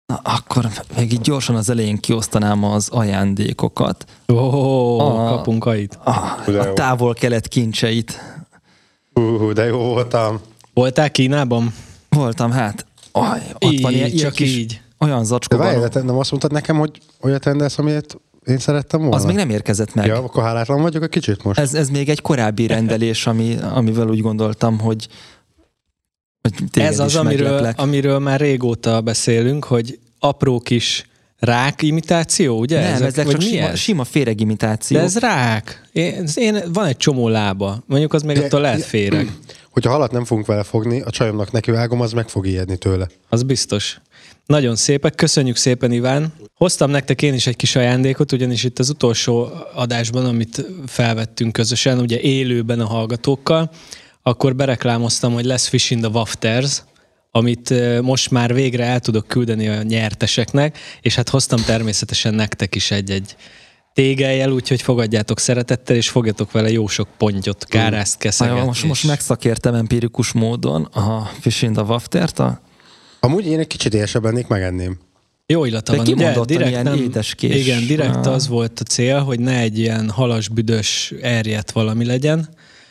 Na, akkor még így gyorsan az elején kiosztanám az ajándékokat. Kapunk ait. A távol-kelet kincseit. De jó voltam. Voltál Kínában? Voltam, hát. Ott van ilyen kis, így. Olyan zacskóban. De várj, nem azt mondtad nekem, hogy olyat rendelsz, amilyet én szerettem volna? Az még nem érkezett meg. Ja, akkor hálátlan vagyok egy kicsit most. Ez még egy korábbi rendelés, amivel úgy gondoltam, hogy ez az, amiről már régóta beszélünk, hogy apró kis rák imitáció, ugye? Nem, ezek csak sima féregimitáció. De ez rák. Van egy csomó lába. Mondjuk az még attól lehet féreg. Hogyha halat nem fogunk vele fogni, a csajomnak nekivágom, az meg fog ijedni tőle. Az biztos. Nagyon szépek, köszönjük szépen, Iván. Hoztam nektek én is egy kis ajándékot, ugyanis itt az utolsó adásban, amit felvettünk közösen, ugye élőben a hallgatókkal, akkor bereklámoztam, hogy lesz Fish in the Wafters, amit most már végre el tudok küldeni a nyerteseknek, és hát hoztam természetesen nektek is egy tégelyel, úgyhogy fogadjátok szeretettel, és fogjatok vele jó sok pontyot, kárázt, keszeget. Most megszakértem empirikus módon a Fish in the Waftert. Amúgy én egy kicsit éhesebb lennék, megenném. Jó illata van, ugye? Direkt ilyen édeskés. Igen, direkt az volt a cél, hogy ne egy ilyen halasbüdös erjedt valami legyen,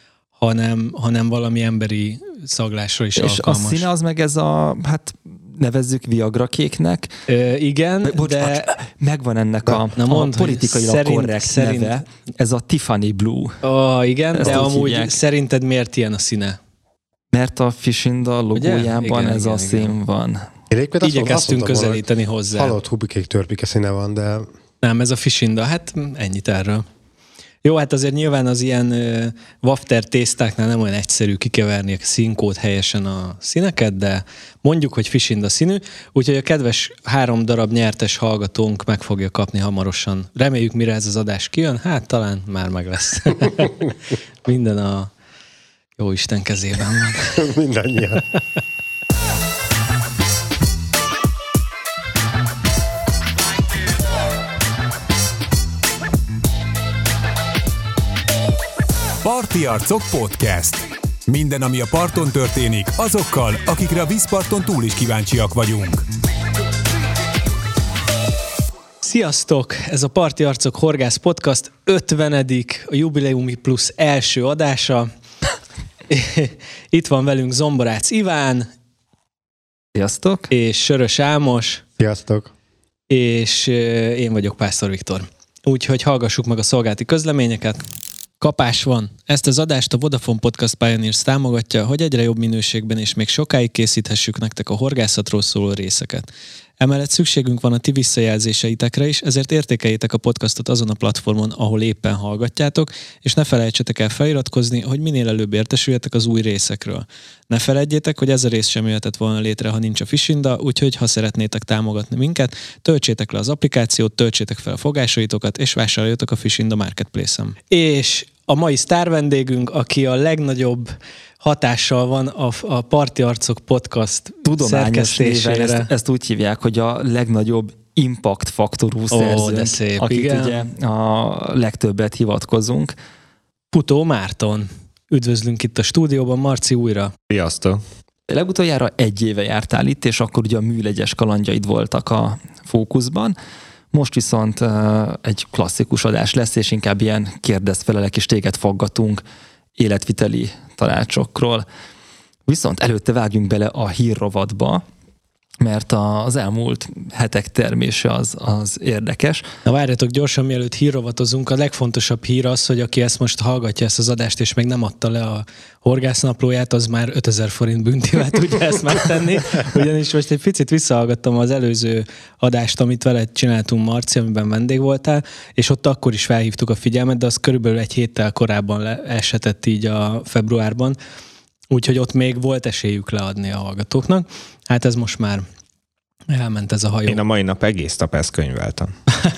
hanem valami emberi szaglásra is és alkalmas. És a színe az meg ez a, nevezzük Viagra kéknek. Igen, de... Megvan ennek a politikailag korrekt neve. Ez a Tiffany Blue. Igen, ezt de amúgy hívják. Szerinted miért ilyen a színe? Mert a Fish in the logójában ez a szín van. Igyekeztünk közelíteni hozzá. Halott hubikék törpike színe van, de... Nem, ez a Fish in the, hát ennyit erről. Jó, hát azért nyilván az ilyen wafter tésztáknál nem olyan egyszerű kikeverni a színkód helyesen a színeket, de mondjuk, hogy Fish in the színű, úgyhogy a kedves 3 darab nyertes hallgatónk meg fogja kapni hamarosan. Reméljük, mire ez az adás kijön, hát talán már meg lesz. Minden a Jóisten kezében van. Mindannyian. Parti Arcok Podcast. Minden, ami a parton történik, azokkal, akikre a vízparton túl is kíváncsiak vagyunk. Sziasztok! Ez a Parti Arcok Horgász Podcast 50. a Jubileumi Plusz első adása. Itt van velünk Zomborác Iván. Sziasztok! És Sörös Ámos. Sziasztok! És én vagyok Pásztor Viktor. Úgyhogy hallgassuk meg a szolgálati közleményeket. Kapás van. Ezt az adást a Vodafone Podcast Pioneers támogatja, hogy egyre jobb minőségben és még sokáig készíthessük nektek a horgászatról szóló részeket. Emellett szükségünk van a ti visszajelzéseitekre is, ezért értékeljétek a podcastot azon a platformon, ahol éppen hallgatjátok, és ne felejtsetek el feliratkozni, hogy minél előbb értesüljetek az új részekről. Ne feledjétek, hogy ez a rész sem jöhetett volna létre, ha nincs a Fish in the, úgyhogy ha szeretnétek támogatni minket, töltsétek le az applikációt, töltsétek fel a fogásaitokat, és vásároljatok a Fish in the Marketplace-en. És a mai sztár vendégünk, aki a legnagyobb hatással van a Parti Arcok Podcast szerkesztésére. Ezt úgy hívják, hogy a legnagyobb impact faktorú szerzőnk, akit igen. Ugye a legtöbbet hivatkozunk. Putó Márton. Üdvözlünk itt a stúdióban, Marci újra. Sziasztok! Legutoljára 1 éve jártál itt, és akkor ugye a műlegyes kalandjaid voltak a fókuszban. Most viszont egy klasszikus adás lesz, és inkább ilyen kérdezfelelek, és téged faggatunk életviteli tanácsokról. Viszont előtte vágjunk bele a hírrovatba, mert az elmúlt hetek termése az érdekes. Na várjatok, gyorsan mielőtt hírrovatozunk, a legfontosabb hír az, hogy aki ezt most hallgatja, ezt az adást, és még nem adta le a horgásznaplóját, az már 5000 forint büntivel tudja ezt megtenni. Ugyanis most egy picit visszahallgattam az előző adást, amit veled csináltunk, Marci, amiben vendég voltál, és ott akkor is felhívtuk a figyelmet, de az körülbelül 1 héttel korábban esetett így a februárban. Úgyhogy ott még volt esélyük leadni a hallgatóknak. Hát ez most már elment ez a hajó. Én a mai nap egész nap ezt könyveltem.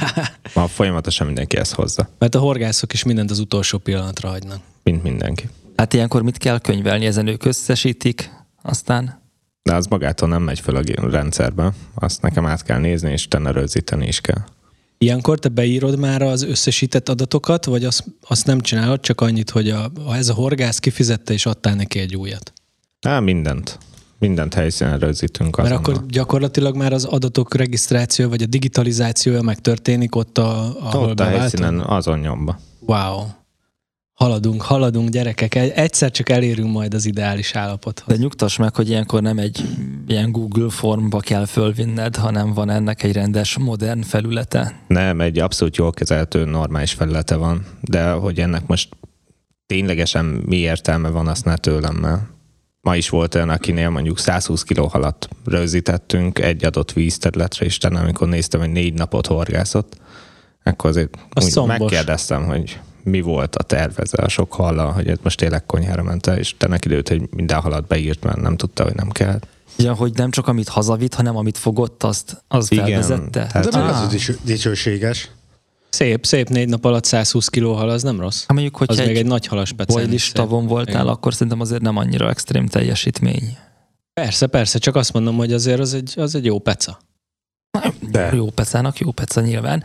Ma folyamatosan mindenki ezt hozza. Mert a horgászok is mindent az utolsó pillanatra hagynak. Mint mindenki. Hát ilyenkor mit kell könyvelni? Ezen ők összesítik, aztán... De az magától nem megy fel a rendszerbe. Azt nekem át kell nézni, és utána rögzíteni is kell. Ilyenkor te beírod már az összesített adatokat, vagy azt nem csinálod, csak annyit, hogy ez a horgász kifizette, és adtál neki egy újat? Mindent. Mindent helyszínen rögzítünk azonnal. Mert akkor gyakorlatilag már az adatok regisztráció, vagy a digitalizációja megtörténik ott, ahol ott a helyszínen azon nyomba. Wow. Haladunk, gyerekek. Egyszer csak elérünk majd az ideális állapothoz. De nyugtass meg, hogy ilyenkor nem egy ilyen Google formba kell fölvinned, hanem van ennek egy rendes, modern felülete. Nem, egy abszolút jól kezelhető, normális felülete van, de hogy ennek most ténylegesen mi értelme van, azt ne tőlem, mert ma is volt olyan, akinél mondjuk 120 kg halat rögzítettünk egy adott vízterületre, és utána, amikor néztem, hogy 4 napot horgászott, akkor azért megkérdeztem, hogy mi volt a tervezve a sok hallal, hogy ez most tényleg konyhára ment el, és utána időt, hogy minden halat beírt, mert nem tudta, hogy nem kell. Ja, hogy nem csak amit hazavitt, hanem amit fogott, az felvezette? De még az dicsőséges. Szép 4 nap alatt 120 kg hal, az nem rossz. Hát mondjuk, hogyha az még egy nagy halas pecen. Boilish tavon voltál, akkor szerintem azért nem annyira extrém teljesítmény. Persze, csak azt mondom, hogy azért az egy jó peca. De. Jó pecának jó peca nyilván.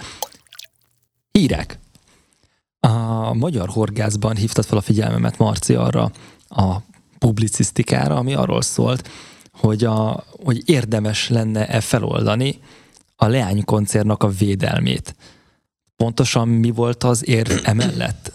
Hírek. A Magyar Horgászban hívtad fel a figyelmemet, Marci, arra a publicisztikára, ami arról szólt, hogy érdemes lenne feloldani a leánykoncertnak a védelmét. Pontosan mi volt az érv emellett?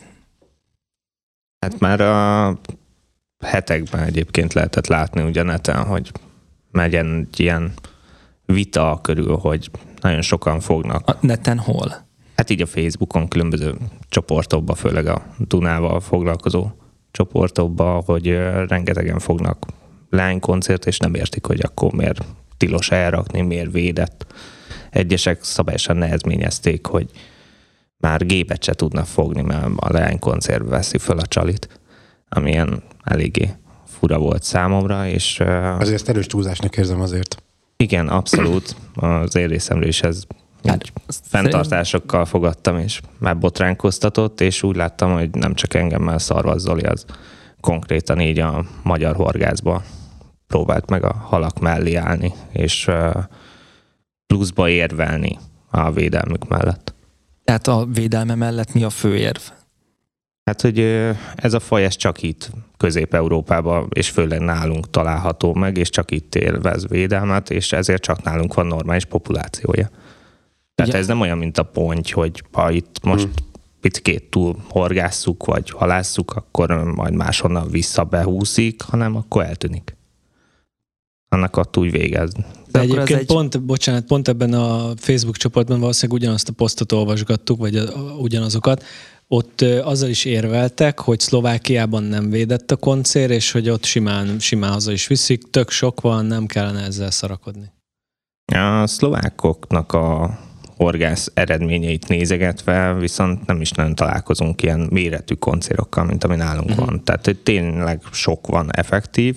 Hát már a hetekben egyébként lehetett látni ugye neten, hogy megy egy ilyen vita körül, hogy nagyon sokan fognak. A neten hol? Hát így a Facebookon, különböző csoportokban, főleg a Dunával foglalkozó csoportokban, hogy rengetegen fognak lánykoncert, és nem értik, hogy akkor miért tilos elrakni, miért védett. Egyesek szabályosan nehezményezték, hogy már gépet se tudnak fogni, mert a leánykoncert veszi föl a csalit, amilyen eléggé fura volt számomra, és... Azért erős túlzásnak érzem azért. Igen, abszolút. Az én részemről is ez fenntartásokkal fogadtam, és már botránkoztatott, és úgy láttam, hogy nem csak engem, mert Szarvas Zoli az konkrétan így a Magyar Horgászba próbált meg a halak mellé állni, és pluszba érvelni a védelmük mellett. Tehát a védelme mellett mi a fő érv? Hát, hogy ez a faj ez csak itt Közép-Európában, és főleg nálunk található meg, és csak itt élvez védelmet, és ezért csak nálunk van normális populációja. Tehát ez nem olyan, mint a ponty, hogy ha itt most picikét túl horgásszuk, vagy halásszuk, akkor majd máshonnan vissza behúszik, hanem akkor eltűnik. Annak ott úgy végez. De egyébként pont ebben a Facebook csoportban valószínűleg ugyanazt a posztot olvasgattuk, vagy ugyanazokat. Ott azzal is érveltek, hogy Szlovákiában nem védett a koncér, és hogy ott simán haza is viszik, tök sok van, nem kellene ezzel szarakodni. A szlovákoknak a horgász eredményeit nézegetve, viszont nem is nagyon találkozunk ilyen méretű koncérokkal, mint ami nálunk van. Tehát, hogy tényleg sok van effektív,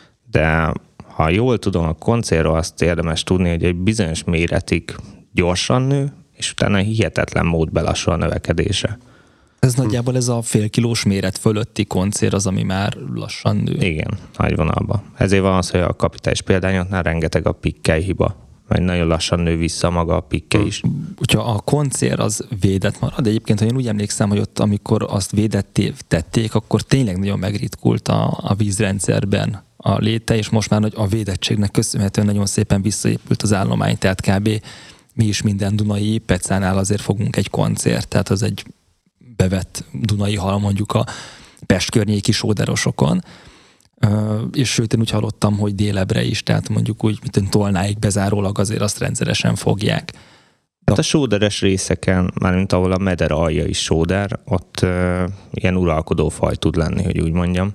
de ha jól tudom, a koncérról azt érdemes tudni, hogy egy bizonyos méretig gyorsan nő, és utána hihetetlen mód belassul a növekedése. Ez nagyjából ez a fél kilós méret fölötti koncér az, ami már lassan nő. Igen, nagy vonalban. Ezért van az, hogy a kapitális példányoknál rengeteg a pikkely hiba, mert nagyon lassan nő vissza maga a pikke is. Hogyha a koncér az védett marad, de egyébként, ha én úgy emlékszem, hogy ott, amikor azt tették, akkor tényleg nagyon megritkult a vízrendszerben a léte, és most már a védettségnek köszönhetően nagyon szépen visszaépült az állomány, tehát kb. Mi is minden dunai pecánál azért fogunk egy koncért, tehát az egy bevett dunai hal mondjuk a Pest környéki sóderosokon, és sőt én úgy hallottam, hogy délebre is, tehát mondjuk úgy, mint Tolnáig bezárólag azért azt rendszeresen fogják. Hát a sóderes részeken, mármint ahol a meder alja is sóder, ott ilyen uralkodó faj tud lenni, hogy úgy mondjam,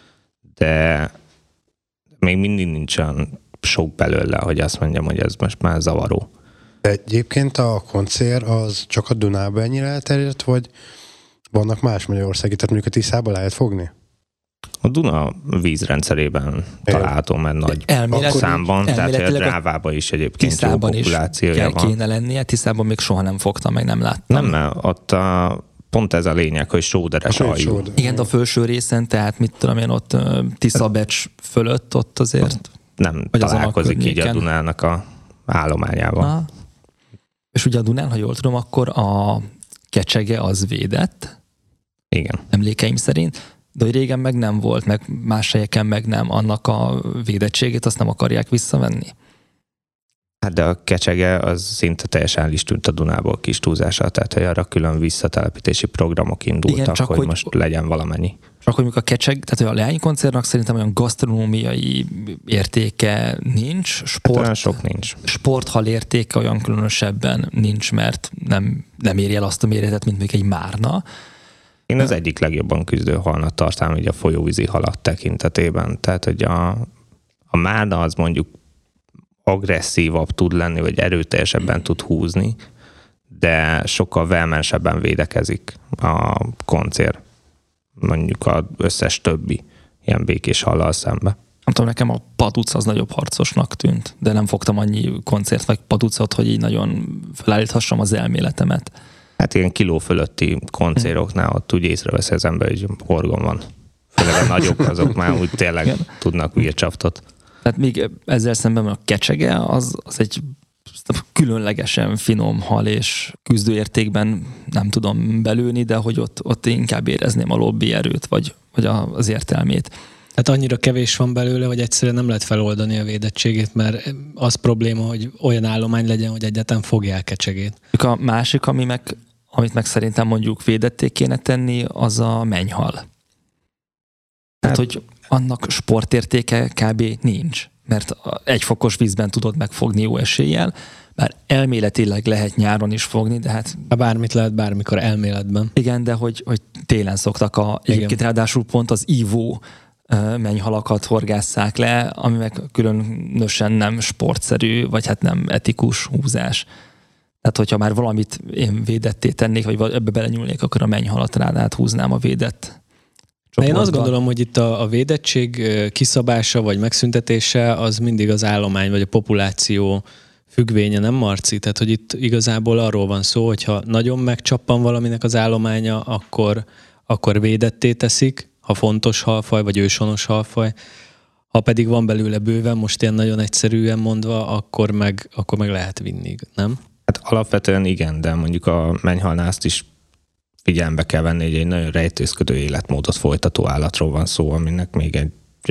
de még mindig nincs olyan sok belőle, hogy azt mondjam, hogy ez most már zavaró. De egyébként a koncér az csak a Dunában ennyire elterjedt, vagy vannak más magyarországi, tehát mondjuk a Tiszában lehet fogni? A Duna vízrendszerében található, mert nagy számban, tehát a Drávában is egyébként jó populációja van. Kéne lennie, Tiszában még soha nem fogtam, meg nem láttam. Nem, ott pont ez a lényeg, hogy sóderes aljú. Igen, de a felső részen, tehát mit tudom én, ott Tiszabecs fölött ott azért... Nem találkozik így a Dunának a állományával. És ugye a Dunán, ha jól tudom, akkor a kecsege az védett. Igen. Emlékeim szerint. De hogy régen meg nem volt, meg más helyeken meg nem, annak a védettségét azt nem akarják visszavenni. Hát de a kecsege az szinte teljesen el is tűnt a Dunából kis túlzással, tehát hogy arra külön visszatelepítési programok indultak, igen, csak hogy most legyen valamennyi. Csak hogy a kecseg, tehát a Leányi koncertnak szerintem olyan gasztronómiai értéke nincs, sok nincs. Sporthal értéke olyan különösebben nincs, mert nem éri el azt a méretet, mint még egy Márna. Én az egyik legjobban küzdő halnak tartám így a folyóvízi halat tekintetében. Tehát, hogy a Márna az mondjuk agresszívabb tud lenni, vagy erőteljesebben tud húzni, de sokkal vehemensebben védekezik a koncér, mondjuk az összes többi ilyen békés hallal szembe. Nem tudom, nekem a paduc az nagyobb harcosnak tűnt, de nem fogtam annyi koncert vagy paducot, hogy így nagyon felállíthassam az elméletemet. Hát ilyen kiló fölötti koncéroknál ott úgy észreveszi az ember, hogy horgon van. Főleg a nagyobb, azok már úgy tényleg tudnak vircsaftot. Tehát még ezzel szemben a kecsege az egy különlegesen finom hal, és küzdőértékben nem tudom belőni, de hogy ott inkább érezném a lobby erőt, vagy az értelmét. Hát annyira kevés van belőle, hogy egyszerűen nem lehet feloldani a védettségét, mert az probléma, hogy olyan állomány legyen, hogy egyáltalán fogják kecsegét. A másik, amit meg szerintem mondjuk védetté kéne tenni, az a mennyhal. Tehát, hogy annak sportértéke kb. Nincs, mert egyfokos vízben tudod megfogni jó eséllyel, bár elméletileg lehet nyáron is fogni, de hát... Bármit lehet bármikor elméletben. Igen, de hogy télen szoktak egyébként ráadásul pont az ívó mennyhalakat horgásszák le, ami meg különösen nem sportszerű, vagy hát nem etikus húzás. Tehát, hogyha már valamit én védetté tennék, vagy ebbe belenyúlnék, akkor a mennyhalat rád áthúznám a védett csoportba. Én azt gondolom, hogy itt a védettség kiszabása, vagy megszüntetése az mindig az állomány, vagy a populáció függvénye, nem Marci? Tehát, hogy itt igazából arról van szó, hogyha nagyon megcsappan valaminek az állománya, akkor védetté teszik, ha fontos halfaj, vagy őshonos halfaj. Ha pedig van belőle bőven, most ilyen nagyon egyszerűen mondva, akkor meg lehet vinni, nem? Hát alapvetően igen, de mondjuk a mennyhalnál azt is figyelembe kell venni, hogy egy nagyon rejtőzködő életmódot folytató állatról van szó, aminek még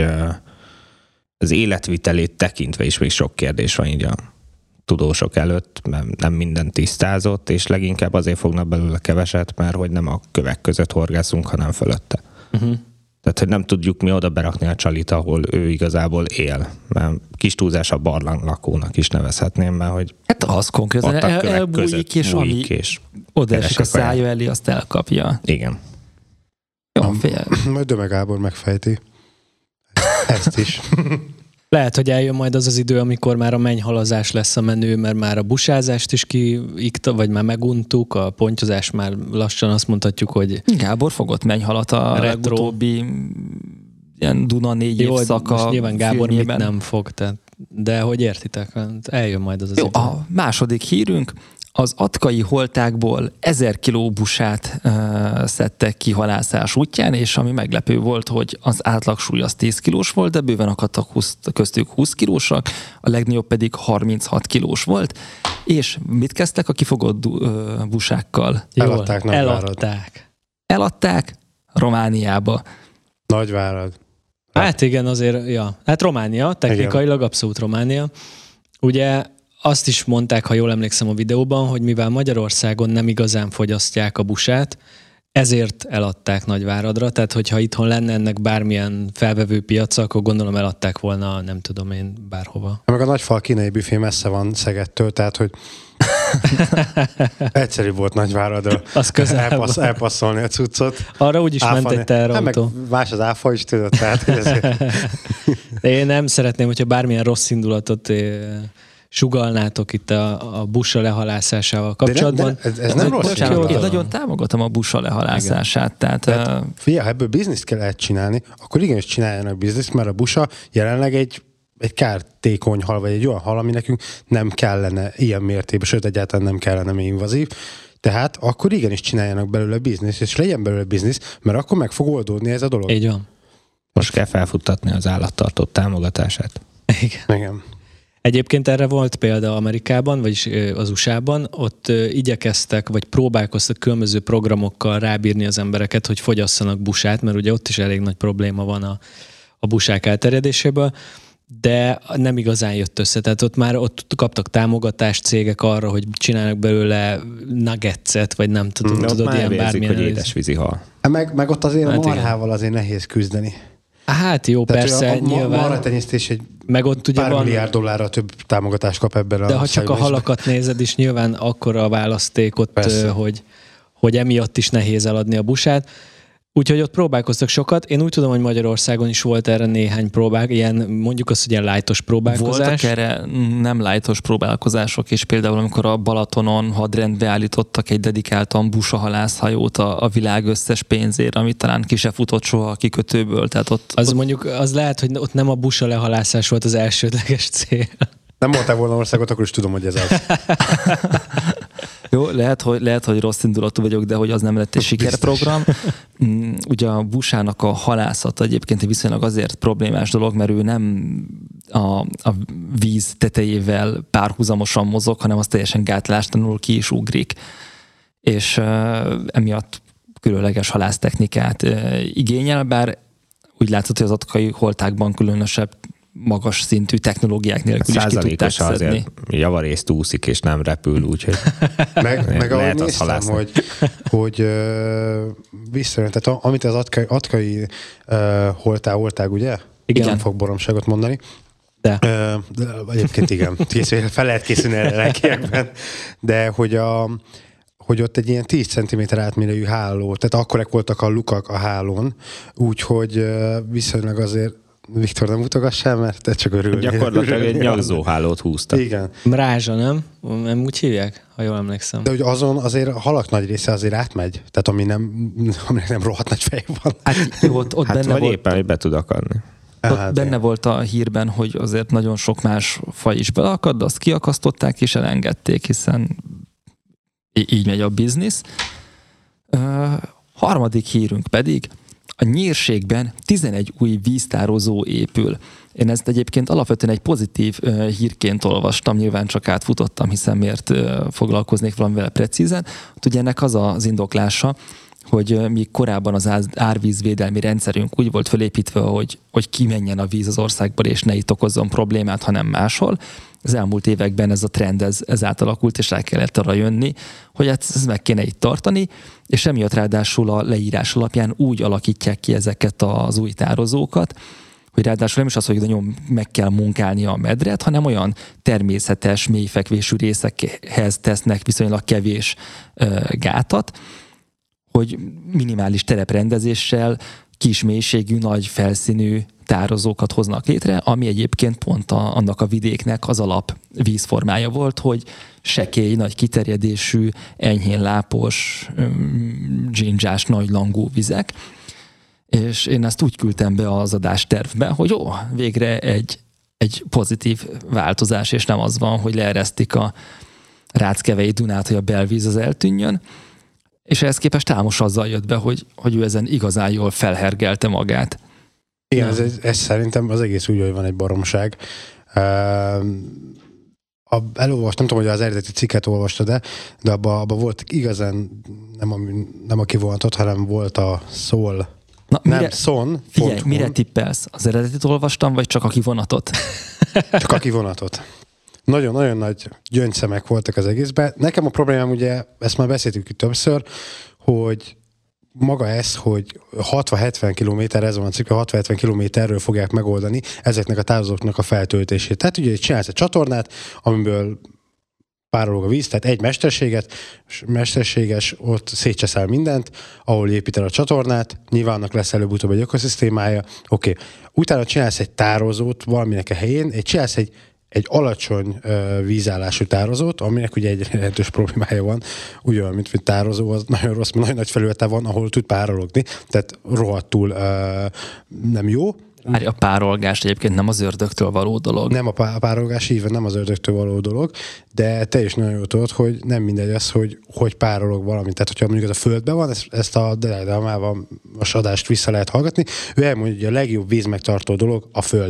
az életvitelét tekintve is még sok kérdés van így a tudósok előtt, mert nem minden tisztázott, és leginkább azért fognak belőle keveset, mert hogy nem a kövek között horgászunk, hanem fölötte. Uh-huh. Tehát, hogy nem tudjuk mi oda berakni a csalit, ahol ő igazából él. Mert kis túlzás a barlang lakónak is nevezhetném, mert hogy hát az konkrétan elbújik, és ami odaesik a szája elé, azt elkapja. Igen. Jó, majd Döme Gábor megfejti ezt is. Lehet, hogy eljön majd az idő, amikor már a mennyhalazás lesz a menő, mert már a busázást is vagy már meguntuk, a pontyozás már lassan azt mondhatjuk, hogy... Gábor fogott mennyhalat a legutóbbi ilyen Duna 4 évszaka most nyilván Gábor mit nem fog, de hogy értitek, eljön majd az idő. A második hírünk, az atkai holtákból 1000 kiló busát szedtek ki halászás útján, és ami meglepő volt, hogy az átlagsúly az 10 kilós volt, de bőven akadtak köztük 20 kilósak, a legnagyobb pedig 36 kilós volt, és mit kezdtek a kifogott busákkal? Eladták Romániába. Nagyvárad. Hát igen, azért, ja. Hát Románia, technikailag igen. Abszolút Románia. Ugye azt is mondták, ha jól emlékszem a videóban, hogy mivel Magyarországon nem igazán fogyasztják a busát, ezért eladták Nagyváradra, tehát hogyha itthon lenne ennek bármilyen felvevő piaca, akkor gondolom eladták volna, nem tudom én, bárhova. Meg a Nagyfal kínai büfé messze van Szegedtől, tehát hogy egyszerű volt Nagyváradra elpasszolni a cuccot. Arra úgyis ment egy teherautó. Meg más az áfa is, tudod, tehát ezért. Én nem szeretném, hogyha bármilyen rossz indulatot sugallnátok itt a busa lehalászásával kapcsolatban. De ez nem rossz. Én nagyon támogatom a busa lehalászását. Tehát figyelj, ha ebből bizniszt kell csinálni, akkor igenis csináljanak bizniszt, mert a busa jelenleg egy kártékony hal, vagy egy olyan hal, ami nekünk nem kellene ilyen mértékben, sőt egyáltalán nem kellene még invazív. Tehát akkor igenis csináljanak belőle biznisz, és legyen belőle biznisz, mert akkor meg fog oldódni ez a dolog. Így van. Most kell felfuttatni az állattartót támogatását. Igen. Egyébként erre volt példa Amerikában, vagyis az USA-ban, ott igyekeztek, vagy próbálkoztak különböző programokkal rábírni az embereket, hogy fogyasszanak busát, mert ugye ott is elég nagy probléma van a busák elterjedéséből, de nem igazán jött össze. Tehát ott kaptak támogatást cégek arra, hogy csinálnak belőle nuggetset, vagy nem tudom, tudod, ilyen bármilyen. hogy édesvízi hal. Meg ott azért a marhával azért nehéz küzdeni. Hát jó, tehát persze, nyilván. A marhatenyésztés egy meg ott ugye pár milliárd dollárra több támogatást kap ebben de ha csak a halakat nézed is, nyilván akkora a választék ott, hogy emiatt is nehéz eladni a busát. Úgyhogy ott próbálkoztak sokat. Én úgy tudom, hogy Magyarországon is volt erre néhány ilyen, mondjuk azt, hogy ilyen lightos próbálkozás. Voltak erre nem lightos próbálkozások, és például amikor a Balatonon hadrendbe állítottak egy dedikáltan busahalászhajót a világ összes pénzért, amit talán ki se futott soha a kikötőből. Tehát az lehet, hogy ott nem a busa lehalászás volt az elsődleges cél. Nem mondtál volna országot, akkor is tudom, hogy ez az. Jó, lehet, hogy rossz indulatú vagyok, de hogy az nem lett egy sikerprogram. Ugye a busának a halászata egyébként viszonylag azért problémás dolog, mert ő nem a víz tetejével párhuzamosan mozog, hanem az teljesen gátlástalanul ki is ugrik. És emiatt különleges halásztechnikát igényel, bár úgy látszott, hogy az atkai holtákban különösebb magas szintű technológiák nélkül is ki tudták szedni. Azért javarészt úszik és nem repül, úgyhogy meg ahogy néztem, hogy visszajön, tehát amit az atkai holtág, ugye? Igen. Nem fog baromságot mondani. De egyébként igen. Fel lehet készülni erre lelkiekben. De hogy ott egy ilyen 10 cm átmérőjű háló, tehát akkorek voltak a lukak a hálón, úgyhogy viszonylag azért Viktor, nem mutogassál, mert te csak örülnél. Gyakorlatilag egy nyakzóhálót húztak. Igen. Mrázsa, nem? Nem úgy hívják, ha jól emlékszem. De hogy azon azért a halak nagy része azért átmegy, tehát aminek nem rohadt nagy fej van. Hát jó, ott hát benne vagy volt, éppen, hogy be tud akadni. Ott benne volt a hírben, hogy azért nagyon sok más faj is beleakad, de azt kiakasztották és elengedték, hiszen így megy a biznisz. Harmadik hírünk pedig, a Nyírségben 11 új víztározó épül. Én ezt egyébként alapvetően egy pozitív hírként olvastam, nyilván csak átfutottam, hiszen miért foglalkoznék valamivel precízen. Ugye ennek az az indoklása, hogy míg korábban az árvízvédelmi rendszerünk úgy volt felépítve, hogy kimenjen a víz az országból, és ne itt okozzon problémát, hanem máshol. Az elmúlt években ez a trend ez átalakult, és rá kellett arra jönni, hogy ezt meg kéne itt tartani, és emiatt ráadásul a leírás alapján úgy alakítják ki ezeket az új tározókat, hogy ráadásul nem is az, hogy nagyon meg kell munkálni a medret, hanem olyan természetes, mélyfekvésű részekhez tesznek viszonylag kevés gátat, hogy minimális tereprendezéssel kis mélységű, nagy felszínű tározókat hoznak létre, ami egyébként pont annak a vidéknek az alap vízformája volt, hogy sekély, nagy kiterjedésű, enyhén lápos, dzsindzsás, nagy langú vizek. És én ezt úgy küldtem be az adástervbe, hogy jó, végre egy pozitív változás, és nem az van, hogy leeresztik a Ráckevei Dunát, hogy a belvíz az eltűnjön. És ehhez képest Támos azzal jött be, hogy ő ezen igazán jól felhergelte magát. Igen, ez szerintem az egész úgy, hogy van egy baromság. Elolvastam, nem tudom, hogy az eredeti cikket olvastad, de abban volt igazán nem a kivonatot, hanem volt a szól. Figyelj, mire tippelsz? Az eredetit olvastam, vagy csak a kivonatot? Csak a kivonatot. Nagyon-nagyon nagy gyöngyszemek voltak az egészben. Nekem a problémám, ugye, ezt már beszéltük itt többször, hogy maga ez, hogy 60-70 kilométer, ez van a cikk, 60-70 kilométerről fogják megoldani ezeknek a tározóknak a feltöltését. Tehát ugye csinálsz egy csatornát, amiből párolog a víz, tehát egy mesterséges, ott szétcseszel mindent, ahol építed a csatornát, nyilván annak lesz előbb-utóbb egy ökoszisztémája, oké. Utána csinálsz egy tározót valaminek a helyén, csinálsz egy alacsony vízállású tározót, aminek ugye egy jelentős problémája van, ugyan, mint tározó, az nagyon rossz, nagyon nagy felülete van, ahol tud párologni, tehát rohadtul nem jó. A párolgás egyébként nem az ördögtől való dolog. Nem a párolgás, így van, nem az ördögtől való dolog, de te is nagyon jól tudod, hogy nem mindegy az, hogy párolog valami. Tehát, hogyha mondjuk ez a földben van, ezt a Delámával adást vissza lehet hallgatni, ő elmondja, hogy a legjobb vízmegtartó dolog a föld.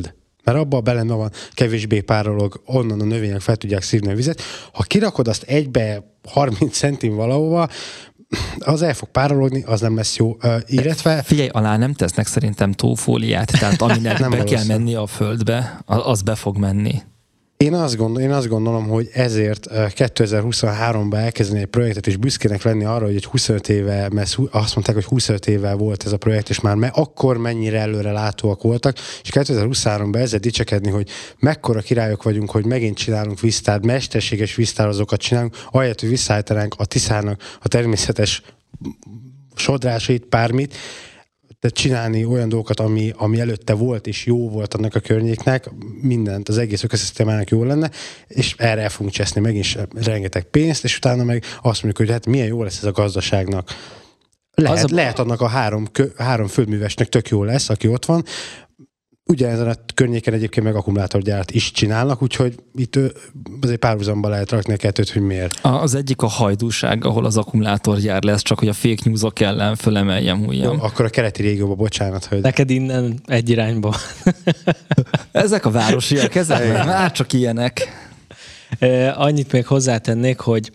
mert abban a belemben van kevésbé párolog, onnan a növények fel tudják szívni a vizet. Ha kirakod azt egybe 30 centim valahova, az el fog párologni, az nem lesz jó. Illetve... Figyelj, alá nem tesznek szerintem tófóliát, tehát aminek be kell menni a földbe, az be fog menni. Én azt gondolom, hogy ezért 2023-ban elkezdeni egy projektet, és büszkének lenni arra, hogy egy 25 éve, mert azt mondták, hogy 25 éve volt ez a projekt, és már akkor mennyire előre látóak voltak, és 2023-ban ezzel dicsekedni, hogy mekkora királyok vagyunk, hogy megint csinálunk víztárt, mesterséges víztározókat csinálunk, ahelyett, hogy visszaállítanánk a Tiszának a természetes sodrásait, bármit, de csinálni olyan dolgokat, ami előtte volt, és jó volt annak a környéknek, mindent, az egész ökoszisztémának jó lenne, és erre el fogunk cseszni megint rengeteg pénzt, és utána meg azt mondjuk, hogy hát milyen jó lesz ez a gazdaságnak. Lehet annak a három földművesnek tök jó lesz, aki ott van. Ugyanezen a környéken egyébként meg akkumulátorgyárat is csinálnak, úgyhogy itt azért párhuzamba lehet rakni a kettőt, hogy miért. Az egyik a hajdúság, ahol az akkumulátorgyár lesz, csak hogy a fake newsok ellen fölemeljem ujjam. Akkor a keleti régióba, bocsánat, hogy... Neked innen egy irányba. Ezek a városiak, ezek már csak ilyenek. Annyit még hozzátennék, hogy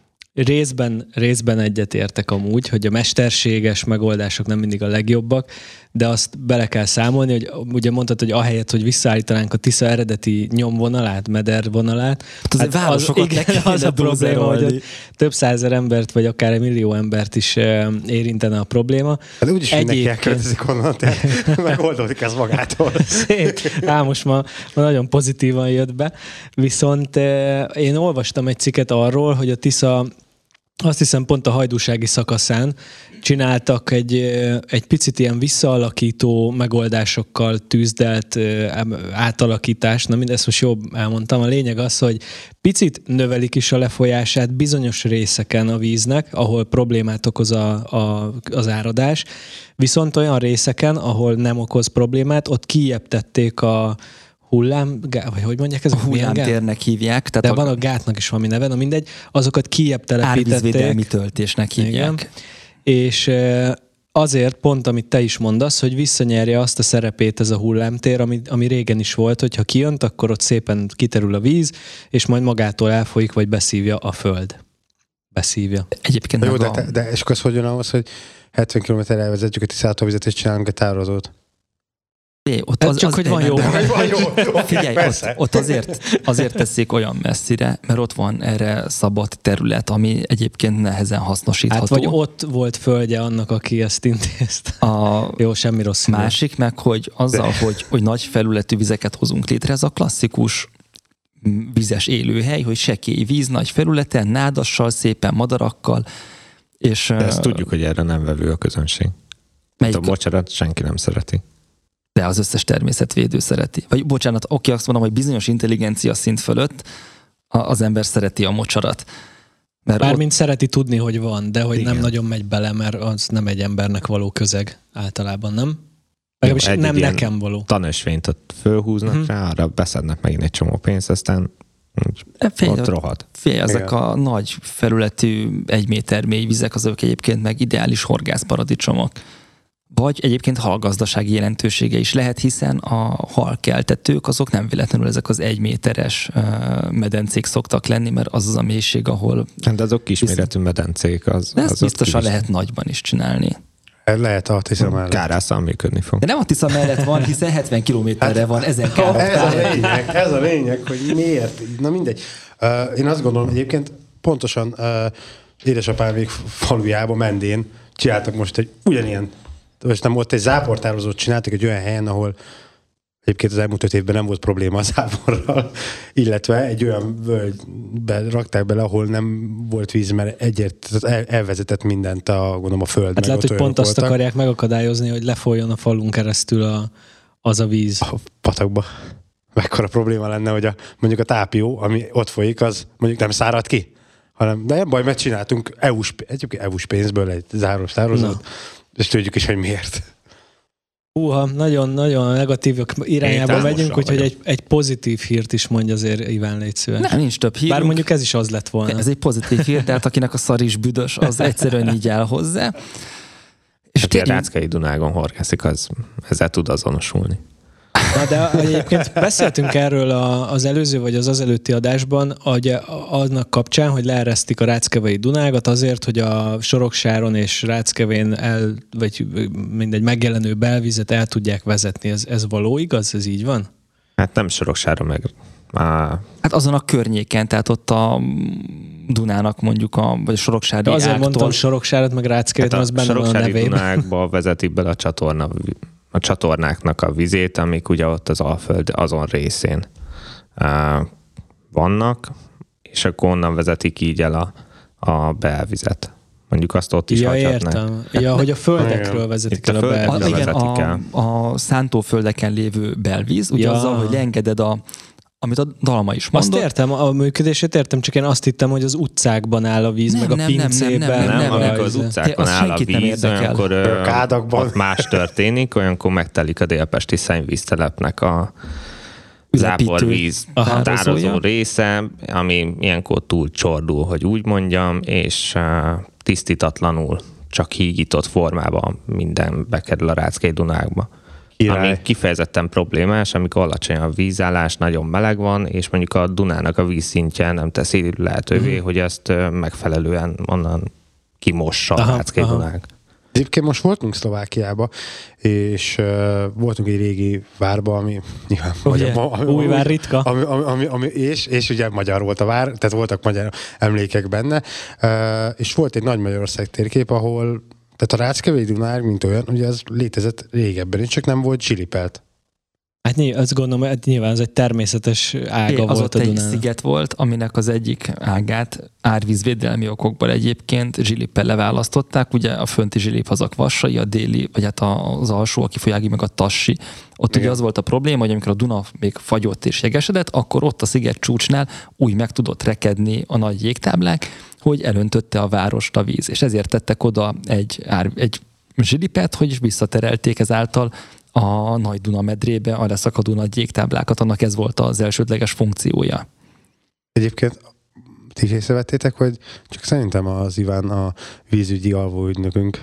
részben egyetértek amúgy, hogy a mesterséges megoldások nem mindig a legjobbak, de azt bele kell számolni, hogy ugye mondtad, hogy ahelyett, hogy visszaállítanánk a Tisza eredeti nyomvonalát, medervonalát, az a probléma, hogy több százezer embert, vagy akár egy millió embert is érintene a probléma. Hát úgyis mindenki elköltözik onnan, tehát megoldódik ez magától. Szép. Most ma nagyon pozitívan jött be. Viszont én olvastam egy cikket arról, hogy a Tisza, azt hiszem pont a hajdúsági szakaszán csináltak egy picit ilyen visszaalakító megoldásokkal tűzdelt átalakítást. Na mindezt most jobb elmondtam. A lényeg az, hogy picit növelik is a lefolyását bizonyos részeken a víznek, ahol problémát okoz az áradás, viszont olyan részeken, ahol nem okoz problémát, ott kijjebb tették a vagy hogy mondják, ez a hullámtérnek hívják. Tehát de van a gátnak is valami neve, na mindegy, azokat kijjebb telepítették. Árvízvédelmi töltésnek hívják. Igen. És azért pont, amit te is mondasz, hogy visszanyerje azt a szerepét ez a hullámtér, ami régen is volt, hogyha kijönt, akkor ott szépen kiterül a víz, és majd magától elfolyik, vagy beszívja a föld. Beszívja. Egyébként jó, de és akkor hogy jön ahhoz, hogy 70 km-re elvezetjük a Tiszától vizet, és csinálunk egy tározót? Hogy van jó. Figyelj, ott azért teszik olyan messzire, mert ott van erre szabad terület, ami egyébként nehezen hasznosítható. Hát vagy ott volt földje annak, aki ezt intézte. Jó, semmi rossz. Másik meg, hogy azzal, hogy nagy felületű vizeket hozunk létre, ez a klasszikus vizes élőhely, hogy sekély víz, nagy felületen, nádassal, szépen madarakkal. És, de ezt tudjuk, hogy erre nem vevő a közönség. A mocsarat senki nem szereti. De az összes természetvédő szereti. Vagy bocsánat, azt mondom, hogy bizonyos intelligencia szint fölött az ember szereti a mocsarat. Bármint szereti tudni, hogy van, de hogy igen, nem nagyon megy bele, mert az nem egy embernek való közeg általában, nem? Legalábbis nem nekem való. Tanösvényt ott fölhúznak rá, arra beszednek megint egy csomó pénzt, aztán ott rohad. Ezek a nagy felületű 1 méter mély vizek, azok egyébként meg ideális horgászparadicsomok. Vagy egyébként halgazdasági jelentősége is lehet, hiszen a halkeltetők azok nem véletlenül ezek az 1 méteres medencék szoktak lenni, mert az a mélység, ahol... De azok kisméretű medencék. De ezt biztosan lehet nagyban is csinálni. Lehet a Tisza mellett. Kárászal működni fog. De nem a Tisza mellett van, hiszen 70 kilométerre van ezen ez a lényeg, hogy miért. Na mindegy. Én azt gondolom, egyébként pontosan édesapámék falujában, Mendén csináltak most egy ugyanilyen, most nem ott egy záportározót csináltak egy olyan helyen, ahol egyébként az elmúlt 5 évben nem volt probléma a záporral, illetve egy olyan völgybe rakták bele, ahol nem volt víz, mert elvezetett mindent gondolom a föld. Hát lehet, hogy pont azt akarják megakadályozni, hogy lefolyjon a falun keresztül az a víz. A patakba. Mekkora probléma lenne, hogy mondjuk a tápió, ami ott folyik, az mondjuk nem szárad ki, hanem, de nem baj, mert csináltunk EU-s pénzből egy záros tározót, és tudjuk is, hogy miért. Nagyon negatív irányába megyünk, úgyhogy egy pozitív hírt is mondja azért Iván, légy szíves. Nem, nincs több hírünk. Bár mondjuk ez is az lett volna. Ez egy pozitív hír, tehát akinek a szar is büdös, az egyszerűen így elhozzá. És hát a Ráckai Dunágon horgászik, ezzel tud azonosulni. Na de egyébként beszéltünk erről az előző vagy az előtti adásban, hogy annak kapcsán, hogy leeresztik a Ráckevei Dunágat azért, hogy a Soroksáron és Ráckevén vagy mindegy megjelenő belvizet el tudják vezetni. Ez való igaz? Ez így van? Hát nem Soroksáron meg... Hát azon a környéken, tehát ott a Dunának mondjuk, vagy a Soroksári de azért ágtól... mondtam Soroksárat, meg Ráckevét, hát az benne van a nevében. A Soroksári Dunákba vezetik bele a csatornáknak a vizét, amik ugye ott az Alföld azon részén vannak, és akkor onnan vezetik így el a belvizet. Mondjuk azt ott is hagyhatnák. Értem. Ja, hogy a földekről vezetik el a belvizet. Igen, a szántóföldeken lévő belvíz, ugye azzal, hogy leengeded amit a Dalma is mondott. Azt értem, a működését értem, csak én azt hittem, hogy az utcákban áll a víz, meg a pincében. Nem, amikor az utcákon áll a víz, olyankor ott más történik, olyankor megtelik a délpesti szennyvíztelepnek a záporvíz tározó része, ami ilyenkor túl csordul, hogy úgy mondjam, és tisztítatlanul, csak hígított formában minden bekerül a Ráckei Dunákba. Ami kifejezetten problémás, amikor alacsony a vízállás, nagyon meleg van, és mondjuk a Dunának a vízszintje nem teszi lehetővé, hogy ezt megfelelően onnan kimossa a Ráckei Dunák. Egyébként most voltunk Szlovákiába, és voltunk egy régi várba, ami nyilván új vár ritka. És ugye magyar volt a vár, tehát voltak magyar emlékek benne, és volt egy nagy Magyarország térkép, ahol tehát a Ráckevei Dunák, mint olyan, ugye az létezett régebben is, csak nem volt zsilipelt. Hát azt gondolom, hogy nyilván ez egy természetes ága volt ott a Dunának. Dunán. Egy sziget volt, aminek az egyik ágát árvízvédelmi okokból egyébként zsilippel leválasztották. Ugye a fönti zsilip az a Kvassai, a déli, vagy hát az alsó, a kifolyági, meg a Tassi. Ott ugye az volt a probléma, hogy amikor a Duna még fagyott és jegesedett, akkor ott a sziget csúcsnál úgy meg tudott rekedni a nagy jégtáblák, hogy elöntötte a várost a víz. És ezért tettek oda egy zsilipet, hogy visszaterelték ezáltal a Nagy Duna medrébe a leszakadó nagy jégtáblákat, annak ez volt az elsődleges funkciója. Egyébként ti is észrevettétek, hogy csak szerintem az Iván a vízügyi alvóügynökünk.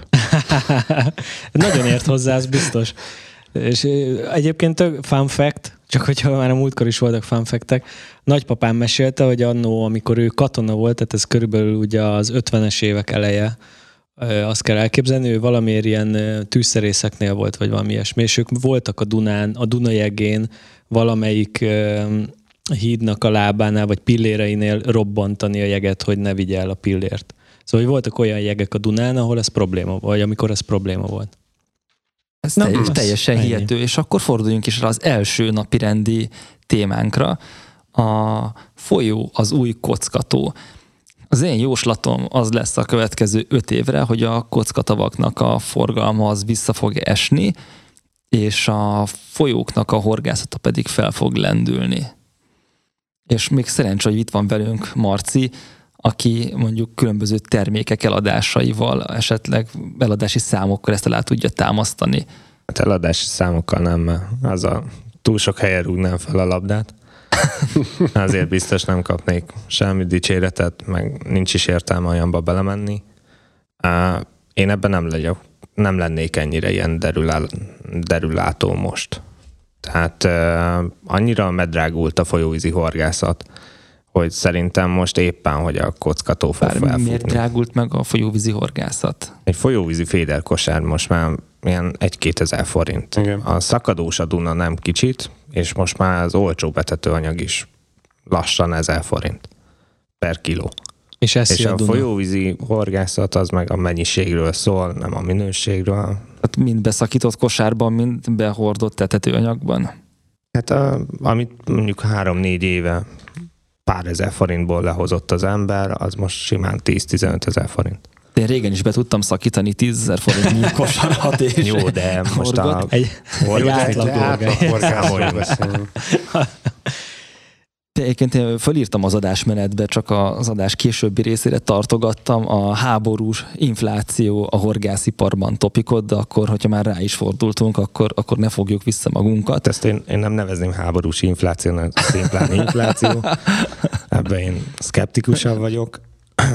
Nagyon ért hozzá, ez biztos. És egyébként fun fact, csak hogyha már a múltkor is voltak fun factek, nagypapám mesélte, hogy annó, amikor ő katona volt, tehát ez körülbelül ugye az 50-es évek eleje, azt kell elképzelni, ő valamiért ilyen tűzszerészeknél volt, vagy valami ilyesmi, és ők voltak a Dunán, a Dunajegén valamelyik hídnak a lábánál, vagy pilléreinél robbantani a jeget, hogy ne vigye el a pillért. Szóval voltak olyan jegek a Dunán, ahol ez probléma, vagy amikor ez probléma volt. Ez teljesen hihető, és akkor forduljunk is rá az első napirendi témánkra. A folyó az új kockató. Az én jóslatom az lesz a következő 5 évre, hogy a kockatavaknak a forgalma az vissza fog esni, és a folyóknak a horgászata pedig fel fog lendülni. És még szerencsé, hogy itt van velünk Marci, aki mondjuk különböző termékek eladásaival, esetleg eladási számokkal ezt alá tudja támasztani. Hát eladási számokkal nem, mert az a túl sok helyen rúgnám fel a labdát. Azért biztos nem kapnék semmi dicséretet, meg nincs is értelme olyanba belemenni. Én ebben nem lennék ennyire ilyen derülátó most. Tehát annyira megdrágult a folyóvízi horgászat, hogy szerintem most éppen, hogy a kockató fog felfutni. Miért drágult meg a folyóvízi horgászat? Egy folyóvízi féderkosár most már ilyen 1-2 ezer forint. Igen. A szakadós a Duna nem kicsit, és most már az olcsó betetőanyag is lassan 1000 forint per kiló. És a folyóvízi horgászat az meg a mennyiségről szól, nem a minőségről. Hát mind beszakított kosárban, mind behordott tetetőanyagban. Hát amit mondjuk 3-4 éve pár ezer forintból lehozott az ember, az most simán 10-15 ezer forint. Én régen is be tudtam szakítani 10 000 forintnyi kosarat és jó, de most egy átlag beszélünk. Egyébként én fölírtam az adásmenetbe, csak az adás későbbi részére tartogattam a háborús infláció a horgásziparban topikot, de akkor, hogyha már rá is fordultunk, akkor ne fogjuk vissza magunkat. Ezt én nem nevezném háborús inflációnak, szimplán infláció. Ebben én szkeptikusabb vagyok,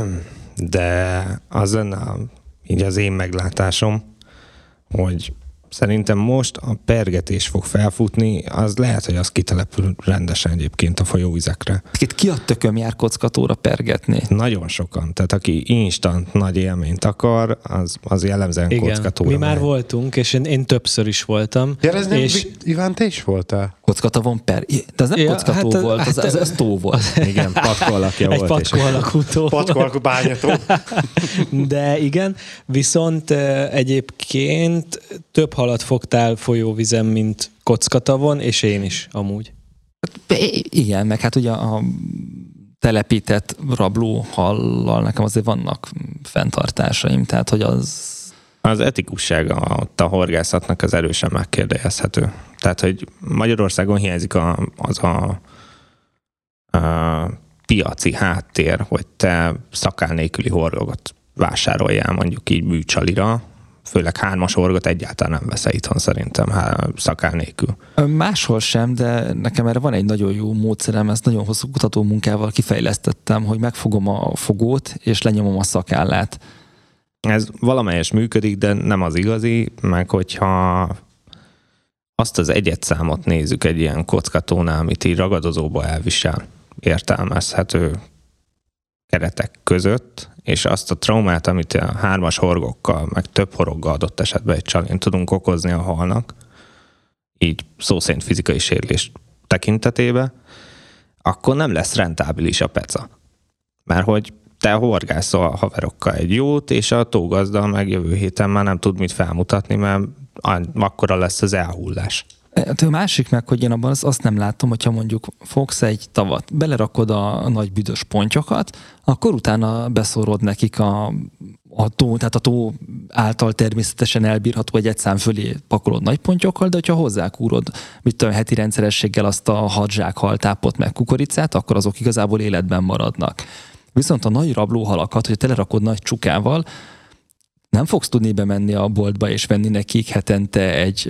de az lenne így az én meglátásom, hogy Szerintem most a pergetés fog felfutni, az lehet, hogy az kitelepül rendesen egyébként a folyóvizekre. Itt ki a tököm jár kockatóra pergetni? Nagyon sokan. Tehát aki instant nagy élményt akar, az jellemzően Igen, kockatóra. mi már voltunk, és én többször is voltam. Ja, ez nem, és... Iván, te is voltál? Kockatavon de ez nem kockató hát, volt, hát, ez tó volt. Igen, patkó alakja egy volt. patkó alakú tó. Patkó alakú bányató. De igen, viszont egyébként több halat fogtál folyóvizen, mint kockatavon, és én is amúgy. Igen, meg hát ugye a telepített rablóhallal nekem azért vannak fenntartásaim, tehát hogy az etikussága ott a horgászatnak az erősen megkérdezhető. Tehát, hogy Magyarországon hiányzik az a piaci háttér, hogy te szakál nélküli horgokat vásároljál mondjuk így műcsalira, főleg 3-as horgot egyáltalán nem veszel itthon szerintem szakál nélkül. Máshol sem, de nekem erre van egy nagyon jó módszerem, ezt nagyon hosszú kutató munkával kifejlesztettem, hogy megfogom a fogót, és lenyomom a szakállát. Ez valamelyes működik, de nem az igazi, meg hogyha azt az egyedszámot nézzük egy ilyen kockatónál, amit így ragadozóba elvisel értelmezhető keretek között, és azt a traumát, amit a 3-as horgokkal, meg több horoggal adott esetben egy csalén tudunk okozni a halnak, így szó szerint fizikai sérülés tekintetében, akkor nem lesz rentábilis a peca. Mert hogy te horgászol a haverokkal egy jót, és a tógazda meg jövő héten már nem tud mit felmutatni, mert akkora lesz az elhullás. A másik meg, hogy én abban azt nem látom, hogyha mondjuk fogsz egy tavat, belerakod a nagy büdös pontyokat, akkor utána beszórod nekik a tó, tehát a tó által természetesen elbírható egy szám fölé pakolod nagy pontyokkal, de hogyha hozzákúrod, heti rendszerességgel azt a 6 zsák haltápot meg kukoricát, akkor azok igazából életben maradnak. Viszont a nagy rablóhalakat, hogy telerakod nagy csukával, nem fogsz tudni bemenni a boltba és venni nekik hetente egy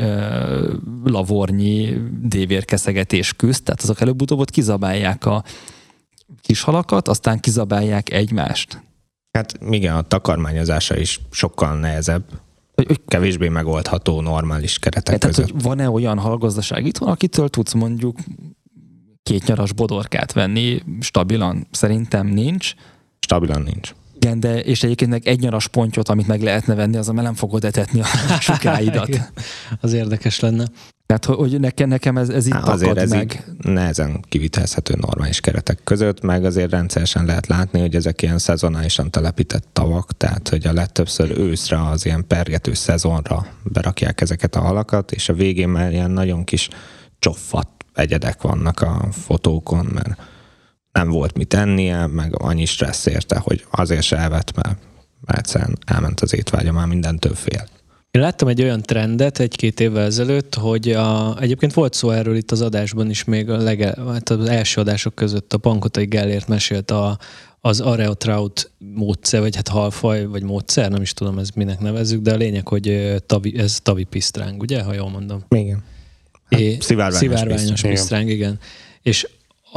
lavornyi dévérkeszegetés közt, tehát azok előbb-utóbb ott kizabálják a kis halakat, aztán kizabálják egymást. Hát igen, a takarmányozása is sokkal nehezebb, kevésbé megoldható normális keretek között. Tehát, hogy van-e olyan halgazdaság itthon, akitől tudsz mondjuk 2 nyaras bodorkát venni stabilan? Szerintem nincs. Stabilan nincs. Igen, de és egyébként meg 1 nyaras pontyot, amit meg lehetne venni, azon nem fogod etetni a sukáidat. Az érdekes lenne. Tehát, hogy nekem ez itt azért ez meg. Így nehezen kivitelezhető normális keretek között, meg azért rendszeresen lehet látni, hogy ezek ilyen szezonálisan telepített tavak, tehát hogy a legtöbbször őszre az ilyen pergető szezonra berakják ezeket a halakat, és a végén már ilyen nagyon kis csoffat egyedek vannak a fotókon, mert nem volt mit ennie, meg annyi stressz érte, hogy azért se evett, mert egyszerűen elment az étvágya, már mindentől fél. Én láttam egy olyan trendet 1-2 évvel ezelőtt, hogy egyébként volt szó erről itt az adásban is, még az első adások között a Pankotai Gellért mesélt az Areotraut módszer, vagy hát halfaj, vagy módszer, nem is tudom, ez minek nevezzük, de a lényeg, hogy ez tavi pisztráng, ugye, ha jól mondom? Igen. Hát, szivárványos pisztráng, igen. És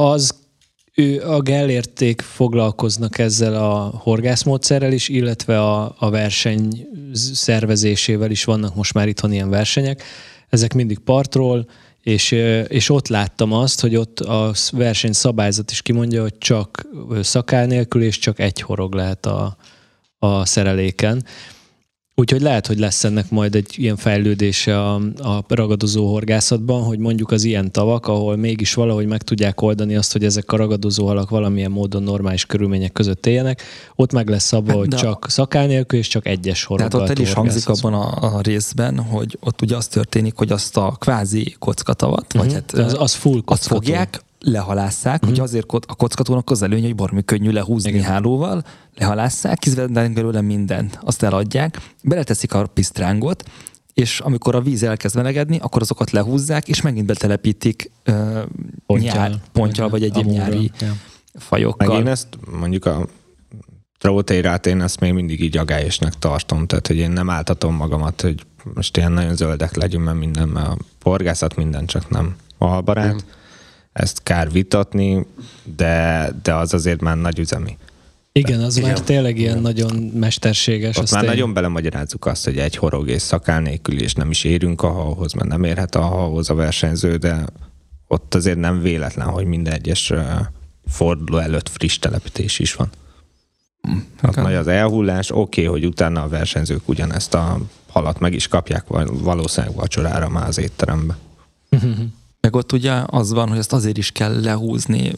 a Gellérték foglalkoznak ezzel a horgászmódszerrel is, illetve a verseny szervezésével is vannak most már itthon ilyen versenyek. Ezek mindig partról, és ott láttam azt, hogy ott a verseny szabályzat is kimondja, hogy csak szakál nélkül, és csak 1 horog lehet a szereléken. Úgyhogy lehet, hogy lesz ennek majd egy ilyen fejlődése a ragadozó horgászatban, hogy mondjuk az ilyen tavak, ahol mégis valahogy meg tudják oldani azt, hogy ezek a ragadozó halak valamilyen módon normális körülmények között éljenek, ott meg lesz abban, hogy csak szakál nélkül, és csak 1-es horoggal. Tehát ott el is hangzik abban a részben, hogy ott ugye az történik, hogy azt a kvázi kockatavat, vagy hát az full kockató. Azt fogják, lehalásszák, ugye azért a kockatónak az előnye, hogy baromi könnyű lehúzni hálóval, lehalásszák, kizvednek belőle mindent, azt eladják, beleteszik a pisztrángot, és amikor a víz elkezd melegedni, akkor azokat lehúzzák, és megint betelepítik ponttyal vagy egyéb nyári fajokkal. Meg én ezt mondjuk a tróteirát én ezt még mindig így agályosnak tartom, tehát hogy én nem áltatom magamat, hogy most ilyen nagyon zöldek legyünk, mert minden, mert a horgászat minden, csak nem a halbarát. Ezt kár vitatni, de az azért már nagy üzemi. Igen, az már tényleg ilyen nagyon mesterséges. Ott már nagyon belemagyarázzuk azt, hogy egy horog és szakál nélkül, és nem is érünk a halhoz, mert nem érhet a halhoz a versenyző, de ott azért nem véletlen, hogy minden egyes forduló előtt friss telepítés is van. Hát nagy az elhullás, oké, hogy utána a versenyzők ugyanezt a halat meg is kapják valószínűleg vacsorára már az étterembe. Meg ott ugye az van, hogy ezt azért is kell lehúzni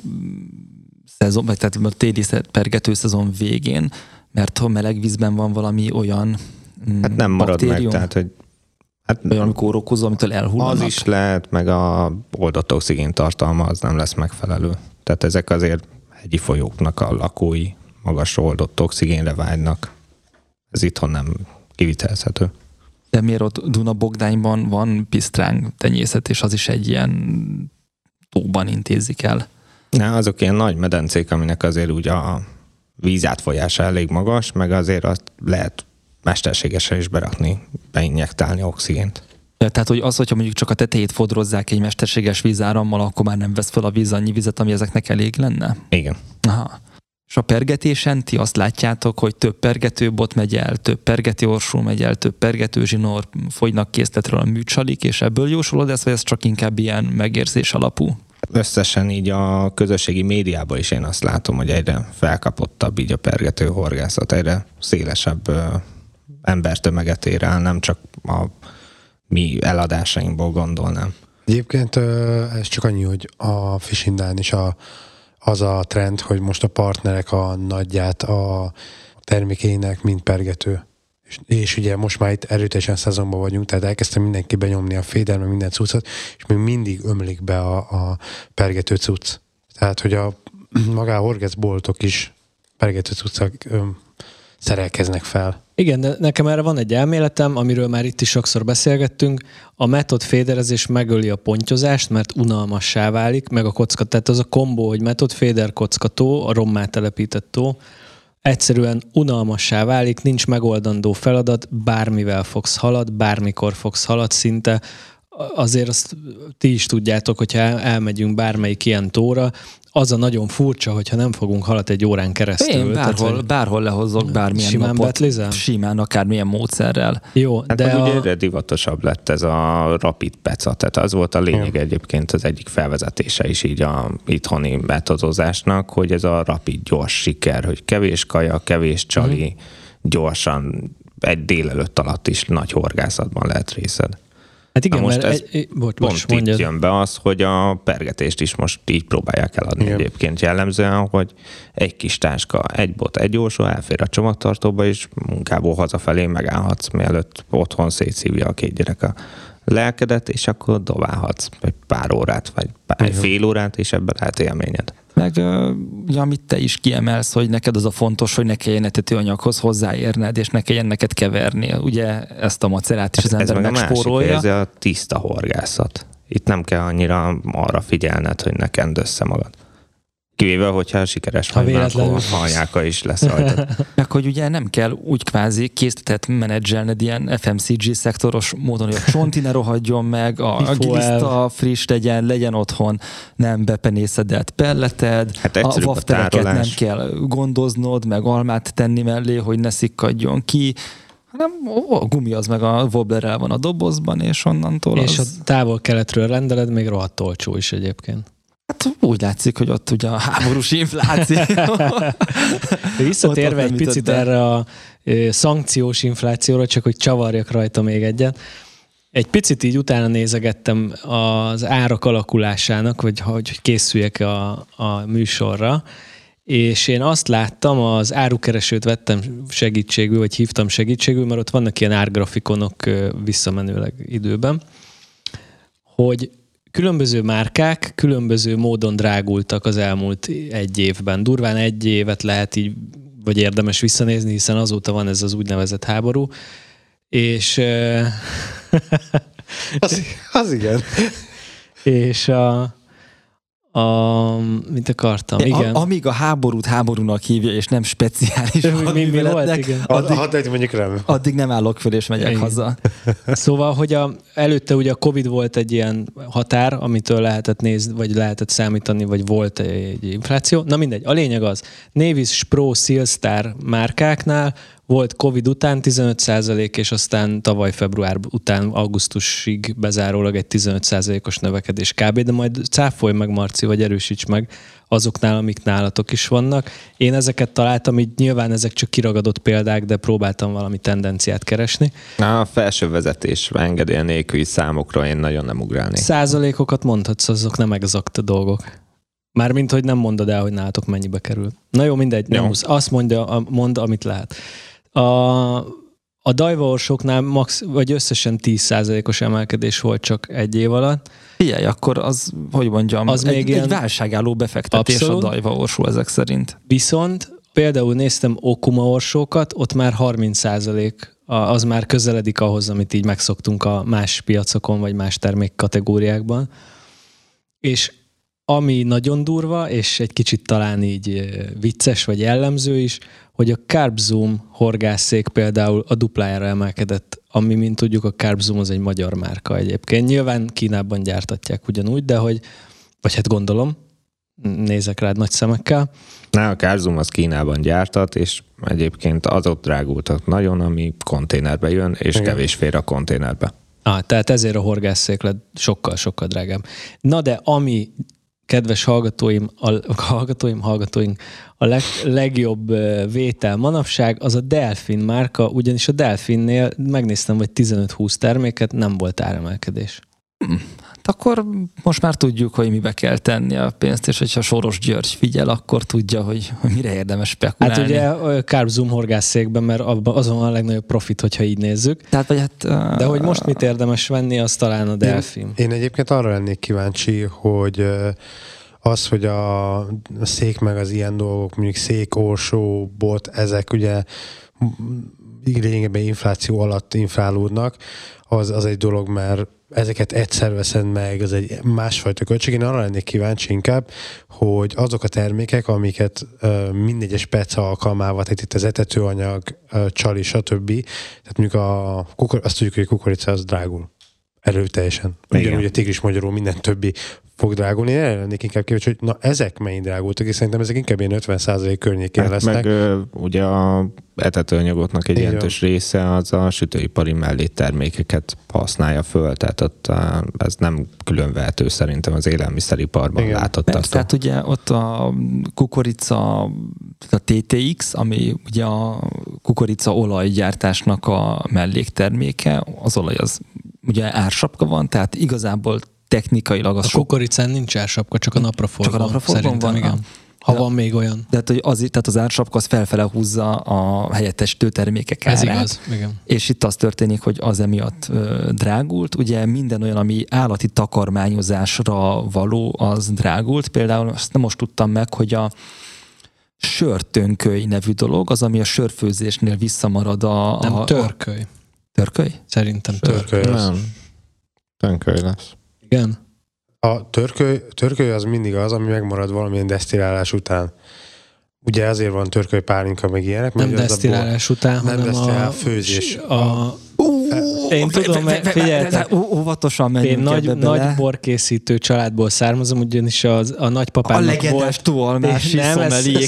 tehát a téli pergető szezon végén, mert ha meleg vízben van valami olyan hát nem marad baktérium, meg, tehát hogy olyan kórokozó, amitől elhullanak. Az is lehet, meg a oldott oxigén tartalma az nem lesz megfelelő. Tehát ezek azért hegyi folyóknak a lakói magas oldott oxigénre vágynak. Ez itthon nem kivitelezhető. De miért ott Duna-Bogdányban van pisztráng tenyészet, és az is egy ilyen tóban intézik el? Azok ilyen nagy medencék, aminek azért úgy a vízátfolyása elég magas, meg azért azt lehet mesterségesen is berakni, beinjektálni oxigént. Tehát, hogy az, hogyha mondjuk csak a tetejét fodrozzák egy mesterséges vízárammal, akkor már nem vesz fel a víz annyi vizet, ami ezeknek elég lenne? Igen. Aha. És a pergetésen ti azt látjátok, hogy több pergetőbot megy el, több pergetőorsó megy el, több pergetőzsinór, fogynak készletről a műcsalik, és ebből jósolod ezt, vagy ez csak inkább ilyen megérzés alapú? Összesen így a közösségi médiában is én azt látom, hogy egyre felkapottabb így a pergető horgászat, egyre szélesebb embertömeget ér el, nem csak a mi eladásainkból gondolnám. Egyébként ez csak annyi, hogy a Fishindán is az a trend, hogy most a partnerek a nagyját a termékének mind pergető. És ugye most már itt erőteljesen szezonban vagyunk, tehát elkezdte mindenki benyomni a féder, meg minden cuccot, és még mindig ömlik be a pergető cucc. Tehát, hogy maga a horgászboltok is pergető cuccak szerelkeznek fel. Igen, de nekem erre van egy elméletem, amiről már itt is sokszor beszélgettünk. A metod féderezés megöli a pontyozást, mert unalmassá válik, meg a kocka. Tehát az a kombó, hogy metod féder kockató, a rommá telepített tó, egyszerűen unalmassá válik, nincs megoldandó feladat, bármivel fogsz halad, bármikor fogsz halad szinte. Azért azt ti is tudjátok, hogyha elmegyünk bármelyik ilyen tóra, az a nagyon furcsa, hogyha nem fogunk halat egy órán keresztül. Én bárhol lehozok bármilyen simán napot. Betlizel? Simán, akármilyen módszerrel. Jó, hát de ugye egyre divatosabb lett ez a rapid peca, tehát az volt a lényeg egyébként az egyik felvezetése is így a itthoni metodozásnak, hogy ez a rapid gyors siker, hogy kevés kaja, kevés csali, gyorsan egy délelőtt alatt is nagy horgászatban lehet részed. hát igen, most mert pont itt jön be az, hogy a pergetést is most így próbálják eladni egyébként jellemzően, hogy egy kis táska, egy bot, egy orsó elfér a csomagtartóba, és munkából hazafelé megállhatsz, mielőtt otthon szétszívja a két gyerek a lelkedet, és akkor dobálhatsz egy pár órát, vagy egy fél órát, és ebben lehet élményed. Meg amit te is kiemelsz, hogy neked az a fontos, hogy ne kelljen etetőanyaghoz hozzáérned, és ne kelljen neked keverni. Ugye ezt a macerát is az ember megspórolja. Ez a tiszta horgászat. Itt nem kell annyira arra figyelned, hogy ne kend össze magad. Kivéve, hogyha sikeres vagy, akkor hanyáka is lesz rajta. Meg hogy ugye nem kell úgy kvázi készletet menedzselned ilyen FMCG szektoros módon, hogy a csonti ne rohadjon meg, a giliszta friss legyen otthon, nem bepenészedett pelleted, hát a waftereket nem kell gondoznod, meg almát tenni mellé, hogy ne szikkadjon ki, hanem a gumi az meg a wobblerrel van a dobozban, és onnantól és a távol-keletről rendeled, még rohadt olcsó is egyébként. Hát úgy látszik, hogy ott ugye a háborús infláció. Visszatérve egy picit erre a szankciós inflációra, csak hogy csavarjak rajta még egyet. Egy picit így utána nézegettem az árak alakulásának, vagy hogy készüljek a műsorra, és én azt láttam, az árukeresőt vettem segítségül, vagy hívtam segítségül, mert ott vannak ilyen árgrafikonok visszamenőleg időben, hogy különböző márkák különböző módon drágultak az elmúlt egy évben. Durván egy évet lehet így, vagy érdemes visszanézni, hiszen azóta van ez az úgynevezett háború. És... az igen. És Mit akartam? Igen. Amíg a háborút háborúnak hívja, és nem speciális hadműveletnek, addig nem állok föl, és megyek haza. Szóval, hogy előtte ugye a Covid volt egy ilyen határ, amitől lehetett nézni, vagy lehetett számítani, vagy volt egy infláció. Na mindegy, a lényeg az, Navis, Pro, Sealstar márkáknál volt Covid után 15%, és aztán tavaly február után augusztusig bezárólag egy 15%-os növekedés kb. De majd cáfolj meg, Marci, vagy erősíts meg azoknál, amik nálatok is vannak. Én ezeket találtam, így nyilván ezek csak kiragadott példák, de próbáltam valami tendenciát keresni. A felső vezetés engedélye nélküli számokra én nagyon nem ugrálnék. Százalékokat mondhatsz, azok nem exakt dolgok. Mármint, hogy nem mondod el, hogy nálatok mennyibe kerül. Na jó, mindegy, nem musz. Azt mondd, amit lehet. A Daiwa orsóknál vagy összesen 10%-os emelkedés volt csak egy év alatt. Figyelj, akkor az, hogy mondjam, az egy válságálló befektetés. Abszolút. A Daiwa orsó ezek szerint. Viszont például néztem Okuma orsókat, ott már 30%, az már közeledik ahhoz, amit így megszoktunk a más piacokon, vagy más termékkategóriákban. És ami nagyon durva, és egy kicsit talán így vicces, vagy jellemző is, hogy a CarbZoom horgászszék például a duplájára emelkedett, ami, mint tudjuk, a CarbZoom az egy magyar márka egyébként. Nyilván Kínában gyártatják ugyanúgy, de hogy, vagy hát gondolom, nézek rád nagy szemekkel. A CarbZoom az Kínában gyártat, és egyébként azok drágultak nagyon, ami konténerbe jön, és kevés fér a konténerbe. Tehát ezért a horgászszék lett sokkal-sokkal drágább. Na de ami, kedves hallgatóink, a legjobb vétel manapság, az a Delfin márka, ugyanis a Delfinnél megnéztem, hogy 15-20 terméket, nem volt áremelkedés. Hát akkor most már tudjuk, hogy mibe kell tenni a pénzt, és hogyha Soros György figyel, akkor tudja, hogy mire érdemes spekulálni. Hát ugye a CarbZoom horgászszékben, mert azon a legnagyobb profit, hogyha így nézzük. Tehát, vagy hát, de hogy most mit érdemes venni, az talán a Delfin. Én egyébként arra lennék kíváncsi, hogy az, hogy a szék meg az ilyen dolgok, mondjuk szék, orsó, bot, ezek ugye lényegében infláció alatt inflálódnak, az egy dolog, mert ezeket egyszer veszed meg, az egy másfajta költség. Én arra lennék kíváncsi inkább, hogy azok a termékek, amiket mindegyes speca alkalmával, tehát itt az etetőanyag, csali, stb. Tehát mondjuk azt tudjuk, hogy a kukorica az drágul. Erőteljesen. Ugyanúgy a tigris magyarul minden többi fog drágulni. Én lennék inkább kíváncsi, hogy na ezek mennyi drágultak, és szerintem ezek inkább ilyen 50% környékén lesznek. Meg ugye a etetőanyagoknak egy jelentős része az a sütőipari melléktermékeket használja föl, tehát ott ez nem különvehető szerintem az élelmiszeriparban látott. Persze, tehát ugye ott a kukorica, a TTX, ami ugye a kukorica olajgyártásnak a mellékterméke, az olaj az ugye ársapka van, tehát igazából technikailag az a kukoricán nincs ársapka, csak a napraforgón. Szerintem van, igen. Ha van még olyan. De tehát az ársapka az felfele húzza a helyettesítő termékek árát. Ez igaz, igen. És itt az történik, hogy az emiatt drágult. Ugye minden olyan, ami állati takarmányozásra való, az drágult. Például azt nem most tudtam meg, hogy a sörtönköly nevű dolog, az, ami a sörfőzésnél visszamarad Nem, törköly. Törköly? Szerintem törköly. Nem. Tönköly lesz. Igen. A törköly az mindig az, ami megmarad valamilyen desztillálás után. Ugye azért van törköly pálinka, meg ilyenek. Nem desztillálás után, hanem a főzés. Én tudom, figyelj, óvatosan menjünk ebbe bele. Nagy borkészítő családból származom, ugyanis a nagypapámnak volt... A legendás tualmási szomeliék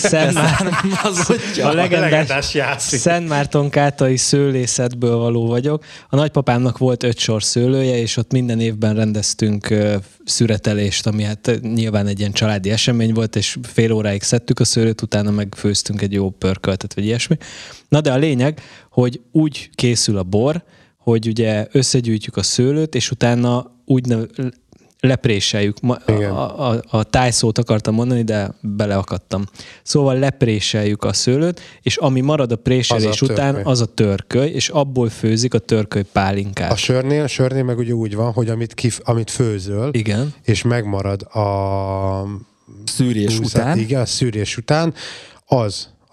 a legendás Szent Márton kátai szőlészetből való vagyok. A nagypapámnak volt 5 sor szőlője, és ott minden évben rendeztünk szüretelést, ami hát nyilván egy ilyen családi esemény volt, és fél óráig szedtük a szőlőt, utána meg főztünk egy jó pörköltet, vagy ilyesmi. Na de a lényeg, hogy úgy készül a bor, hogy ugye összegyűjtjük a szőlőt, és utána úgy lepréseljük. A tájszót akartam mondani, de beleakadtam. Szóval lepréseljük a szőlőt, és ami marad a préselés után, az a törköly, és abból főzik a törköly pálinkát. A sörnél meg ugye úgy van, hogy amit főzöl, igen, és megmarad a szűrés után. Igen, a szűrés után, az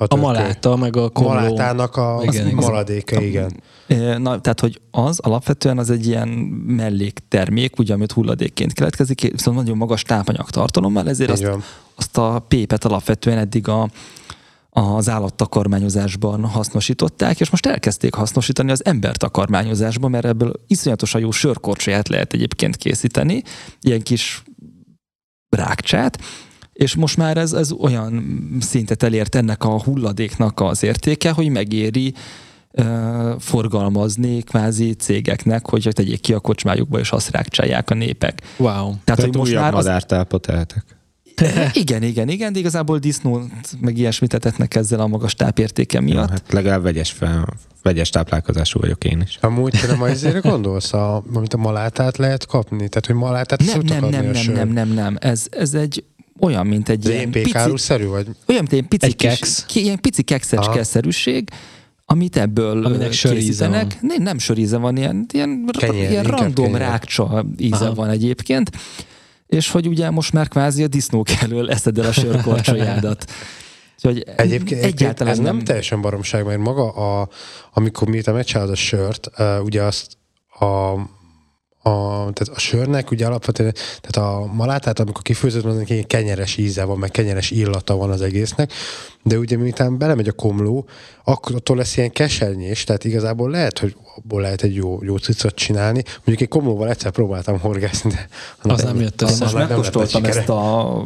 A maláta, meg a komló. Malátának a maradéka, igen. Na, tehát, hogy az alapvetően az egy ilyen melléktermék, ugye, amit hulladékként keletkezik, viszont nagyon magas tápanyagtartalommal, ezért azt a pépet alapvetően eddig az állattakarmányozásban hasznosították, és most elkezdték hasznosítani az embertakarmányozásban, mert ebből iszonyatosan jó sörkorcsolyát lehet egyébként készíteni, ilyen kis rákcsát, és most már ez olyan szintet elért ennek a hulladéknak az értéke, hogy megéri forgalmazni kvázi cégeknek, hogy tegyék ki a kocsmájukba, és azt rákcsálják a népek. Wow. Tehát hogy most már madártápot eltek. Igen, de igazából disznót meg ilyesmit etetnek ezzel a magas tápértéke miatt. Ja, hát legalább vegyes táplálkozású vagyok én is. Amúgy te nem azért gondolsz, amit a malátát lehet kapni? Tehát, hogy malátát nem. Ez egy olyan, mint egy ilyen pici... vagy? Olyan, mint egy pici keks. Ilyen pici keksecske-szerűség, amit ebből készítenek. Nem söríze van, ilyen random rákcsa íze van egyébként. És hogy ugye most már kvázi a disznók elől eszed el a sörkorcsolyádat. Egyébként egyáltalán ez nem teljesen baromság, mert maga, amikor miután megcsinálod a sört, ugye azt tehát a sörnek ugye alapvetően, tehát a malátát, amikor kifőzött, annak egy kenyeres íze van, meg kenyeres illata van az egésznek, de ugye miután belemegy a komló, akkor attól lesz ilyen kesernyés, tehát igazából lehet, hogy abból lehet egy jó cicot csinálni. Mondjuk egy komlóval egyszer próbáltam horgászni, de az nem jött össze. Most megkóstoltam ezt a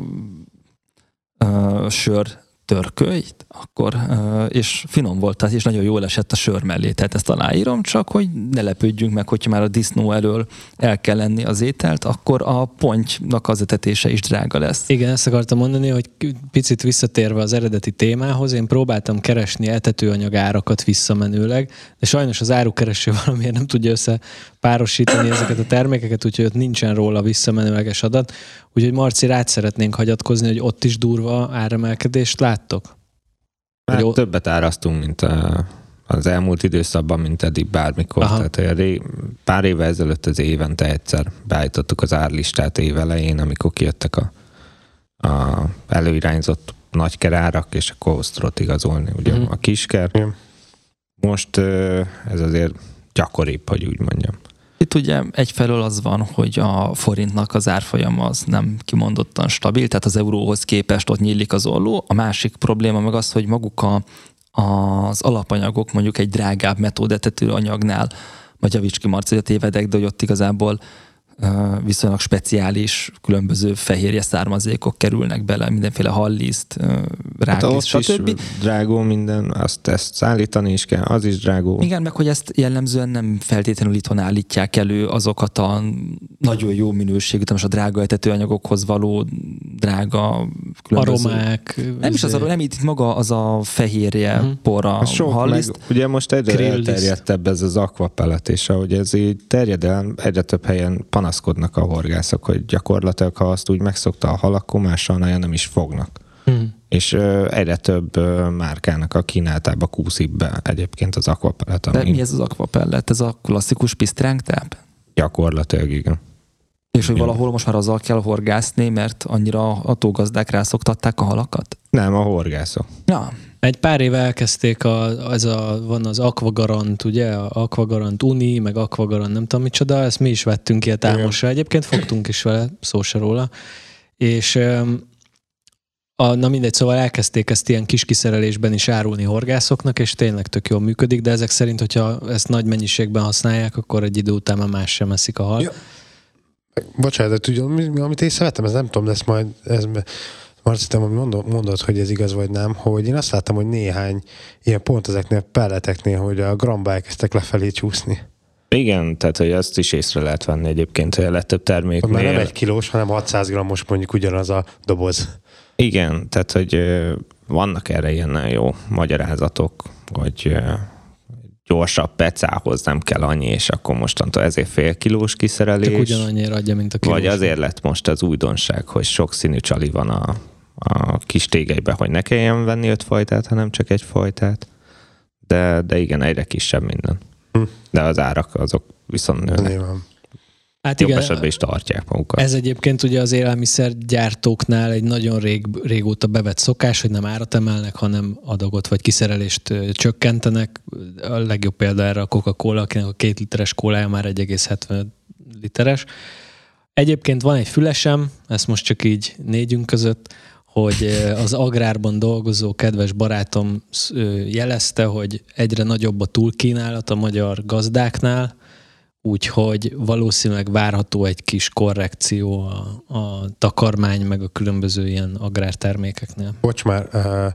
sör törkölyt, akkor, és finom volt, és nagyon jól esett a sör mellé, tehát ezt aláírom, csak hogy ne lepődjünk meg, hogyha már a disznó elől el kell lenni az ételt, akkor a pontynak az etetése is drága lesz. Igen, ezt akartam mondani, hogy picit visszatérve az eredeti témához, én próbáltam keresni etetőanyag árakat visszamenőleg, de sajnos az árukereső valamiért nem tudja összepárosítani ezeket a termékeket, úgyhogy ott nincsen róla visszamenőleges adat. Úgyhogy Marci, rád szeretnénk hagyatkozni, hogy ott is durva áremelkedést láttok? Hát többet árasztunk, mint az elmúlt időszakban, mint eddig bármikor. Aha. Tehát pár évvel ezelőtt az évente egyszer beállítottuk az árlistát évelején, amikor kijöttek a előirányzott nagykerárak, és akkor ahhoz tudott igazolni ugye a kisker. Most ez azért gyakoribb, hogy úgy mondjam. Itt ugye egyfelől az van, hogy a forintnak az árfolyama az nem kimondottan stabil, tehát az euróhoz képest ott nyílik az olló. A másik probléma meg az, hogy maguk az alapanyagok mondjuk egy drágább metódetető anyagnál, vagy javíts ki Marci, hogy tévedek, de hogy ott igazából viszonylag speciális különböző fehérje származékok kerülnek bele, mindenféle halliszt, rákliszt, stb. Drágó minden, ezt szállítani is kell, az is drágó. Igen, meg hogy ezt jellemzően nem feltétlenül itthon állítják elő azokat a nagyon jó minőségű, most a drága etetőanyagokhoz való drága különböző... Aromák. Nem is az arról, nem itt maga az a fehérje, por, a halliszt. Ugye most egyre elterjedtebb ez az akvapellet, és ahogy ez így terjed el, egyre több helyen panaszkodnak a horgászok, hogy gyakorlatilag, ha azt úgy megszokta a hal, akkor mással nem is fognak. És egyre több márkának a kínálatába kúszik be egyébként az akvapellet. De mi ez az akvapellet? Ez a klasszikus pisztrángtáp? Gyakorlatilag igen. És hogy valahol most már azzal kell horgászni, mert annyira a tógazdák rászoktatták a halakat? Nem, a horgászok. Ja. Egy pár éve elkezdték, van az Aquagarant, ugye? Aquagarant Uni, meg Aquagarant nem tudom micsoda, ezt mi is vettünk ki a támosra. Egyébként fogtunk is vele, szó se róla. És na mindegy, szóval elkezdték ezt ilyen kis kiszerelésben is árulni horgászoknak, és tényleg tök jól működik, de ezek szerint, hogyha ezt nagy mennyiségben használják, akkor egy idő után már más sem eszik a hal. Ja. Bocsánat, de tudod, amit észrevettem, ez nem tudom, de ezt majd... Marci, te mondod, hogy ez igaz vagy nem, hogy én azt láttam, hogy néhány ilyen pont ezeknél pelleteknél, hogy a gramba elkezdtek lefelé csúszni. Igen, tehát hogy ezt is észre lehet venni egyébként, hogy a legtöbb terméknél... Már nem 1 kilós, hanem 600 grammos mondjuk ugyanaz a doboz. Igen, tehát hogy vannak erre ilyen jó magyarázatok, hogy gyorsabb pecához nem kell annyi, és akkor mostantól ezért fél kilós kiszerelés. Csak ugyanannyira adja, mint a kilós. Vagy azért lett most az újdonság, hogy sok színű csali van a kis tégelyben, hogy ne kelljen venni 5 fajtát, hanem csak egy fajtát. De igen, egyre kisebb minden. De az árak azok viszont nőnek. Hát jobb igen, esetben is tartják magukat. ez egyébként ugye az élelmiszergyártóknál egy nagyon régóta bevett szokás, hogy nem árat emelnek, hanem adagot vagy kiszerelést csökkentenek. A legjobb példa erre a Coca-Cola, akinek a 2 literes kólája már 1,70 literes. Egyébként van egy fülesem, ezt most csak így négyünk között, hogy az agrárban dolgozó kedves barátom jelezte, hogy egyre nagyobb a túlkínálat a magyar gazdáknál, úgyhogy valószínűleg várható egy kis korrekció a takarmány meg a különböző ilyen agrártermékeknél. Bocs már,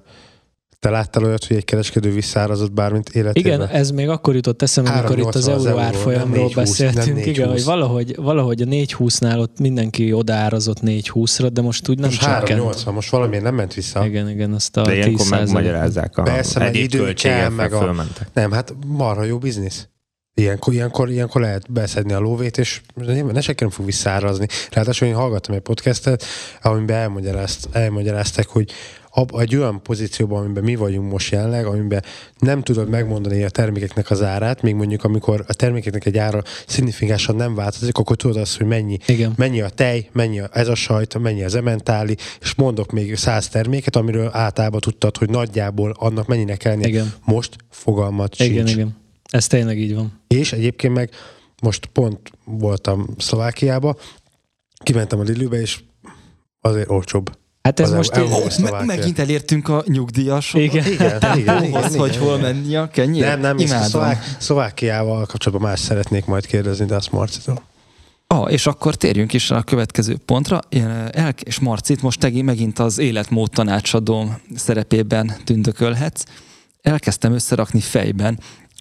te láttál olyat, hogy egy kereskedő visszárazott bármint életében? Igen, ez még akkor jutott eszembe, amikor itt az euró árfolyamról beszéltünk. Igen, hogy valahogy a 4,20-nál ott mindenki odaárazott 4,20-ra, de most úgy nem csökkent. 3,80, most valamiért nem ment vissza. Igen, azt a 10%. De ilyenkor megmagyarázzák egyéb költségekkel fölmentek. Nem, hát marha jó biznisz. Ilyenkor lehet beszedni a lóvét, és ne senki nem fog visszárazni. Ráadásul én hallgattam egy podcastet, amiben elmagyarázták, hogy egy olyan pozícióban, amiben mi vagyunk most jelenleg, amiben nem tudod megmondani a termékeknek az árát, még mondjuk amikor a termékeknek egy ára szignifikánsan nem változik, akkor tudod azt, hogy mennyi a tej, ez a sajt, mennyi az ementáli, és mondok még 100 terméket, amiről általában tudtad, hogy nagyjából annak mennyinek kell lennie. Igen. Most fogalmat sincs. Igen. Ez tényleg így van. És egyébként meg most pont voltam Szlovákiába, kimentem a Lidlbe, és azért olcsóbb. Hát ez most megint elértünk a nyugdíjasok. Igen. Hogy hol menni a kenyér? Nem, Szlovákiával kapcsolatban más szeretnék majd kérdezni, de azt Marcitól. És akkor térjünk is a következő pontra. És Marcit, most megint az életmód tanácsadóm szerepében tündökölhetsz. Elkezdtem összerakni fejben,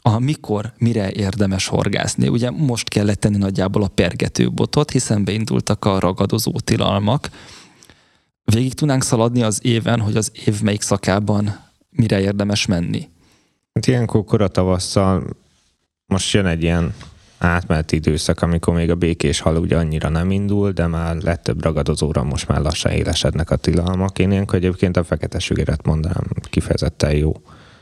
mire érdemes horgászni. Ugye most kellett tenni nagyjából a pergetőbotot, hiszen beindultak a ragadozó tilalmak. Végig tudnánk szaladni az éven, hogy az év melyik szakában mire érdemes menni? Hát ilyenkor koratavasszal most jön egy ilyen átmeneti időszak, amikor még a békés hal ugye annyira nem indul, de már lett több ragadozóra, most már lassan élesednek a tilalmak. Én ilyenkor egyébként a fekete sügeret mondanám, kifejezetten jó.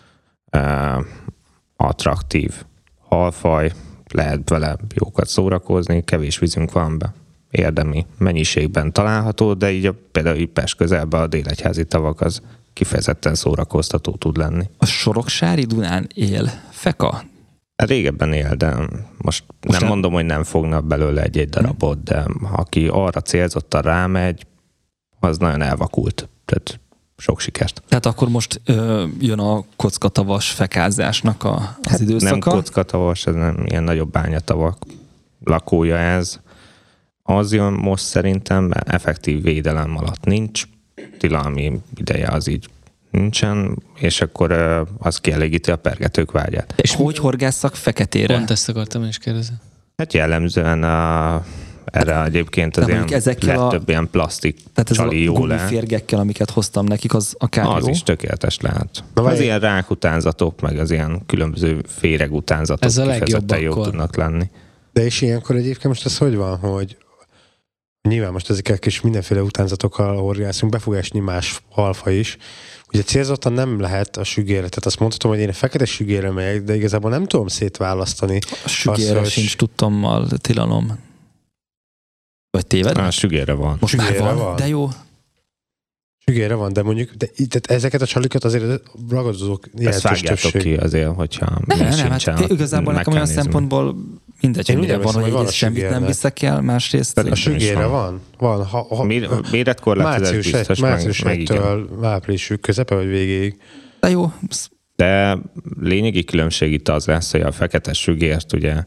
Attraktív halfaj, lehet vele jókat szórakozni, kevés vízünk van be. Érdemi mennyiségben található, de így például Pest közelben a Délegyházi tavak az kifejezetten szórakoztató tud lenni. A Soroksári Dunán él feka? Régebben él, de most nem mondom, hogy nem fognak belőle egy darabot, de aki arra célzottan rámegy, az nagyon elvakult. Tehát sok sikert. Tehát akkor most jön a kockatavas fekázásnak az időszaka? Nem kockatavas, ez nem ilyen nagyobb bányatavak lakója ez. Az jön most szerintem, mert effektív védelem alatt nincs, tilalmi ideje az így nincsen, és akkor az kielégíti a pergetők vágyát. És hogy horgásszak feketére? Pont ezt akartam is kérdezni. Hát jellemzően erre egyébként az ilyen legtöbb ilyen plastik csali jó le. Tehát gumiférgekkel, amiket hoztam nekik, az akár az jó? Is tökéletes lehet. Az ilyen rákutánzatok, meg az ilyen különböző féregutánzatok ez a kifejezetten jók tudnak lenni. De és ilyenkor egyébként most ez hogy van, hogy nyilván most ezekkel kis mindenféle utánzatokkal horgászunk, be fog esni más halfa is. Ugye célzottan nem lehet a sügérre, tehát azt mondhatom, hogy én a fekete sügérre megyek, de igazából nem tudom szétválasztani. A sügérre sincs tudtommal tilalom. Vagy téved? A sügérre van. Most már van, de jó. Sügérre van, de mondjuk, tehát ezeket a csalikat azért ragadozók jelentős többség. Ki azért, hogyha nem, hát igazából nekem olyan szempontból mindegy, hogy mire van, hogy egyrészt semmit nem viszek el, másrészt... A sügérre van. Méretkorlátozás biztos március 1-től április közepe vagy végéig. De jó. De lényegi különbség itt az lesz, hogy a fekete sügért ugye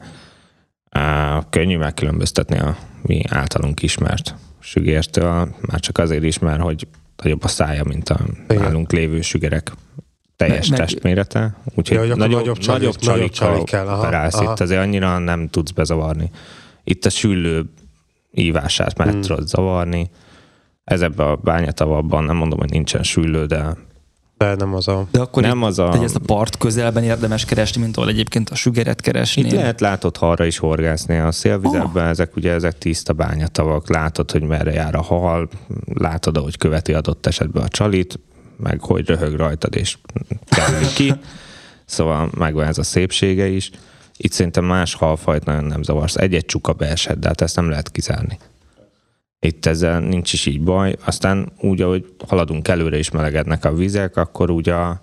könnyű megkülönböztetni a mi általunk ismert sügértől, már csak azért is, mert hogy nagyobb a szája, mint a nálunk lévő sügerek teljes testmérete. Úgyhogy nagyobb csalikkal operálsz. Itt azért annyira nem tudsz bezavarni. Itt a süllő ívását meg tudod zavarni. Ez ebben a bányatavabban nem mondom, hogy nincsen süllő, de nem az a... De akkor ezt a part közelben érdemes keresni, mint ahol egyébként a sügeret keresni. Itt lehet látod halra is horgászni. A szélvizekben ezek tiszta bányatavak. Látod, hogy merre jár a hal, látod, ahogy követi adott esetben a csalit, meg hogy röhög rajtad és kerül ki. Szóval megvan ez a szépsége is. Itt szerintem más halfajt nagyon nem zavarsz. Egy-egy csuka beesett, de hát ezt nem lehet kizárni. Itt ezzel nincs is így baj. Aztán úgy, ahogy haladunk előre és melegednek a vizek, akkor úgy a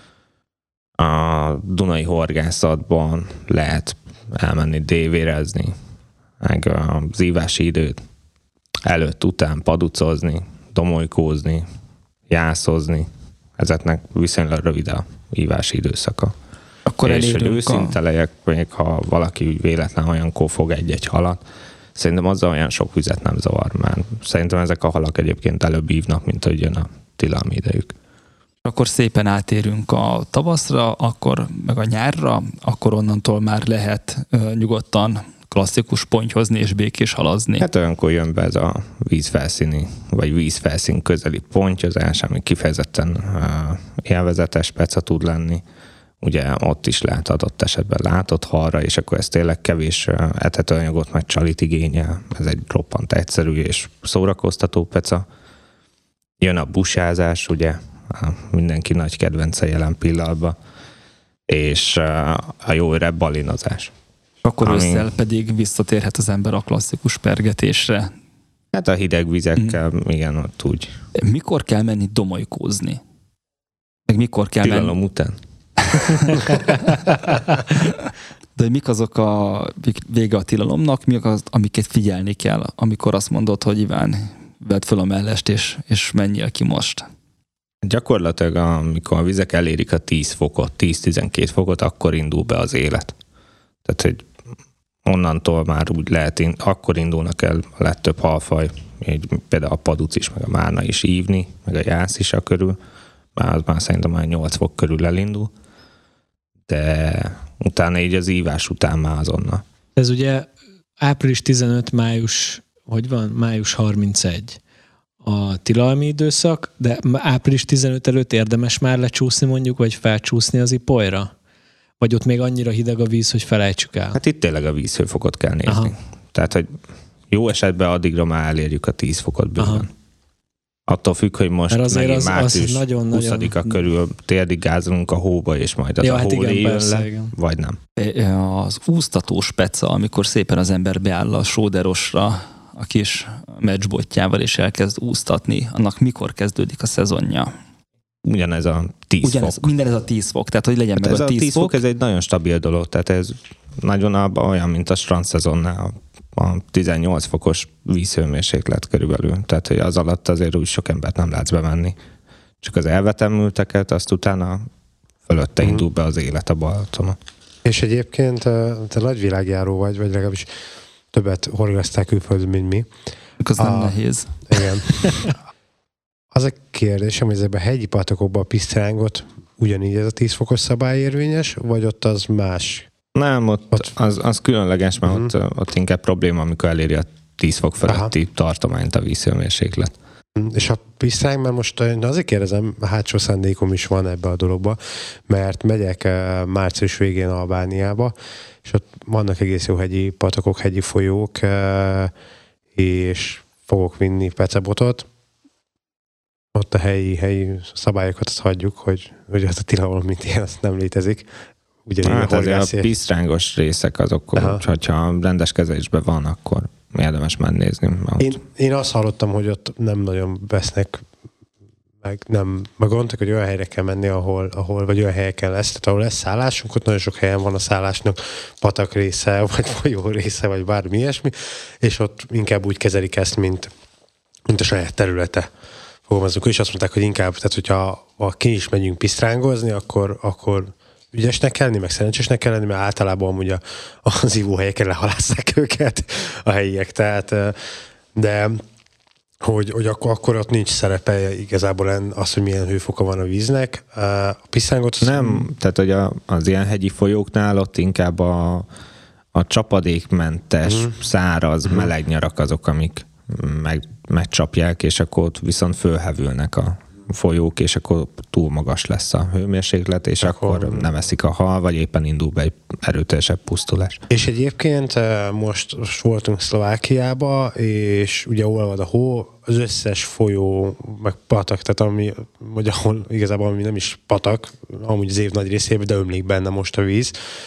Dunai horgászatban lehet elmenni dévérezni, meg az ívási időt előtt, után paducozni, domolykózni, jászozni. Ezeknek viszonylag rövid a ívási időszaka. Akkor és hogy elérünk őszinte legyek, még ha valaki úgy véletlen olyankor fog egy-egy halat, szerintem azzal olyan sok vizet nem zavar, mert szerintem ezek a halak egyébként előbb ívnak, mint hogy jön a tilalmi idejük. Akkor szépen átérünk a tavaszra, akkor meg a nyárra, akkor onnantól már lehet nyugodtan klasszikus pontyhozni és békés halazni. Hát olyankor jön be ez a vízfelszíni, vagy vízfelszín közeli pontyhozás, ami kifejezetten élvezetes peca tud lenni. Ugye ott is lehet adott esetben látott halra, és akkor ez tényleg kevés etetőanyagot meg csalit igényel. Ez egy roppant egyszerű és szórakoztató peca. Jön a busázás, ugye, mindenki nagy kedvence jelen pillanatban, és a jó öreg balinozás. Akkor ősszel pedig visszatérhet az ember a klasszikus pergetésre. Hát a hideg vizekkel, igen, ott úgy. Mikor kell menni domolykózni? Meg mikor kell menni? Tilalom után. De mik azok a vége a tilalomnak, mik az, amiket figyelni kell, amikor azt mondod, hogy Iván, vedd föl a mellest, és menjél ki most? Gyakorlatilag, amikor a vizek elérik a 10 fokot, 10-12 fokot, akkor indul be az élet. Tehát, hogy onnantól már úgy lehet, akkor indulnak el a legtöbb halfaj, például a paduc is, meg a márna is ívni, meg a jász is a körül, már szerintem már 8 fok körül elindul, de utána így az ívás után már azonnal. Ez ugye április 15, május, hogy van? Május 31 a tilalmi időszak, de április 15 előtt érdemes már lecsúszni mondjuk, vagy felcsúszni az ipolyra? Vagy ott még annyira hideg a víz, hogy felejtsük el? Hát itt tényleg a vízhőfokot kell nézni. Aha. Tehát, hogy jó esetben addigra már elérjük a 10 fokot bőven. Aha. Attól függ, hogy most megint március 20-a körül térdig gázolunk a hóba, és majd az a hó jön le, vagy nem. Az úsztatós peca, amikor szépen az ember beáll a sóderosra a kis meccsbotjával, és elkezd úsztatni, annak mikor kezdődik a szezonja? Ugyanez a 10 fok. Minden ez a 10 fok, tehát hogy legyen hát meg ez a 10 fok. Ez egy nagyon stabil dolog, tehát ez nagyon olyan, mint a strandszezonnál, a 18 fokos vízhőmérséklet körülbelül. Tehát, hogy az alatt azért úgy sok embert nem látsz bemenni. Csak az elvetemülteket, azt utána fölötte indul be az élet a Balatonon. És egyébként te nagyvilágjáró vagy legalábbis többet horgásztál külföldön, mint mi. Az nem nehéz. Igen. Az a kérdésem, hogy ezekben a hegyi patakokban a pisztrángot ugyanígy ez a 10 fokos szabály érvényes, vagy ott az más? Nem, ott az különleges, mert ott inkább probléma, amikor eléri a 10 fok feletti tartományt a vízhőmérséklet. És a pisztráng, mert most azért kérdezem, hátsó szándékom is van ebbe a dologba, mert megyek március végén Albániába, és ott vannak egész jó hegyi patakok, hegyi folyók, és fogok vinni pecebotot. Ott a helyi szabályokat azt hagyjuk, hogy az a tilalom, mint ilyen, az nem létezik. Hát azért a pisztrángos részek azok, hogyha rendes kezelésben van, akkor érdemes már nézni. Én azt hallottam, hogy ott nem nagyon vesznek, meg gondoltak, hogy olyan helyre kell menni, ahol vagy olyan helyeken lesz, tehát ahol lesz szállásunk, ott nagyon sok helyen van a szállásnak patak része, vagy folyó része, vagy bármi ilyesmi, és ott inkább úgy kezelik ezt, mint a saját területe. Fogalmazunk, és azt mondták, hogy inkább, tehát hogyha ki is megyünk pisztrángozni, akkor ügyesnek kell lenni, meg szerencsésnek kell lenni, mert általában amúgy az ivóhelyeken lehalásszák őket a helyiek, tehát de hogy akkor ott nincs szerepe igazából az, hogy milyen hőfoka van a víznek. A pisztrángot... Nem, tehát hogy az ilyen hegyi folyóknál ott inkább a csapadékmentes, száraz, meleg nyarak azok, amik megcsapják, és akkor ott viszont fölhevülnek a folyók, és akkor túl magas lesz a hőmérséklet, és akkor nem eszik a hal, vagy éppen indul be egy erőteljesebb pusztulás. És egyébként most voltunk Szlovákiába, és ugye olvad a hó, az összes folyó, meg patak, tehát ahol igazából ami nem is patak, amúgy az év nagy részében, de ömlik benne most a víz.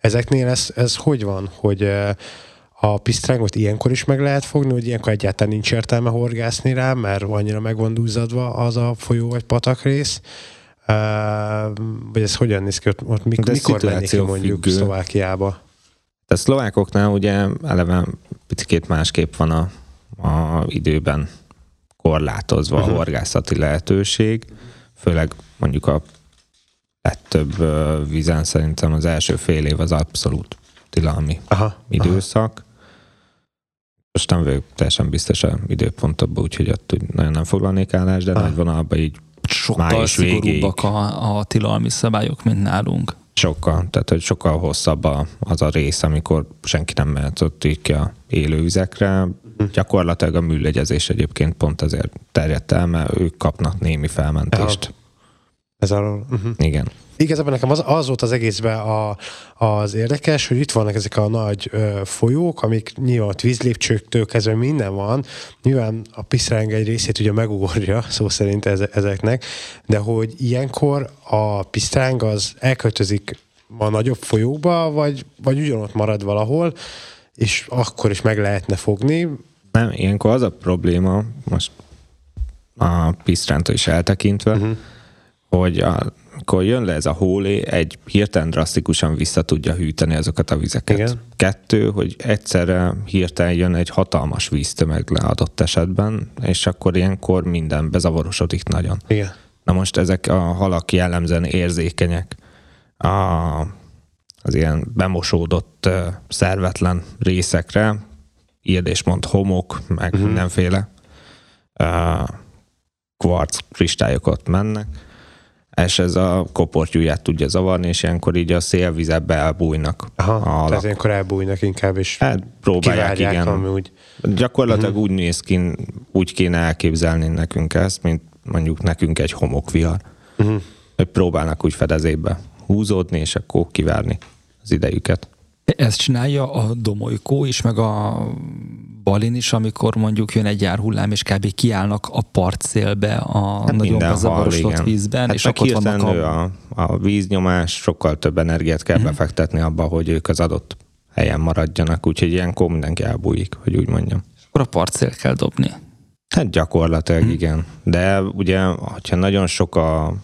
Ezeknél ez hogy van, hogy a pisztrángot ilyenkor is meg lehet fogni, hogy ilyenkor egyáltalán nincs értelme horgászni rá, mert annyira meg van duzzadva az a folyó vagy patakrész, vagy ez hogyan néz ki, ott mikor mennék ki mondjuk Szlovákiába? A szlovákoknál ugye eleve picit másképp van a időben korlátozva a horgászati lehetőség, főleg mondjuk a legtöbb vízen szerintem az első fél év az abszolút tilalmi időszak. Most nem vagyok teljesen biztos a időpontokban, úgyhogy ott nagyon nem foglalnék állást, de nagy vonalban így sokkal szigorúbbak a tilalmi szabályok, mint nálunk. Sokkal, tehát hogy sokkal hosszabb az a rész, amikor senki nem mehet ott így ki a élővizekre. Gyakorlatilag a műlegyezés egyébként pont azért terjedt el, mert ők kapnak némi felmentést. Ez arról. Igen. Igazából nekem az volt az egészben az érdekes, hogy itt vannak ezek a nagy folyók, amik nyilván ott vízlépcsőktől kezdve minden van. Nyilván a pisztráng egy részét ugye megugorja, szó szerint ezeknek, de hogy ilyenkor a pisztráng az elköltözik a nagyobb folyókba, vagy ugyanott marad valahol, és akkor is meg lehetne fogni. Nem, ilyenkor az a probléma, most a pisztrántól is eltekintve, hogy akkor jön le ez a hólé, egy hirtelen drasztikusan vissza tudja hűteni azokat a vizeket. Igen. 2, hogy egyszerre hirtelen jön egy hatalmas víztömeg le adott esetben, és akkor ilyenkor minden bezavarosodik nagyon. Igen. Na most ezek a halak jellemzően érzékenyek az ilyen bemosódott, szervetlen részekre, írd és mond homok, meg mindenféle kvarc kristályok ott mennek, és ez a koportyúját tudja zavarni, és ilyenkor így a szélvizekbe elbújnak. Tehát ilyenkor elbújnak inkább, és próbálják, igen. Amúgy. Gyakorlatilag úgy néz ki, úgy kéne elképzelni nekünk ezt, mint mondjuk nekünk egy homokvihar. Hogy próbálnak úgy fedezékbe húzódni, és akkor kivárni az idejüket. Ezt csinálja a Domolykó is, meg a Balin is, amikor mondjuk jön egy járhullám, és kb. Kiállnak a partszélbe a nagyon bezavarosodott vízben, és akkor vannak a víznyomás, sokkal több energiát kell befektetni abba, hogy ők az adott helyen maradjanak, úgyhogy ilyenkor mindenki elbújik, hogy úgy mondjam. Akkor a partszél kell dobni. Hát gyakorlatilag igen. De ugye, hogyha nagyon sok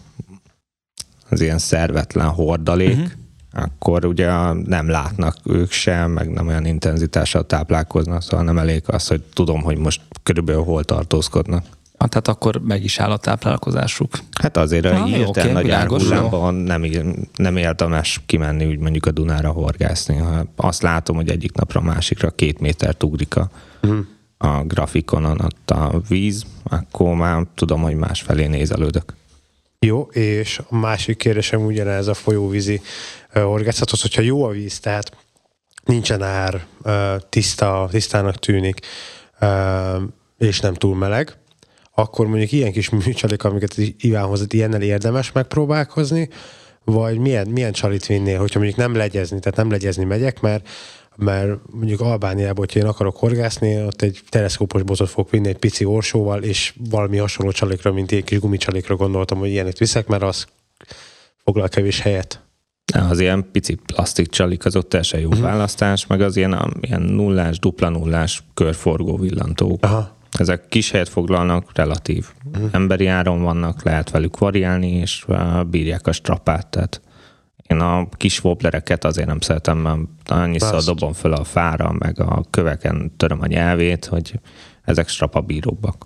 az ilyen szervetlen hordalék, akkor ugye nem látnak ők sem, meg nem olyan intenzitással táplálkoznak, szóval nem elég az, hogy tudom, hogy most körülbelül hol tartózkodnak. Tehát akkor meg is áll a táplálkozásuk. Hát azért a hirtelen nagy árhullámban nem érdemes kimenni úgy mondjuk a Dunára horgászni. Ha azt látom, hogy egyik napra a másikra 2 métert ugrik a grafikonon ott a víz, akkor már tudom, hogy másfelé nézelődök. Jó, és a másik kérdésem ugyanez a folyóvízi horgászathoz, hogyha jó a víz, tehát nincsen ár, tisztának tűnik, és nem túl meleg, akkor mondjuk ilyen kis műcsalék, amiket Iván hozott, ilyennel érdemes megpróbálkozni, vagy milyen csalit vinnél, hogyha mondjuk nem legyezni, tehát nem legyezni megyek, mert mondjuk Albániában, hogyha én akarok horgászni, ott egy teleszkópos botot fogok vinni egy pici orsóval, és valami hasonló csalékra, mint egy kis gumicsalékra gondoltam, hogy ilyenit viszek, mert az foglal kevés helyet. Az ilyen pici plastik csalik, azok teljesen jó választás, meg az ilyen nullás, dupla nullás körforgó villantók. Ezek kis helyet foglalnak, relatív emberi áron vannak, lehet velük variálni, és bírják a strapát, tehát én a kis wobblereket azért nem szeretem, mert annyiszor dobom föl a fára, meg a köveken töröm a nyelvét, hogy ezek strapabíróbbak.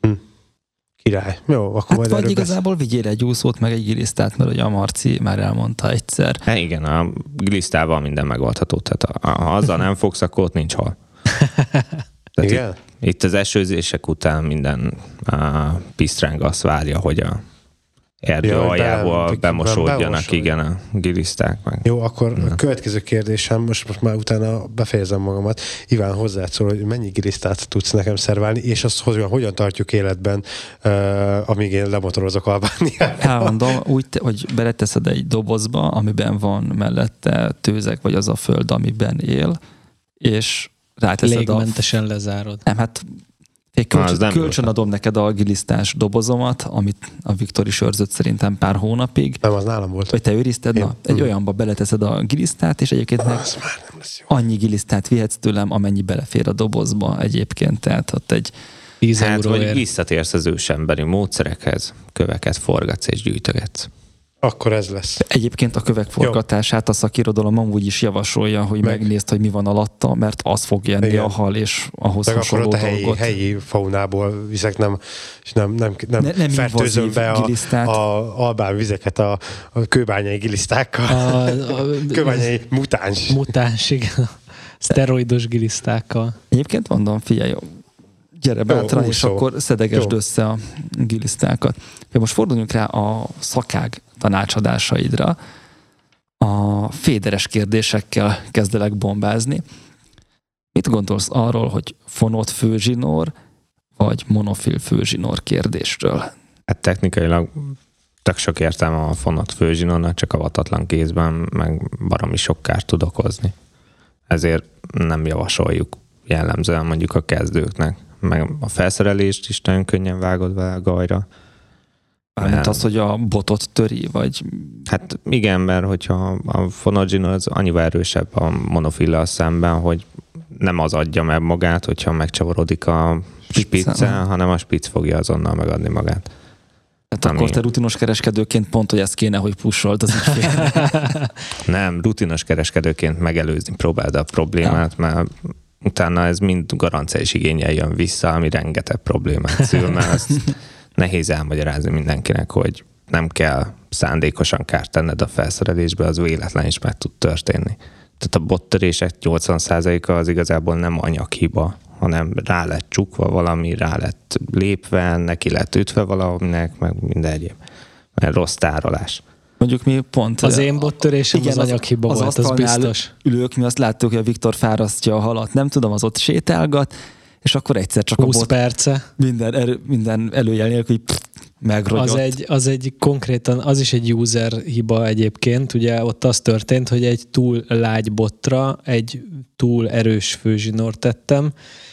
Király. Jó, akkor hát vagy igazából vigyél egy úszót, meg egy gilisztát, mert ugye a Marci már elmondta egyszer. Hát igen, a gilisztával minden megoldható, tehát ha azzal nem fogsz, akkor ott nincs hal. Igen? Itt az esőzések után minden pisztráng azt várja, hogy a erdő aljából bemosódjanak, igen, a giliszták meg. Jó, akkor a következő kérdésem, most már utána befejezem magamat. Iván, hozzád szól, hogy mennyi gilisztát tudsz nekem szerválni, és azt hogyan tartjuk életben, amíg én lemotorozok Albániába. Elmondom, úgy, hogy beleteszed egy dobozba, amiben van mellette tőzek, vagy az a föld, amiben él, és ráteszed légmentesen lezárod. Nem, hát Kölcsön adom neked a gilisztás dobozomat, amit a Viktor is őrzött szerintem pár hónapig. Nem, az nálam volt. Vagy te őrizted? Na, egy olyanba beleteszed a gilisztát, és egyébként meg annyi gilisztát vihetsz tőlem, amennyi belefér a dobozba egyébként. Tehát ott egy 10 hát, euróért. vagy visszatérsz az ősemberi módszerekhez, köveket forgatsz és gyűjtögetsz. Akkor ez lesz. Egyébként a kövek forgatását a szakirodalom amúgy is javasolja, hogy megnézd, hogy mi van alatta, mert az fog enni a hal, és ahhoz hasonló akkor ott dolgot. a helyi faunából viszek, nem fertőzöm be a albán vizeket a kőbányai gilisztákkal. Kőbányai mutáns. Mutáns, igen. Szteroidos gilisztákkal. Egyébként mondom, figyelj, gyere bátran, és akkor szedegesd össze a gilisztákat. Most forduljunk rá a szakág tanácsadásaidra. A féderes kérdésekkel kezdelek bombázni. Mit gondolsz arról, hogy fonott főzsinór, vagy monofil főzsinór kérdésről? Hát technikailag tök sok értelme a fonott főzsinórnak, csak a vatatlan kézben meg baromi sok kárt tud okozni. Ezért nem javasoljuk jellemzően mondjuk a kezdőknek. Meg a felszerelést is nagyon könnyen vágod vele a gajra. Mármint az, hogy a botot töri, vagy... Hát igen, mert hogyha a fonott zsinór az annyival erősebb a monofillal szemben, hogy nem az adja meg magát, hogyha megcsavarodik a spiccel, hanem a spicc fogja azonnal megadni magát. Hát akkor te rutinos kereskedőként pont, hogy ezt kéne, hogy pussold az ügyfél. Nem, rutinos kereskedőként megelőzni próbáld a problémát, mert utána ez mind garancia és igénnyel jön vissza, ami rengeteg problémát szül, mert ezt nehéz elmagyarázni mindenkinek, hogy nem kell szándékosan kárt tenned a felszerelésbe, az véletlen is meg tud történni. Tehát a bottörések 80%-a az igazából nem anyaghiba, hanem rá lett csukva valami, rá lett lépve, neki lett ütve valaminek, meg minden egyéb. Mert rossz tárolás. Mondjuk mi pont... Az én bottörésem az anyaghiba volt, az biztos. Ülők, mi azt láttuk, hogy a Viktor fárasztja a halat, nem tudom, az ott sétálgat, és akkor egyszer csak 20 perce. Minden előjel nélkül, hogy megrogyott. Az egy konkrétan, az is egy user hiba egyébként, ugye ott az történt, hogy egy túl lágy botra egy túl erős főzsinort tettem,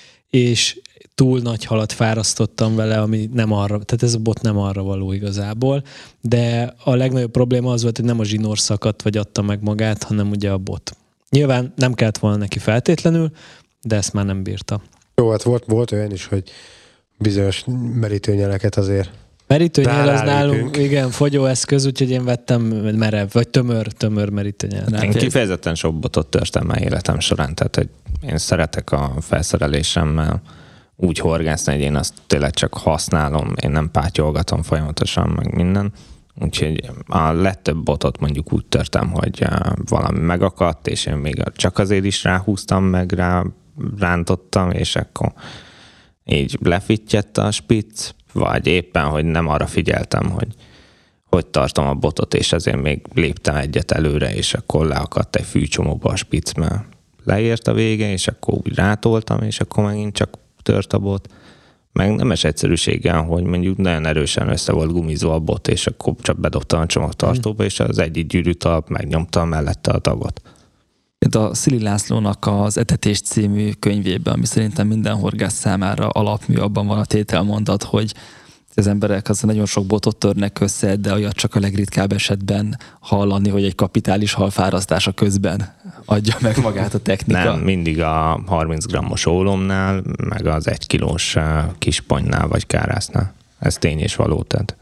és túl nagy halat fárasztottam vele, ami nem arra, tehát ez a bot nem arra való igazából, de a legnagyobb probléma az volt, hogy nem a zsinór szakadt, vagy adta meg magát, hanem ugye a bot. Nyilván nem kellett volna neki feltétlenül, de ezt már nem bírta. Jó, hát volt olyan is, hogy bizonyos merítőnyeleket azért merítőnyel az nálunk, igen, fogyóeszköz, úgyhogy én vettem merev, vagy tömör merítőnyel. Én kifejezetten sok botot törtem már életem során, tehát hogy én szeretek a felszerelésemmel úgy horgászni, hogy én azt tényleg csak használom, én nem pátyolgatom folyamatosan, meg minden. Úgyhogy a legtöbb botot mondjuk úgy törtem, hogy valami megakadt, és én még csak azért is ráhúztam, meg rántottam, és akkor így lefittyett a spicc, vagy éppen, hogy nem arra figyeltem, hogy tartom a botot, és azért még léptem egyet előre, és akkor leakadt egy fűcsomóba a spicc, mert leért a vége, és akkor úgy rátoltam, és akkor megint csak tört a bot. Meg nemes egyszerűséggel, hogy mondjuk nagyon erősen össze volt gumizva a bot, és akkor csak bedobtam a csomagtartóba, és az egyik gyűrűtalp megnyomta mellette a tagot. A Szili Lászlónak az Etetés című könyvében, ami szerintem minden horgász számára alapmű, abban van a tételmondat, hogy az emberek az nagyon sok botot törnek össze, de olyat csak a legritkább esetben hallani, hogy egy kapitális halfárasztása közben adja meg magát a technika. Nem, mindig a 30 grammos ólomnál, meg az 1 kilós kisponynál vagy kárásznál. Ez tény és való, tehát.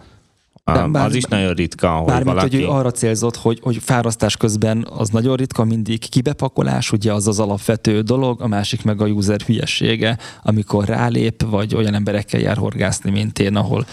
Az is nagyon ritka, hogy bármint, valaki... hogy arra célzott, hogy fárasztás közben az nagyon ritka, mindig kibepakolás, ugye az az alapvető dolog, a másik meg a user hülyessége, amikor rálép, vagy olyan emberekkel jár horgászni, mint én, ahol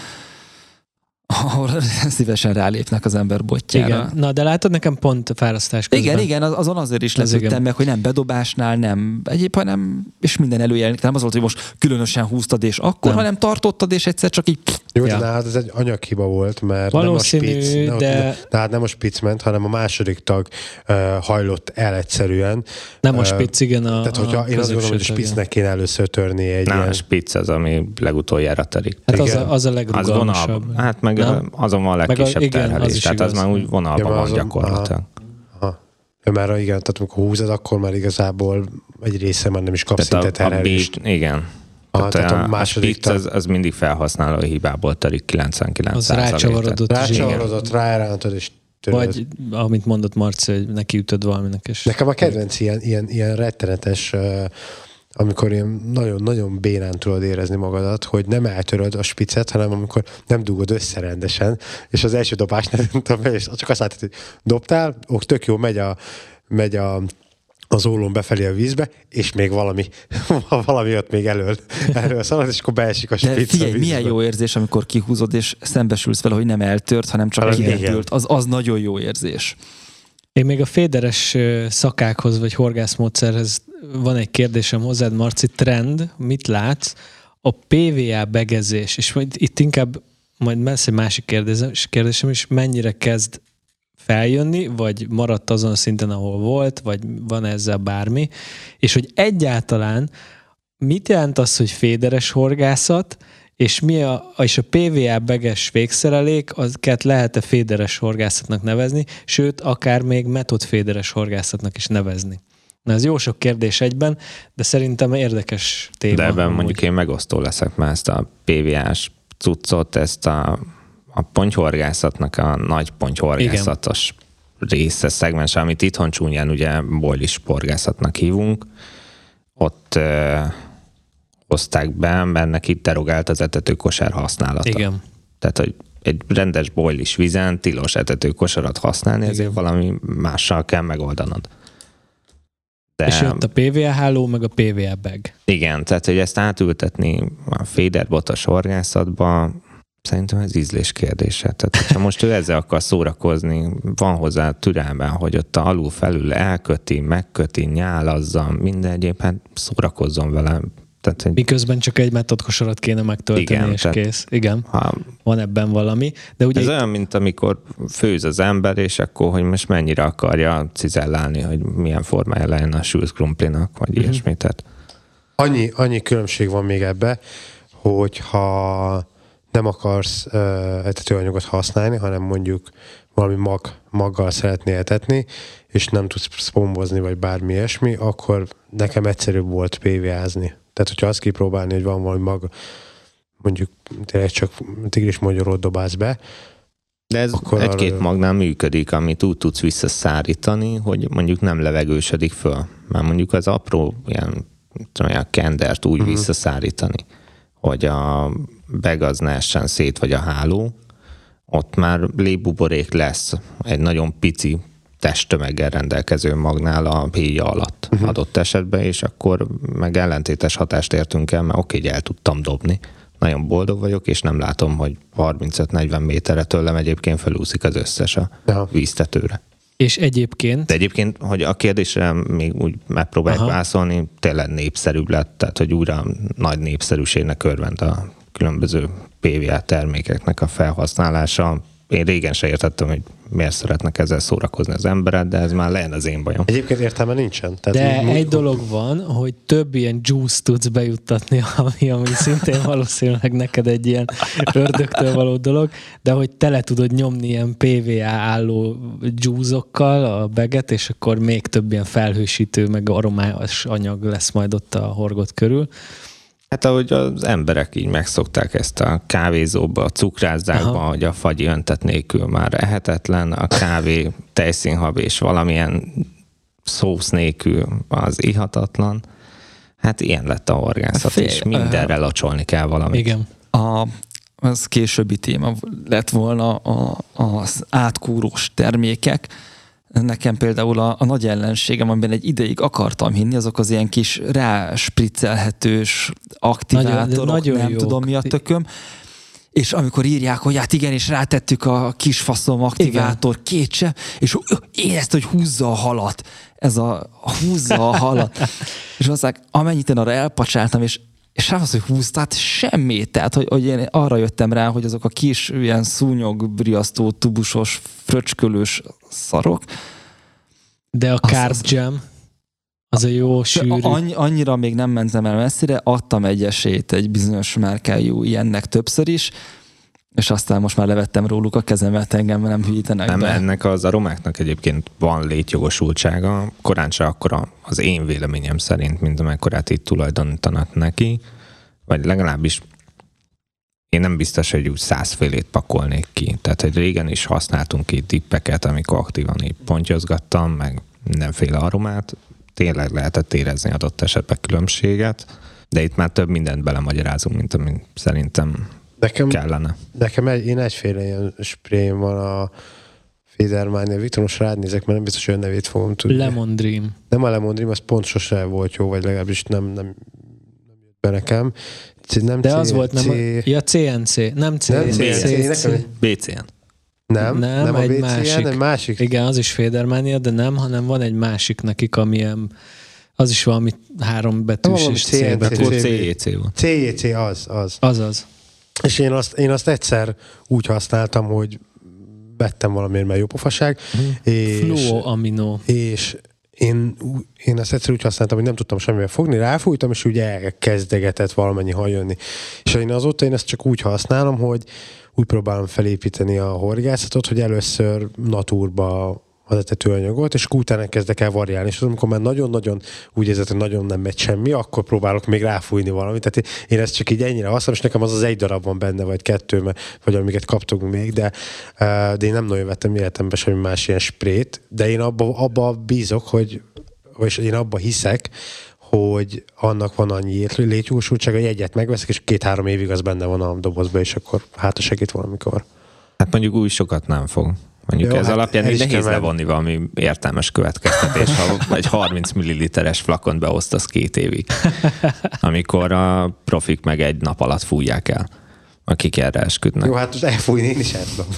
szívesen rálépnek az ember botjára. Igen. Na, de látod, nekem pont fárasztás közben. Igen, azon azért is lepődtem meg, hogy nem bedobásnál, nem egyéb, hanem, és minden előjelenik. Nem az volt, hogy most különösen húztad, és akkor, hanem tartottad, és egyszer csak így... Jó, de hát ez egy anyaghiba volt, mert valószínű, nem a spicc ment, hanem a második tag hajlott el egyszerűen. Nem a spicc, igen. Tehát, hogyha én azt gondolom, hogy a spiccnek kéne először törni egy nem, ilyen... a spicc az, ami legutoljára terik. Hát az a legrugalmasabb. Hát meg azon van a legkisebb terhelés. Tehát az már úgy vonalban van gyakorlatilag. Mert igen, tehát amikor húzod, akkor már igazából egy része már nem is kapsz szinte terhelést. Igen. Tehát a spitz az mindig felhasználó hibából telik 99%. Az rácsavarodott, rárántod, és töröd. Vagy, amit mondott Marci, hogy neki ütöd valaminek. És nekem a kedvenc ilyen rettenetes, amikor ilyen nagyon-nagyon bénán tudod érezni magadat, hogy nem eltöröd a spicet, hanem amikor nem dugod össze rendesen, és az első dobás nem tudom, és csak azt látod, hogy dobtál, tök jó, megy az ólón befelé a vízbe, és még valami ott még elől szalad, és akkor beesik a spic. De figyelj, milyen jó érzés, amikor kihúzod, és szembesülsz vele, hogy nem eltört, hanem csak kidentült. Az nagyon jó érzés. Én még a féderes szakákhoz, vagy horgászmódszerhez van egy kérdésem hozzád, Marci, trend, mit látsz? A PVA begezés, és itt inkább majd lesz egy másik kérdésem is, mennyire kezd feljönni, vagy maradt azon a szinten, ahol volt, vagy van ezzel bármi, és hogy egyáltalán mit jelent az, hogy féderes horgászat, és és a PVA beges végszerelék, azokat lehet-e féderes horgászatnak nevezni, sőt, akár még metodféderes horgászatnak is nevezni. Na, ez jó sok kérdés egyben, de szerintem érdekes téma. De ebben mondjuk én megosztó leszek, mert ezt a PVA-s cuccot, ezt a pontyhorgászatnak a nagy pontyhorgászatos része, szegmens, amit itthon csúnyán ugye boilis horgászatnak hívunk, ott hozták be, mert neki derogált az etetőkosár használata. Igen. Tehát, hogy egy rendes boilis vízen tilos etetőkosarat használni, ezért valami mással kell megoldanod. De és jött a PVA háló, meg a PVA bag. Igen, tehát, hogy ezt átültetni a féderbotos horgászatba, szerintem ez ízlés kérdése. Tehát, ha most ő ezzel akar szórakozni, van hozzá türelme, hogy ott alul-felül elköti, megköti, nyálazza, minden egyéb, hát szórakozzon vele. Tehát, miközben csak egy metodkosarat kéne megtölteni, igen, és kész. Igen, van ebben valami. De ugye ez olyan, mint amikor főz az ember, és akkor, hogy most mennyire akarja cizellálni, hogy milyen formája legyen a sült krumplinak, vagy ilyesmi. Tehát. Annyi különbség van még ebbe, hogyha nem akarsz etetőanyagot használni, hanem mondjuk valami maggal szeretnél etetni, és nem tudsz szpombozni, vagy bármi ilyesmi, akkor nekem egyszerűbb volt PVA-zni. Tehát, hogyha azt kipróbálni, hogy van valami mag, mondjuk tényleg csak tigris magyarót dobálsz be. De ez egy-két magnál működik, amit úgy tudsz visszaszárítani, hogy mondjuk nem levegősödik föl. Már mondjuk az apró ilyen kendert úgy visszaszárítani, hogy a bag az ne essen szét, vagy a háló, ott már légbuborék lesz egy nagyon pici testtömeggel rendelkező magnál a héja alatt adott esetben, és akkor meg ellentétes hatást értünk el, mert oké, el tudtam dobni. Nagyon boldog vagyok, és nem látom, hogy 35-40 méterre tőlem egyébként felúszik az összes a víztetőre. És egyébként? De egyébként, hogy a kérdésre még úgy megpróbáljuk válaszolni, tényleg népszerűbb lett, tehát hogy újra nagy népszerűségnek örvend a különböző PVA termékeknek a felhasználása. Én régen se értettem, hogy miért szeretnek ezzel szórakozni az emberek, de ez már lejön az én bajom. Egyébként értelme nincsen. Tehát de egy dolog van, hogy több ilyen juice tudsz bejuttatni, ami szintén valószínűleg neked egy ilyen ördögtől való dolog, de hogy tele tudod nyomni ilyen PVA álló juice-okkal a baget, és akkor még több ilyen felhősítő, meg aromás anyag lesz majd ott a horgot körül. Hát ahogy az emberek így megszokták ezt a kávézóba, a cukrászdákba, hogy a fagyi öntet nélkül már ehetetlen, a kávé tejszínhab és valamilyen szósz nélkül az ihatatlan. Hát ilyen lett a horgászat, és mindenre lacsolni kell valamit. Igen. Az későbbi téma lett volna az átkúrós termékek. Nekem például a nagy ellenségem, amiben egy ideig akartam hinni, azok az ilyen kis ráspriccelhetős aktivátorok, nagyon nem jók. Tudom mi a tököm. És amikor írják, hogy hát igen, és rátettük a kisfaszom aktivátor kétse, és érezte, hogy húzza a halat. Húzza a halat. És aztán amennyit én arra elpacsáltam, és sem az, hogy húztát, semmit. Tehát, hogy én arra jöttem rá, hogy azok a kis ilyen szúnyogbriasztó, tubusos, fröcskölős szarok. De a Carb Jam, az a jó sűrű. Annyira még nem mentem el messzire, adtam egy esélyt egy bizonyos márkájú ilyennek többször is, és aztán most már levettem róluk a kezemet, engem nem hűítenek nem, be. Ennek az aromáknak egyébként van létjogosultsága, korán se akkora az én véleményem szerint, mint amekkorát itt tulajdonítanak neki. vagy legalábbis én nem biztos, hogy úgy 100 félét pakolnék ki. Tehát, hogy régen is használtunk itt tippeket, amikor aktívan így pontyozgattam, meg mindenféle aromát. Tényleg lehetett érezni adott esetben különbséget, de itt már több mindent belemagyarázunk, mint amit szerintem kellene. Nekem én egyféle ilyen sprayem van a Federmania. Viktor, most rád nézek, mert nem biztos, hogy a nevét fogom tudni. Lemon Dream. Nem a Lemon Dream, az pont sose volt jó, vagy legalábbis nem jött be nekem. Nem de az volt, nem a CNC. Nem CNC. BCN. Nem a egy BCN, egy másik. Igen, az is Federmania, de nem, hanem van egy másik nekik, amilyen az is valami 3 betűs és C betűs. CEC volt. CEC az. Azaz. És én azt egyszer úgy használtam, hogy vettem valamiért, mert jó pofaság. Fluoamino. És én ezt egyszer úgy használtam, hogy nem tudtam semmivel fogni, ráfújtam, és ugye elkezdegetett valamennyi haj jönni. És azóta én ezt csak úgy használom, hogy úgy próbálom felépíteni a horgászatot, hogy először naturba az a tetőanyagot, és utána kezdek el variálni. És az, amikor már nagyon-nagyon úgy érzed, hogy nagyon nem megy semmi, akkor próbálok még ráfújni valamit. Tehát én ezt csak így ennyire használom, és nekem az 1 darab van benne, vagy 2, vagy amiket kaptunk még, de én nem nagyon vettem életemben semmi más ilyen sprayt, de én abba bízok, és én abba hiszek, hogy annak van annyi létjogosultsága, hogy egyet megveszek, és 2-3 évig az benne van a dobozba, és akkor hát segít valamikor. Hát mondjuk úgy sokat nem fog. Mondjuk ez alapján nehéz levonni valami értelmes következtetés, ha egy 30 milliliteres flakont beosztasz 2 évig, amikor a profik meg egy nap alatt fújják el, akik erre esküdnek. Jó, hát most elfújni én is el tudom.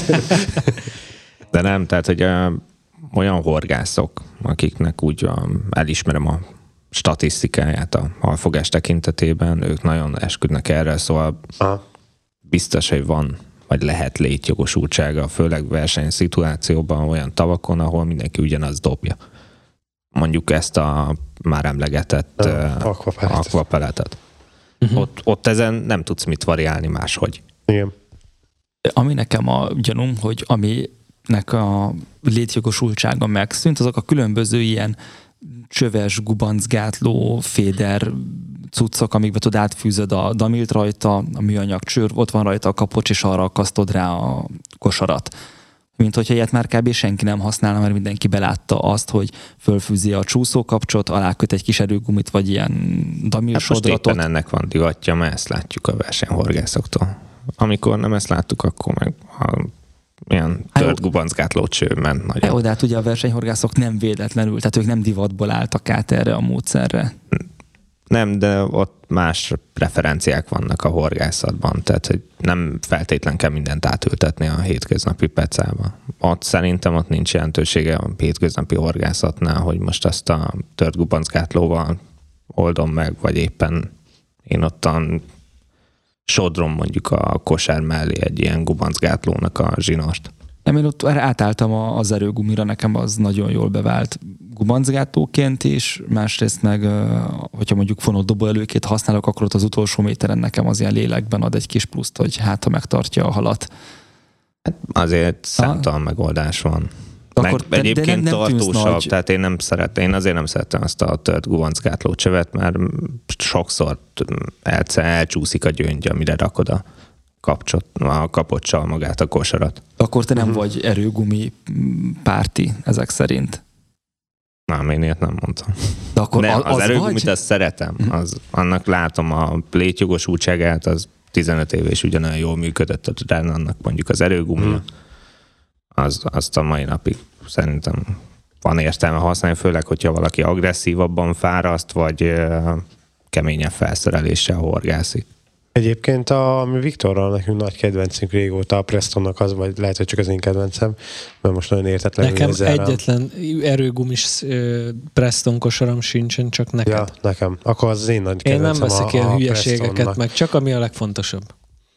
De nem, tehát, hogy olyan horgászok, akiknek úgy elismerem a statisztikáját a halfogás tekintetében, ők nagyon esküdnek erre, szóval biztos, hogy van vagy lehet létjogosultsága, főleg versenyszituációban, olyan tavakon, ahol mindenki ugyanazt dobja. Mondjuk ezt a már emlegetett akvapeletet. Ott ezen nem tudsz mit variálni máshogy. Igen. Ami nekem a gyanúm, hogy aminek a létjogosultsága megszűnt, azok a különböző ilyen csöves, gubancgátló, féder cuccok, amikbe tudod átfűzöd a damilt rajta, a műanyag csőr, ott van rajta a kapocs, és arra akasztod rá a kosarat. Mint hogyha ilyet már kb. Senki nem használna, mert mindenki belátta azt, hogy fölfűzi a csúszókapcsot, aláköt egy kis erőgumit, vagy ilyen damil sodratot. Most éppen ennek van divatja, mert ezt látjuk a versenyhorgászoktól. Amikor nem ezt láttuk, akkor meg ilyen tört gubancgátló cső ment nagyon. Jó, de hát ugye a versenyhorgászok nem véletlenül, tehát ők nem divatból álltak át erre a módszerre. Nem, de ott más preferenciák vannak a horgászatban, tehát hogy nem feltétlen kell mindent átültetni a hétköznapi pecába. Ott szerintem ott nincs jelentősége a hétköznapi horgászatnál, hogy most azt a tört gubancgátlóval oldom meg, vagy éppen én ottan sodrom mondjuk a kosár mellé egy ilyen gubancgátlónak a zsinast. Én ott átálltam az erőgumira, nekem az nagyon jól bevált gubancgátóként is, másrészt meg, hogyha mondjuk fonott dobóelőkét használok, akkor ott az utolsó méteren nekem az ilyen lélekben ad egy kis pluszt, hogy hát ha megtartja a halat. Hát azért számtalan megoldás van. Akkor egyébként nem tartósabb, tehát én azért nem szeretem azt a tört gubancgátló csövet, mert sokszor elcsúszik a gyöngy, amire rakod a kapocsal magát a kosarat. Akkor te nem vagy erőgumi párti ezek szerint? Nem, én ilyet nem mondtam. De akkor nem, az erőgumit vagy? azt szeretem. Annak látom a létjogosultságát, az 15 éve is ugyanolyan jól működött, de annak mondjuk az erőgumia, azt a mai napig szerintem van értelme használni, főleg, hogyha valaki agresszívabban fáraszt, vagy keményebb felszereléssel horgászik. Egyébként a Viktorral nekünk nagy kedvencünk régóta, a Prestonnak az, vagy lehet, hogy csak az én kedvencem, mert most nagyon értetlenül nekem egyetlen erőgumis Preston kosaram sincsen, csak neked. Ja, nekem. Akkor az én nagy kedvencem. Én nem veszek ilyen hülyeségeket meg, csak ami a legfontosabb.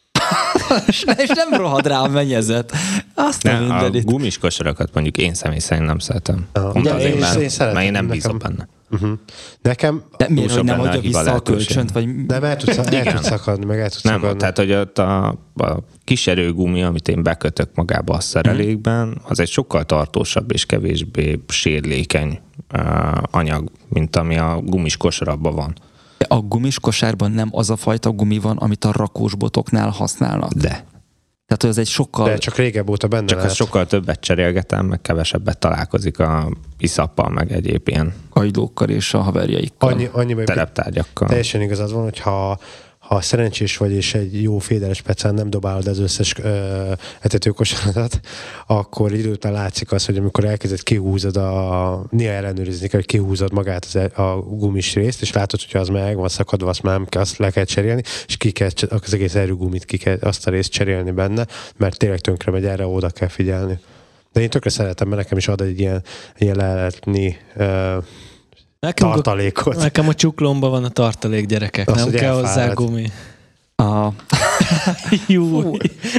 És nem rohad rá a mennyezet. Azt nem mindenit. A gumis kosarakat mondjuk én személy szerint nem szeretem. Én szeretem. Mert én nem bízom benne. De miért, hogy nem adja vissza a kölcsönt? Vagy... De el tudsz szakadni, meg el tudsz szakadni. Nem, tehát hogy ott a kis erőgumi, amit én bekötök magába a szerelékben, az egy sokkal tartósabb és kevésbé sérülékeny anyag, mint ami a gumis kosarakban van. A gumis kosárban nem az a fajta gumi van, amit a rakósbotoknál használnak. De. Tehát, hogy ez egy sokkal... De csak régebb óta benne Csak lehet. az sokkal többet cserélgetem, meg kevesebbet találkozik a iszappal, meg egyéb ilyen kagylókkal és a haverjaikkal. Annyiban tereptárgyakkal. teljesen igazad van, hogy ha szerencsés vagy, és egy jó féderes pecán nem dobálod az összes etetőkosaradat, akkor idő után látszik az, hogy amikor elkezded kihúzod néha ellenőrizni kell, hogy kihúzod magát a gumis részt, és látod, hogyha az meg van szakadva, azt le kell cserélni, és az egész erőgumit azt a részt cserélni benne, mert tényleg tönkre megy, erre oda kell figyelni. De én tökre szeretem, mert nekem is ad egy ilyen lehetni tartalékot. Nekem a csuklomban van a tartalék, gyerekek. Azt, nem kell hozzá gumi. Jó.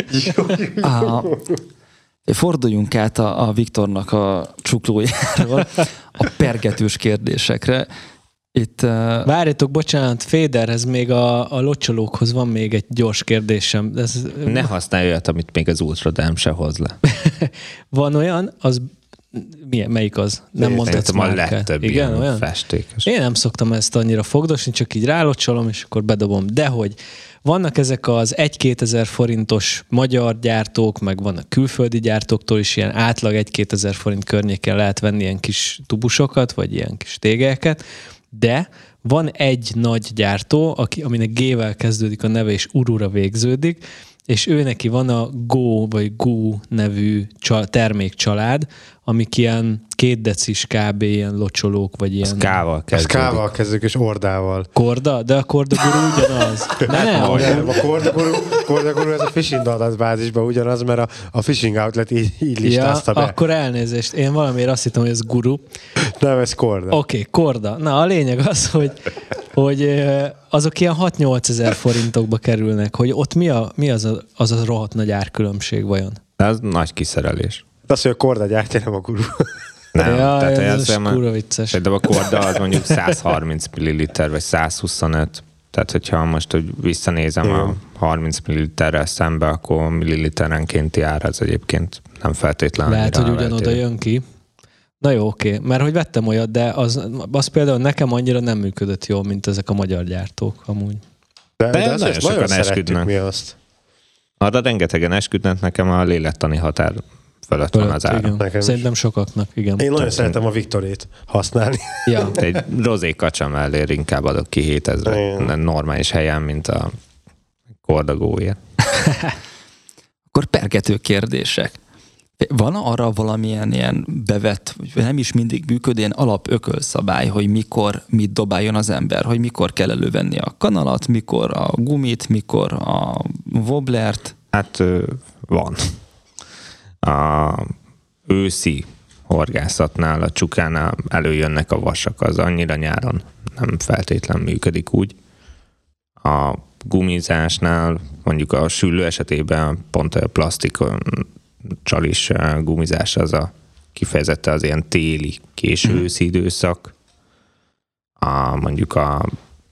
Forduljunk át a Viktornak a csuklójáról a pergetős kérdésekre. Itt, Várjatok, bocsánat, Féderhez még a locsolókhoz van még egy gyors kérdésem. Ne használj olyat, amit még az Ultradám se hoz le. Van olyan, az melyik az? Nem mondhatsz a legtöbb igen, olyan? festékes. Én nem szoktam ezt annyira fogdosni, csak így rálocsolom, és akkor bedobom. De hogy vannak ezek az 1-2 ezer forintos magyar gyártók, meg vannak külföldi gyártóktól is ilyen átlag 1-2 ezer forint környéken lehet venni ilyen kis tubusokat, vagy ilyen kis tégelyeket, de van egy nagy gyártó, aminek G-vel kezdődik a neve, és Urura végződik, és ő neki van a Go vagy Gu nevű termékcsalád, amik ilyen 2 decis kb. Ilyen locsolók, vagy ilyen... Az K-val kezdődik. Az K-val kezdődik, és ordával. Korda? De a kordaguru ugyanaz. Nem, a kordaguru ez a fishing adatbázisban ugyanaz, mert a fishing outlet így listázta be. Akkor elnézést. Én valamiért azt hittem, hogy ez guru. Nem, ez korda. Oké, korda. Na, a lényeg az, hogy azok ilyen 6-8 ezer forintokba kerülnek, hogy ott mi az a rohadt nagy árkülönbség vajon? Ez nagy kiszerelés. Az, hogy a korda gyártja, nem a guru. Nem, tehát ez kurva vicces. Például a korda az mondjuk 130 ml, vagy 125. Tehát, hogyha most hogy visszanézem a 30 ml-rel szembe, akkor milliliterenkénti ár az egyébként nem feltétlenül. Lehet, hogy ugyanoda jön ki. Na jó, oké. Mert hogy vettem olyat, de az például nekem annyira nem működött jól, mint ezek a magyar gyártók amúgy. De nagyon sokan esküdnek. Mi azt. Arra rengetegen esküdnek, nekem a lélektani határ fölött van az ára. Szerintem sokaknak, igen. Én nagyon szeretem a Victorét használni. Ja. Egy rozé kacsa mellé inkább adok ki 7000 normális helyen, mint a kordagóért. Akkor pergető kérdések. Van arra valamilyen ilyen bevett, vagy nem is mindig működő, ilyen alapökölszabály, hogy mikor mit dobáljon az ember, hogy mikor kell elővenni a kanalat, mikor a gumit, mikor a wobblert? Hát van. A őszi horgászatnál, a csukánál előjönnek a vasak, az annyira nyáron nem feltétlen működik úgy. A gumizásnál, mondjuk a süllő esetében pont a plastik csalis gumizás az a kifejezetten az ilyen téli, késő őszi időszak. Mondjuk a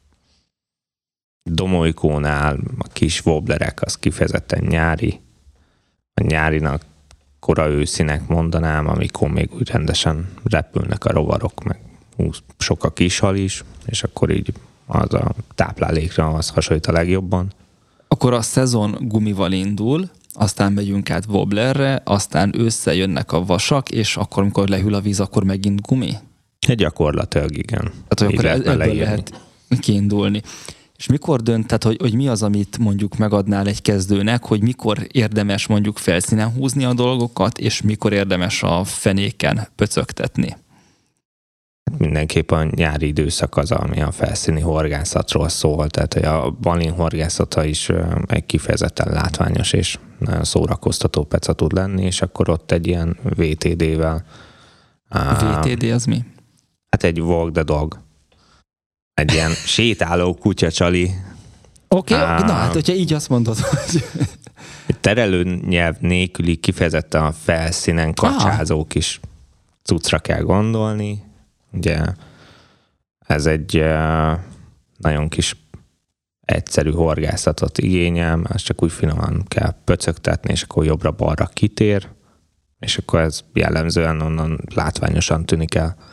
domolykónál a kis wobblerek az kifejezetten nyári. A nyárinak kora őszinek mondanám, amikor még úgy rendesen repülnek a rovarok, meg sok a kishal is, és akkor így az a táplálékra az hasonlít a legjobban. Akkor a szezon gumival indul, aztán megyünk át wobblerre, aztán ősszel jönnek a vasak, és akkor, amikor lehűl a víz, akkor megint gumi? Gyakorlatilag igen. Tehát, akkor ebből lehet kiindulni. És mikor dönt, tehát hogy mi az, amit mondjuk megadnál egy kezdőnek, hogy mikor érdemes mondjuk felszínen húzni a dolgokat, és mikor érdemes a fenéken pöcögtetni? Mindenképp a nyári időszak az, ami a felszíni horgászatról szól, tehát a balin horgászata is egy kifejezetten látványos és nagyon szórakoztató peca tud lenni, és akkor ott egy ilyen VTD-vel. VTD az mi? Hát egy walk the dog. Egy ilyen sétáló kutyacsali. Oké, na hát, hogyha így azt mondod, hogy... Terelőnyelv nélküli kifejezetten a felszínen kacsázó kis cuccra kell gondolni. Ugye ez egy nagyon kis egyszerű horgászatot igényel, ezt csak úgy finoman kell pöcögtetni, és akkor jobbra-balra kitér, és akkor ez jellemzően onnan látványosan tűnik el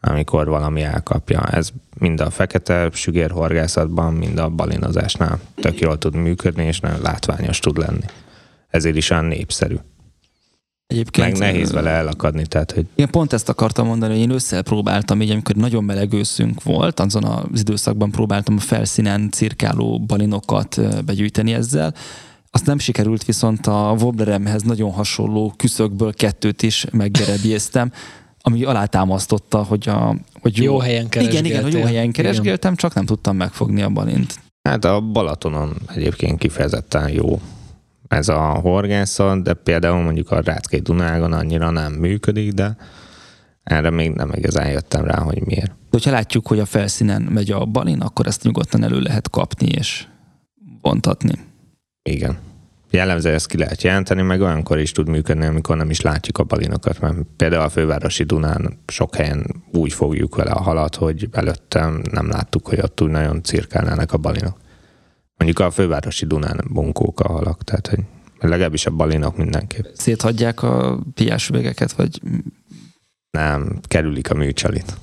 amikor valami elkapja. Ez mind a fekete sügérhorgászatban, mind a balinozásnál tök jól tud működni, és nagyon látványos tud lenni. Ezért is olyan népszerű. Egyébként, meg nehéz vele elakadni, tehát hogy... Én pont ezt akartam mondani, hogy én ősszel próbáltam, így amikor nagyon meleg őszünk volt, azon az időszakban próbáltam a felszínen cirkáló balinokat begyűjteni ezzel. Azt nem sikerült, viszont a wobbleremhez nagyon hasonló küszökből 2 is meggerebjéztem, ami alátámasztotta, hogy jó helyen keresgéltem. Igen, hogy jó helyen keresgéltem, csak nem tudtam megfogni a balint. Hát a Balatonon egyébként kifejezetten jó ez a horgászat, de például mondjuk a Ráckei Dunágon annyira nem működik, de erre még nem igazán jöttem rá, hogy miért. De hogyha látjuk, hogy a felszínen megy a balin, akkor ezt nyugodtan elő lehet kapni és vontatni. Igen. Jellemzően ezt ki lehet jelenteni, meg olyankor is tud működni, amikor nem is látjuk a balinokat, mert például a Fővárosi Dunán sok helyen úgy fogjuk vele a halat, hogy előttem nem láttuk, hogy ott úgy nagyon cirkálnának a balinok. Mondjuk a Fővárosi Dunán bunkók a halak, tehát hogy legalábbis a balinok mindenképp. Széthagyják a piás üvegeket, vagy... Nem, kerülik a műcsalit.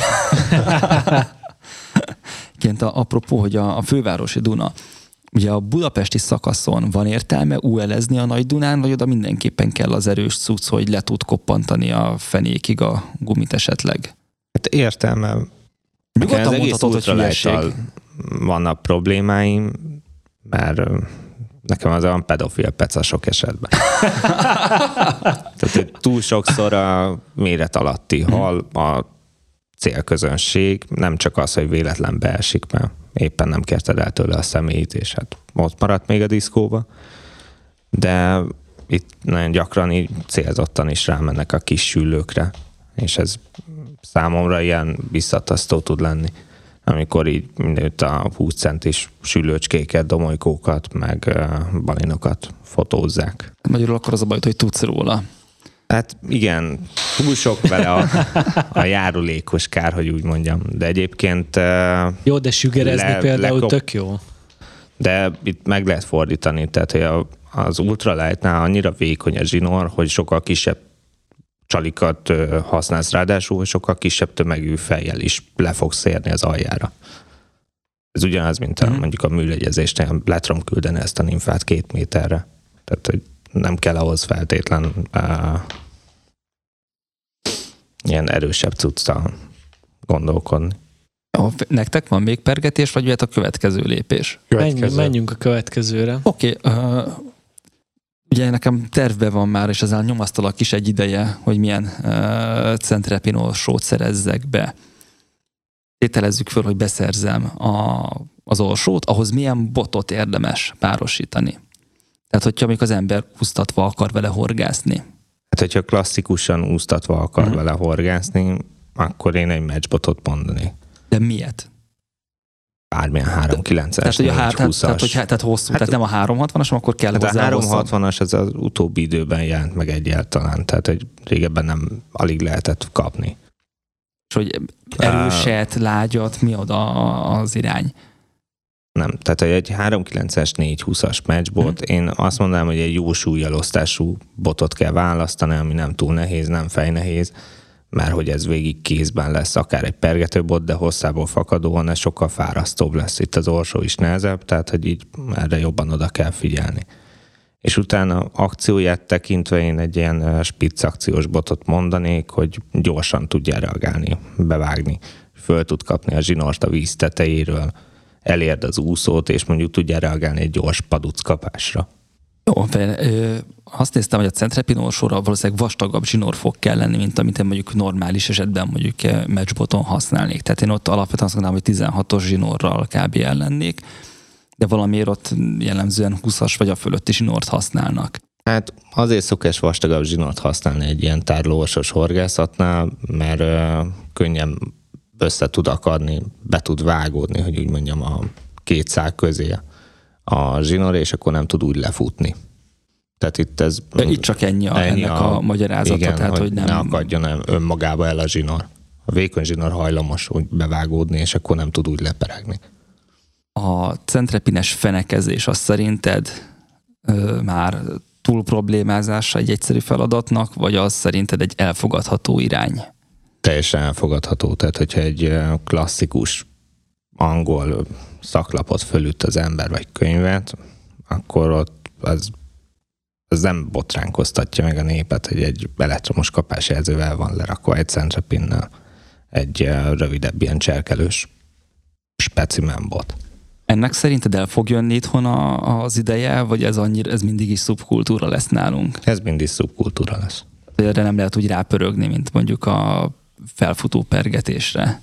Ként apropó, hogy a Fővárosi Duna, ugye a budapesti szakaszon van értelme UL-ezni a Nagy Dunán, vagy oda mindenképpen kell az erős cucc, hogy le tud koppantani a fenékig a gumit esetleg? Hát értelme. Nyugodtan mondhatod, hogy hülyeség. Vannak problémáim, mert nekem az olyan pedofil peca sok esetben. Tehát, hogy túl sokszor a méret alatti hal a célközönség, nem csak az, hogy véletlen beesik, mert éppen nem kérted el tőle a személyt, és hát ott maradt még a diszkóba, de itt nagyon gyakran így célzottan is rámennek a kis süllőkre, és ez számomra ilyen visszatasztó tud lenni, amikor így mindenütt a 20 centis süllőcskéket, domolykókat, meg balinokat fotózzák. Magyarul akkor az a baj, hogy tudsz róla. Hát igen, túl sok vele a járulékos kár, hogy úgy mondjam. De egyébként... Jó, de sügerezni például tök jó. De itt meg lehet fordítani, tehát hogy az ultralightnál annyira vékony a zsinór, hogy sokkal kisebb csalikat használsz ráadásul, hogy sokkal kisebb tömegű fejjel is le fogsz érni az aljára. Ez ugyanaz, mint mondjuk a műlegyezésnél, le tudom küldeni ezt a nymfát 2 méterre. Tehát, hogy nem kell ahhoz feltétlen ilyen erősebb cucctal gondolkodni. Nektek van még pergetés, vagy jöhet a következő lépés? Menjünk a következőre. Oké. Ugye nekem tervben van már, és ezzel nyomasztalak is egy ideje, hogy milyen centrepinorsót szerezzek be. Tételezzük föl, hogy beszerzem az orsót, ahhoz milyen botot érdemes párosítani. Tehát, hogyha még az ember úsztatva akar vele horgászni. Hát, hogyha klasszikusan úsztatva akar vele horgászni, akkor én egy matchbotot mondanék. De miért? Bármilyen 3.9-es, 4.20-as. Tehát hosszú, tehát nem a 360-as, akkor kell hozzá a 360-as az utóbbi időben jelent meg egyáltalán, tehát hogy régebben nem alig lehetett kapni. És hogy erőset, lágyat, mi oda az irány? Nem, tehát egy 3.9-es, 4.20-as matchbot, én azt mondanám, hogy egy jó súlyelosztású botot kell választani, ami nem túl nehéz, nem fejnehéz, mert hogy ez végig kézben lesz, akár egy pergetőbot, de hosszából fakadóan ez sokkal fárasztóbb lesz. Itt az orsó is nehezebb, tehát hogy így erre jobban oda kell figyelni. És utána akcióját tekintve én egy ilyen spitz akciós botot mondanék, hogy gyorsan tudja reagálni, bevágni, föl tud kapni a zsinort a víz tetejéről, elérd az úszót, és mondjuk tudja reagálni egy gyors paduc kapásra. Jó, azt néztem, hogy a centrepinorsóra valószínűleg vastagabb zsinórfog kell lenni, mint amit én mondjuk normális esetben mondjuk matchboton használnék. Tehát én ott alapvetően azt mondanám, hogy 16-os zsinórral kb. Ellennék, de valamiért ott jellemzően 20-as vagy a fölötti zsinort használnak. Hát azért szokás vastagabb zsinort használni egy ilyen tárolóorsos horgászatnál, mert könnyen össze tud akadni, be tud vágódni, hogy úgy mondjam, a két szál közé a zsinór, és akkor nem tud úgy lefutni. Tehát itt ez... De itt csak ennyi a magyarázata. Igen, tehát, hogy nem... ne akadjon önmagába el a zsinór. A vékony zsinór hajlamos úgy bevágódni, és akkor nem tud úgy leperegni. A centrepines fenekezés az szerinted már túl problémázása egy egyszerű feladatnak, vagy az szerinted egy elfogadható irány? teljesen elfogadható. Tehát, hogyha egy klasszikus angol szaklapot fölüt az ember, vagy könyvet, akkor ott az nem botránkoztatja meg a népet, hogy egy elektromos kapásjelzővel van lerakva egy centrepinnel egy rövidebb ilyen cserkelős specimen bot. Ennek szerinted el fog jönni itthon az ideje, vagy ez mindig is szubkultúra lesz nálunk? Ez mindig szubkultúra lesz. Erre nem lehet úgy rápörögni, mint mondjuk a felfutó pergetésre.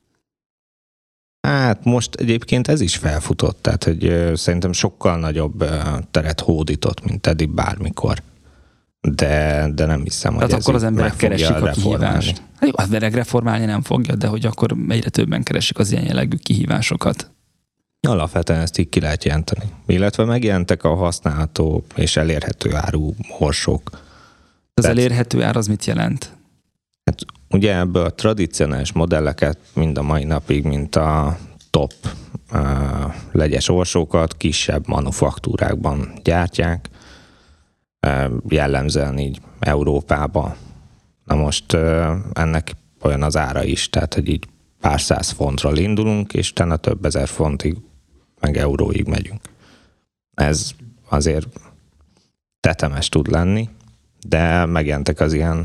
Hát most egyébként ez is felfutott, tehát hogy szerintem sokkal nagyobb teret hódított, mint eddig bármikor. De nem hiszem, tehát hogy akkor ez az emberek keresik a kihívást. Hát jó, az emberek reformálni nem fogja, de hogy akkor egyre többen keresik az ilyen jellegű kihívásokat. Alapvetően ezt így ki lehet jelenteni. Illetve megjelentek a használható és elérhető áru morsók. Az elérhető ár az mit jelent? Hát ugye ebből a tradicionális modelleket mind a mai napig, mint a top legyes orsókat kisebb manufaktúrákban gyártják, jellemzően így Európában. Na most ennek olyan az ára is, tehát hogy így pár száz fontról indulunk, és utána több ezer fontig, meg euróig megyünk. Ez azért tetemes tud lenni, de megjelentek az ilyen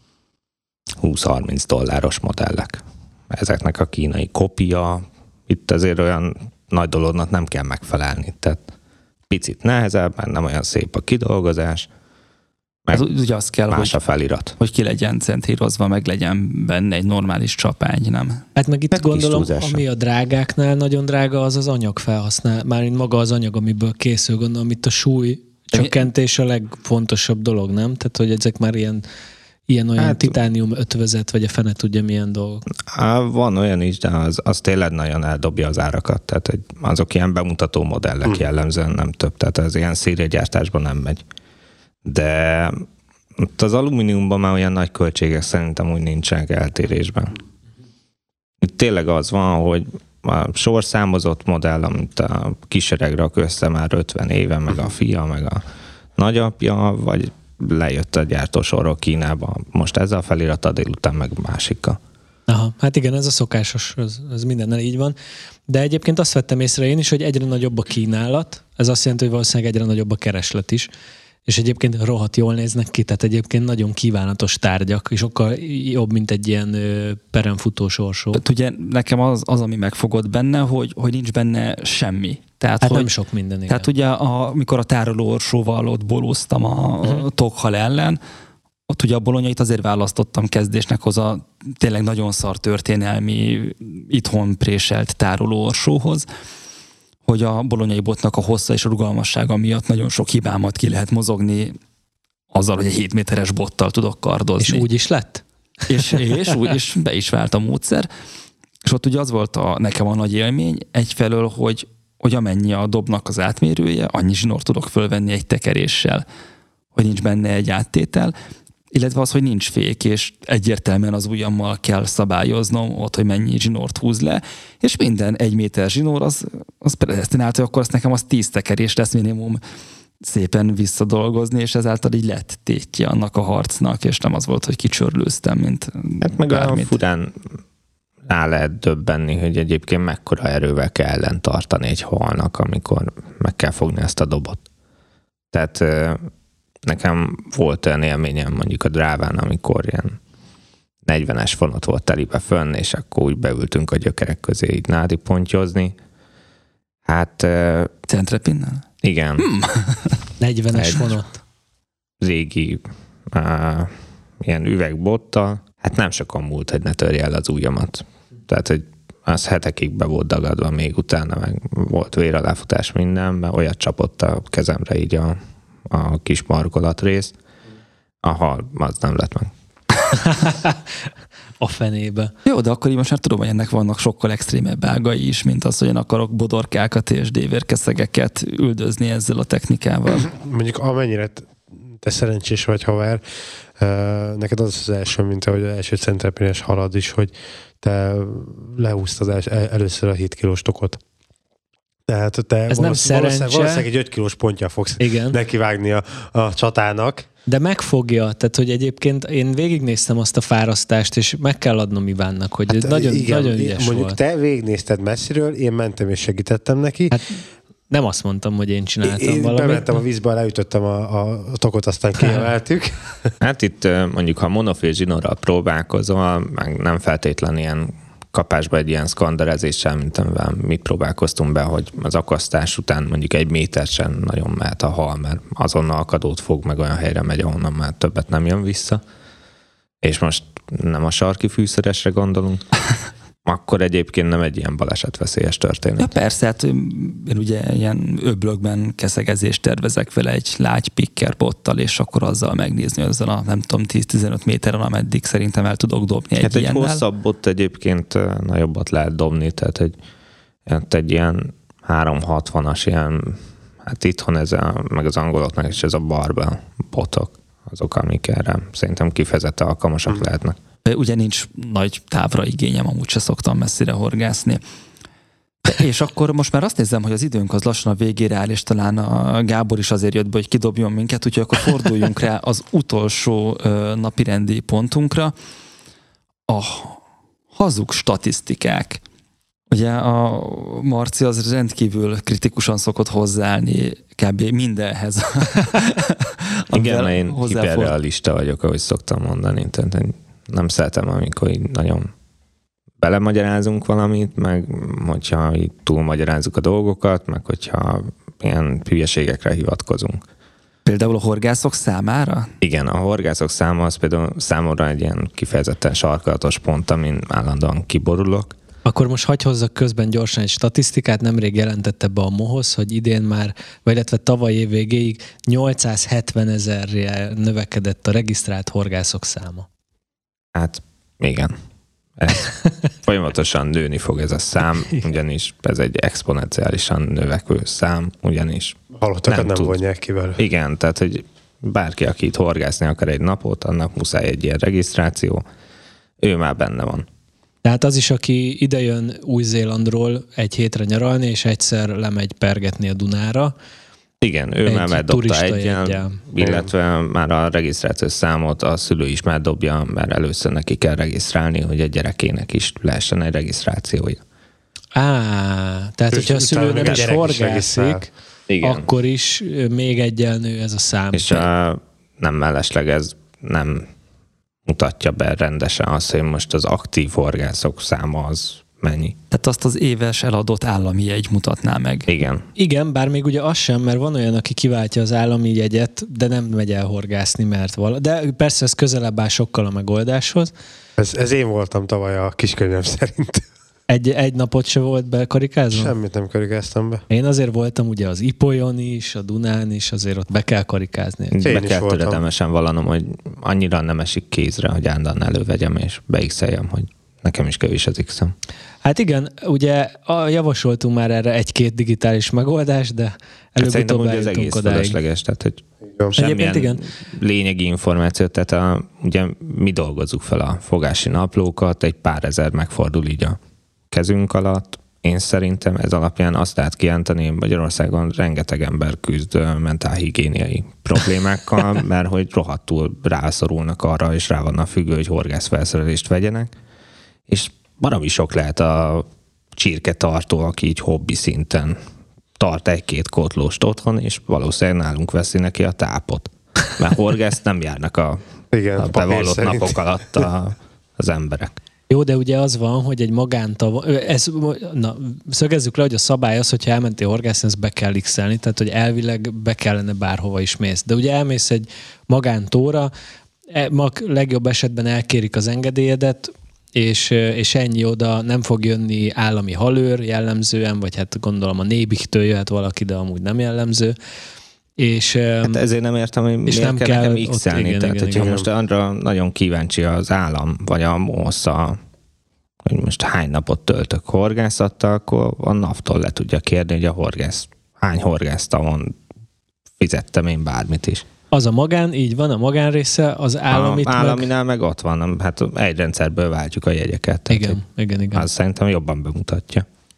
$20-30 modellek. Ezeknek a kínai kopia, itt azért olyan nagy dolognak nem kell megfelelni. Tehát picit nehezebb, mert nem olyan szép a kidolgozás, meg ugye az kell, más a felirat. Hogy ki legyen centírozva, meg legyen benne egy normális csapány, nem? Hát meg itt gondolom, ami a drágáknál nagyon drága, az anyag felhasznál. Mármint maga az anyag, amiből készül, gondolom, itt a súly csökkentés a legfontosabb dolog, nem? Tehát, hogy ezek már ilyen-olyan titánium ötvözet, vagy a fene tudja milyen dolgok. Van olyan is, de az tényleg nagyon eldobja az árakat. Tehát hogy azok ilyen bemutató modellek jellemzően, nem több. Tehát az ilyen szériagyártásban nem megy. De ott az alumíniumban már olyan nagy költségek szerintem úgy nincsenek eltérésben. Itt tényleg az van, hogy a sorszámozott modell, amit a kisereg rak össze már 50 éve, meg a fia, meg a nagyapja, vagy lejött a gyártósorról Kínába. Most ezzel a felirat délután meg másikkal. Aha, hát igen, ez a szokásos, ez mindennel így van. De egyébként azt vettem észre én is, hogy egyre nagyobb a kínálat. Ez azt jelenti, hogy valószínűleg egyre nagyobb a kereslet is. És egyébként rohadt jól néznek ki, tehát egyébként nagyon kívánatos tárgyak, és sokkal jobb, mint egy ilyen peremfutó sorsó. Hát ugye nekem az, ami megfogott benne, hogy nincs benne semmi. Tehát, hát hogy, nem sok minden, igen. Tehát ugye, amikor a tároló orsóval ott bolóztam a tokhal ellen, ott ugye a bolonyait azért választottam kezdésnek hozzá tényleg nagyon szar történelmi itthon préselt tároló orsóhoz, hogy a bolonyai botnak a hossza és a rugalmassága miatt nagyon sok hibámat ki lehet mozogni azzal, hogy egy 7 méteres bottal tudok kardozni. És úgy is lett? És be is vált a módszer. És ott ugye az volt nekem a nagy élmény, egyfelől, hogy amennyi a dobnak az átmérője, annyi zsinort tudok fölvenni egy tekeréssel, hogy nincs benne egy áttétel, illetve az, hogy nincs fék, és egyértelműen az ujjammal kell szabályoznom ott, hogy mennyi zsinort húz le, és minden 1 méter zsinór az predesztinált, hogy akkor azt nekem az 10 tekerés lesz minimum szépen visszadolgozni, és ezáltal így lett tétje annak a harcnak, és nem az volt, hogy kicsörlőztem, mint hát meg olyan furán rá lehet döbbenni, hogy egyébként mekkora erővel kell ellen tartani egy halnak, amikor meg kell fogni ezt a dobot. Tehát nekem volt olyan élményem mondjuk a Dráván, amikor ilyen 40-es fonot volt telibe fönn, és akkor úgy beültünk a gyökerek közé így nádi pontyozni. Hát... Centrepinnel? Igen. 40-es fonot. Régi ilyen üvegbottal. Hát nem sokan múlt, hogy ne törje el az ujjamat. Tehát, hogy az hetekig be volt dagadva, még utána meg volt véraláfutás minden, mert olyat csapott a kezemre így a kis markolatrész. Aha, az nem lett meg. A fenébe. Jó, de akkor így most már tudom, hogy ennek vannak sokkal extrémebb ágai is, mint az, hogy én akarok bodorkákat és dévérkeszegeket üldözni ezzel a technikával. Mondjuk amennyire te szerencsés vagy, haver, neked az első, mint ahogy az első centerpines halad is, hogy te lehúztad először a 7 kilós tokot. Tehát te ez nem szerencse. Valószínűleg egy 5 kilós pontja fogsz nekivágni a csatának. De megfogja, tehát hogy egyébként én végignéztem azt a fárasztást, és meg kell adnom Ivánnak, hogy hát, nagyon ügyes mondjuk volt. te végignézted messziről, én mentem és segítettem neki. Hát nem azt mondtam, hogy én csináltam én valamit. Bementem a vízbe, leütöttem a tokot, aztán kiemeltük. Hát itt mondjuk, ha monofél zsinórral próbálkozol, meg nem feltétlen ilyen kapásba egy ilyen szkanderezéssel, mint amivel mi próbálkoztunk be, hogy az akasztás után mondjuk 1 méter sem nagyon mehet a hal, mert azonnal akadót fog, meg olyan helyre megy, ahonnan már többet nem jön vissza. És most nem a sarki fűszeresre gondolunk, akkor egyébként nem egy ilyen balesetveszélyes történet. Ja persze, hát én ugye ilyen öblökben keszegezést tervezek vele egy lágy pikkerbottal, és akkor azzal megnézni, azzal a nem tudom 10-15 méteren, ameddig szerintem el tudok dobni egy ilyennel. Egy hosszabb bot egyébként nagyobbat lehet dobni, tehát egy ilyen 360-as ilyen, hát itthon ez meg az angoloknak is ez a barbell botok, azok, amik erre szerintem kifejezetten alkalmasak lehetnek. Ugye nincs nagy távra igényem, amúgy se szoktam messzire horgászni. És akkor most már azt nézem, hogy az időnk az lassan a végére áll, és talán a Gábor is azért jött be, hogy kidobjon minket, úgyhogy akkor forduljunk rá az utolsó napirendi pontunkra. A hazug statisztikák. Ugye a Marci az rendkívül kritikusan szokott hozzáállni kb. Mindenhez. Igen, én hiperrealista vagyok, ahogy szoktam mondani. Tehát nem szeretem, amikor így nagyon belemagyarázunk valamit, meg hogyha így túlmagyarázzuk a dolgokat, meg hogyha ilyen hülyeségekre hivatkozunk. Például a horgászok számára? Igen, a horgászok száma az például számomra egy ilyen kifejezetten sarkalatos pont, amin állandóan kiborulok. Akkor most hagyj hozzak közben gyorsan egy statisztikát, nemrég jelentette be a MOHOZ, hogy idén már, vagy illetve tavaly év végéig 870 000-re növekedett a regisztrált horgászok száma. Hát igen. Ez folyamatosan nőni fog ez a szám, ugyanis ez egy exponenciálisan növekvő szám, ugyanis halottakat nem vonják ki belőle. Igen, tehát hogy bárki, aki itt horgászni akar egy napot, annak muszáj egy ilyen regisztráció, ő már benne van. Tehát az is, aki idejön Új-Zélandról egy hétre nyaralni, és egyszer lemegy pergetni a Dunára. Igen, ő már megdobta egyen, illetve már a regisztrációs számot a szülő is már dobja, mert először neki kell regisztrálni, hogy a gyerekének is lehessen egy regisztrációja. Tehát hogyha a szülő nem is horgászik, akkor is még egyen nő ez a szám. És nem mellesleg ez nem mutatja be rendesen azt, hogy most az aktív horgászok száma az mennyi. Tehát azt az éves eladott állami jegy mutatná meg. Igen. Igen, bár még ugye az sem, mert van olyan, aki kiváltja az állami jegyet, de nem megy el horgászni, mert de persze ez közelebb áll sokkal a megoldáshoz. Ez én voltam tavaly a kiskönyvem szerint. Egy napot se volt bekarikázva? Semmit nem karikáztam be. Én azért voltam ugye az Ipolyon is, a Dunán is, azért ott be kell karikázni. Be kell töredemesen vallanom, hogy annyira nem esik kézre, hogy állandóan elővegyem és beixeljem, hogy nekem is kevés az X-em. Hát igen, ugye javasoltunk már erre 1-2 digitális megoldást, de előbb-utóbb ez egész fölösleges, tehát hogy semmilyen lényegi információt, tehát ugye mi dolgozzuk fel a fogási naplókat, egy pár ezer megfordul így a kezünk alatt. Én szerintem ez alapján azt lehet kijelenteni, Magyarországon rengeteg ember küzd mentálhigiéniai problémákkal, mert hogy rohadtul rászorulnak arra, és rá vannak függő, hogy horgászfelszerelést vegyenek. És baromi sok lehet a csirketartó, aki így hobbi szinten tart 1-2 kotlóst otthon, és valószínűleg nálunk veszi neki a tápot. Mert horgászt nem járnak a bevallott napok alatt az emberek. Jó, de ugye az van, hogy egy szögezzük le, hogy a szabály az, hogyha elmentél horgászni, ezt be kell x-elni, tehát hogy elvileg be kellene bárhova is mész. De ugye elmész egy magántóra, legjobb esetben elkérik az engedélyedet, és ennyi, oda nem fog jönni állami halőr jellemzően, vagy hát gondolom a Nébiktől jöhet valaki, de amúgy nem jellemző. És, hát ezért nem értem, hogy miért nem kell nekem x-elni. Tehát, hogyha most arra nagyon kíváncsi az állam, vagy a MOHOZ, hogy most hány napot töltök horgászattal, akkor a NAV-tól le tudja kérni, hogy a horgász, hány horgásztavon fizettem én bármit is. Az a magán, így van, a magán része, az államit államinál meg ott van, hát egy rendszerből váltjuk a jegyeket. Igen. Az szerintem jobban bemutatja.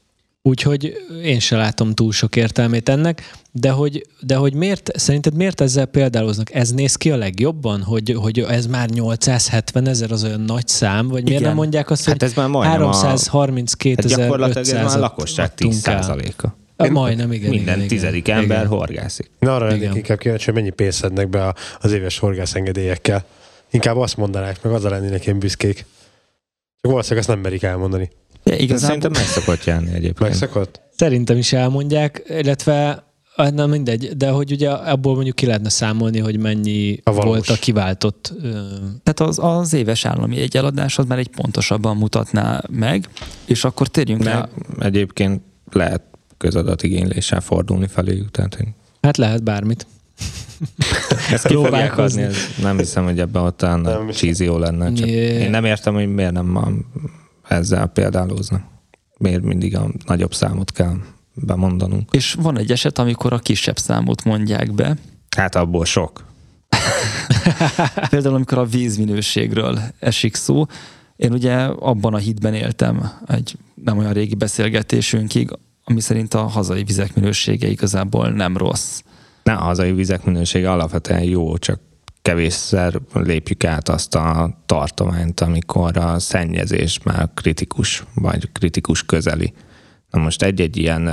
Úgyhogy én se látom túl sok értelmét ennek, de hogy szerinted miért ezzel példáloznak? Ez néz ki a legjobban, hogy ez már 870 000 az olyan nagy szám, vagy miért nem mondják azt, hogy ez már 332 500 gyakorlatilag ez már a lakosság 10%-a. Majdnem, igen. Minden tizedik ember horgászik. Na, arra lennék inkább kíváncsi, hogy mennyi pénzt szednek be az éves horgászengedélyekkel. Inkább azt mondanák, meg azzal lennének én büszkék. Csak valószínűleg ezt nem merik elmondani. Szerintem meg szokott járni egyébként. Megszokott? Szerintem is elmondják, illetve nem mindegy, de hogy ugye abból mondjuk ki lehetne számolni, hogy mennyi volt a kiváltott. Tehát az éves állami jegyeladás az már egy pontosabban mutatná meg, és akkor térjünk rá. Egyébként lehet közadatigényléssel fordulni feléjük, tehát én... Hát lehet bármit. Ezt ki fogják adni, nem hiszem, hogy ebben ott a cheesy lenne. Csak én nem értem, hogy miért nem ezzel példálóznak. Miért mindig a nagyobb számot kell bemondanunk. És van egy eset, amikor a kisebb számot mondják be. Hát abból sok. Például, amikor a vízminőségről esik szó. Én ugye abban a hitben éltem egy nem olyan régi beszélgetésünkig, ami szerint a hazai vizek minősége igazából nem rossz. A hazai vizek minősége alapvetően jó, csak kevésszer lépjük át azt a tartományt, amikor a szennyezés már kritikus, vagy kritikus közeli. Na most egy-egy ilyen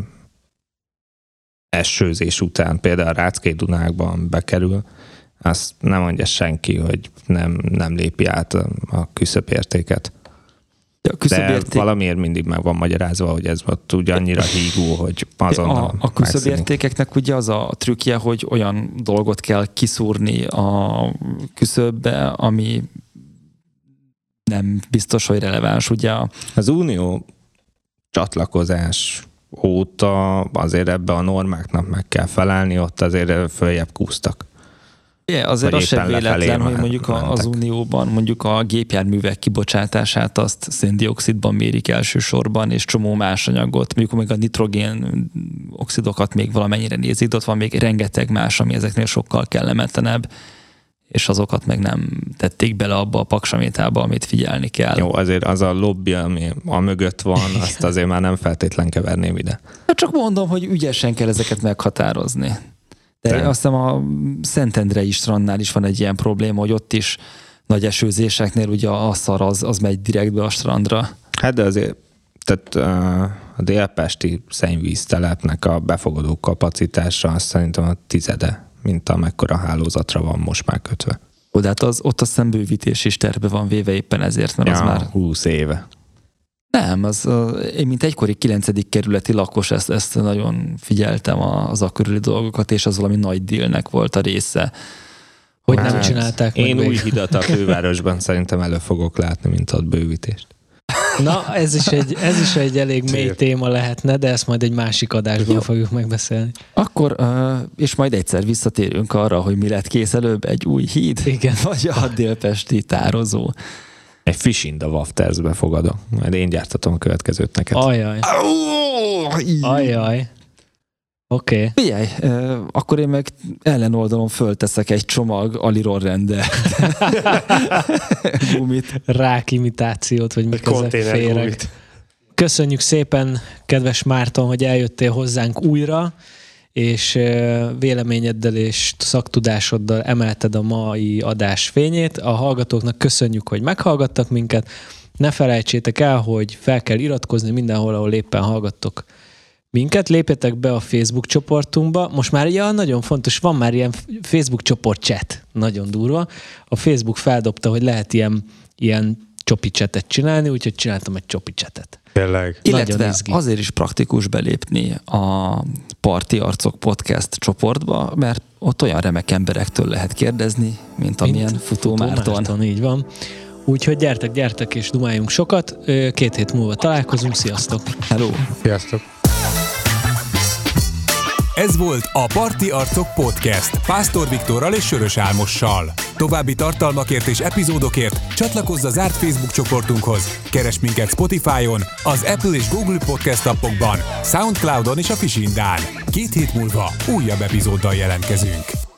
esőzés után, például a Ráckei-Dunákban bekerül, azt nem mondja senki, hogy nem lépi át a küszöbértéket. De valamiért mindig meg van magyarázva, hogy ez volt ugye annyira hígó, hogy azonnal a küszöbértékeknek ugye az a trükkje, hogy olyan dolgot kell kiszúrni a küszöbbe, ami nem biztos, hogy releváns. Ugye az unió csatlakozás óta azért ebbe a normáknak meg kell felelni, ott azért följebb kúsztak. Azért az sem véletlen, hogy mondjuk az Unióban mondjuk a gépjárművek kibocsátását azt széndioxidban mérik elsősorban, és csomó más anyagot, mondjuk meg a nitrogén oxidokat még valamennyire nézik, de ott van még rengeteg más, ami ezeknél sokkal kellemetlenebb, és azokat meg nem tették bele abba a paksamétába, amit figyelni kell. Jó, azért az a lobby, ami a mögött van, azt azért már nem feltétlen keverném ide. Csak mondom, hogy ügyesen kell ezeket meghatározni. De azt hiszem a Szentendrei strandnál is van egy ilyen probléma, hogy ott is nagy esőzéseknél ugye a szar az megy direktbe a strandra. Hát de azért tehát a délpesti szennyvíztelepnek a befogadó kapacitása azt szerintem a 10, mint amekkora hálózatra van most már kötve. De hát ott a szembővítés is terve van véve éppen ezért, mert az már... 20 éve. Nem, én mint egykori 9. kerületi lakos ezt nagyon figyeltem az akkörüli dolgokat, és az valami nagy dealnek volt a része. Hogy nem csinálták meg. Én új hidat a fővárosban szerintem elő fogok látni, mint ott bővítést. Na, ez is egy elég mély téma lehetne, de ezt majd egy másik adásban fogjuk megbeszélni. Akkor, és majd egyszer visszatérünk arra, hogy mi lett kész előbb, egy új híd, igen, vagy a délpesti tározó. Egy Fish in the Wafters-be fogadok. Majd én gyártatom a következőt neked. Ajaj. Oké. Figyelj, akkor én meg ellenoldalon fölteszek egy csomag Aliról rendelt gumit. Rákimitációt, vagy mik ezek féreg. Köszönjük szépen, kedves Márton, hogy eljöttél hozzánk újra, és véleményeddel és szaktudásoddal emelted a mai adás fényét. A hallgatóknak köszönjük, hogy meghallgattak minket. Ne felejtsétek el, hogy fel kell iratkozni mindenhol, ahol éppen hallgattok minket. Lépjetek be a Facebook csoportunkba. Most már nagyon fontos, van már ilyen Facebook csoport chat. Nagyon durva. A Facebook feldobta, hogy lehet ilyen csopi chatet csinálni, úgyhogy csináltam egy csopi chatet. Tényleg. Illetve azért is praktikus belépni a Parti Arcok podcast csoportba, mert ott olyan remek emberektől lehet kérdezni, mint amilyen Futó Márton. Így van. Úgyhogy gyertek, és dumáljunk sokat. 2 hét múlva találkozunk. Sziasztok! Hello! Sziasztok! Ez volt a Parti Arcok Podcast Pásztor Viktorral és Sörös Álmossal. További tartalmakért és epizódokért csatlakozz a zárt Facebook csoportunkhoz. Keresd minket Spotify-on, az Apple és Google Podcast appokban, Soundcloudon és a Fishindán. 2 hét múlva újabb epizóddal jelentkezünk.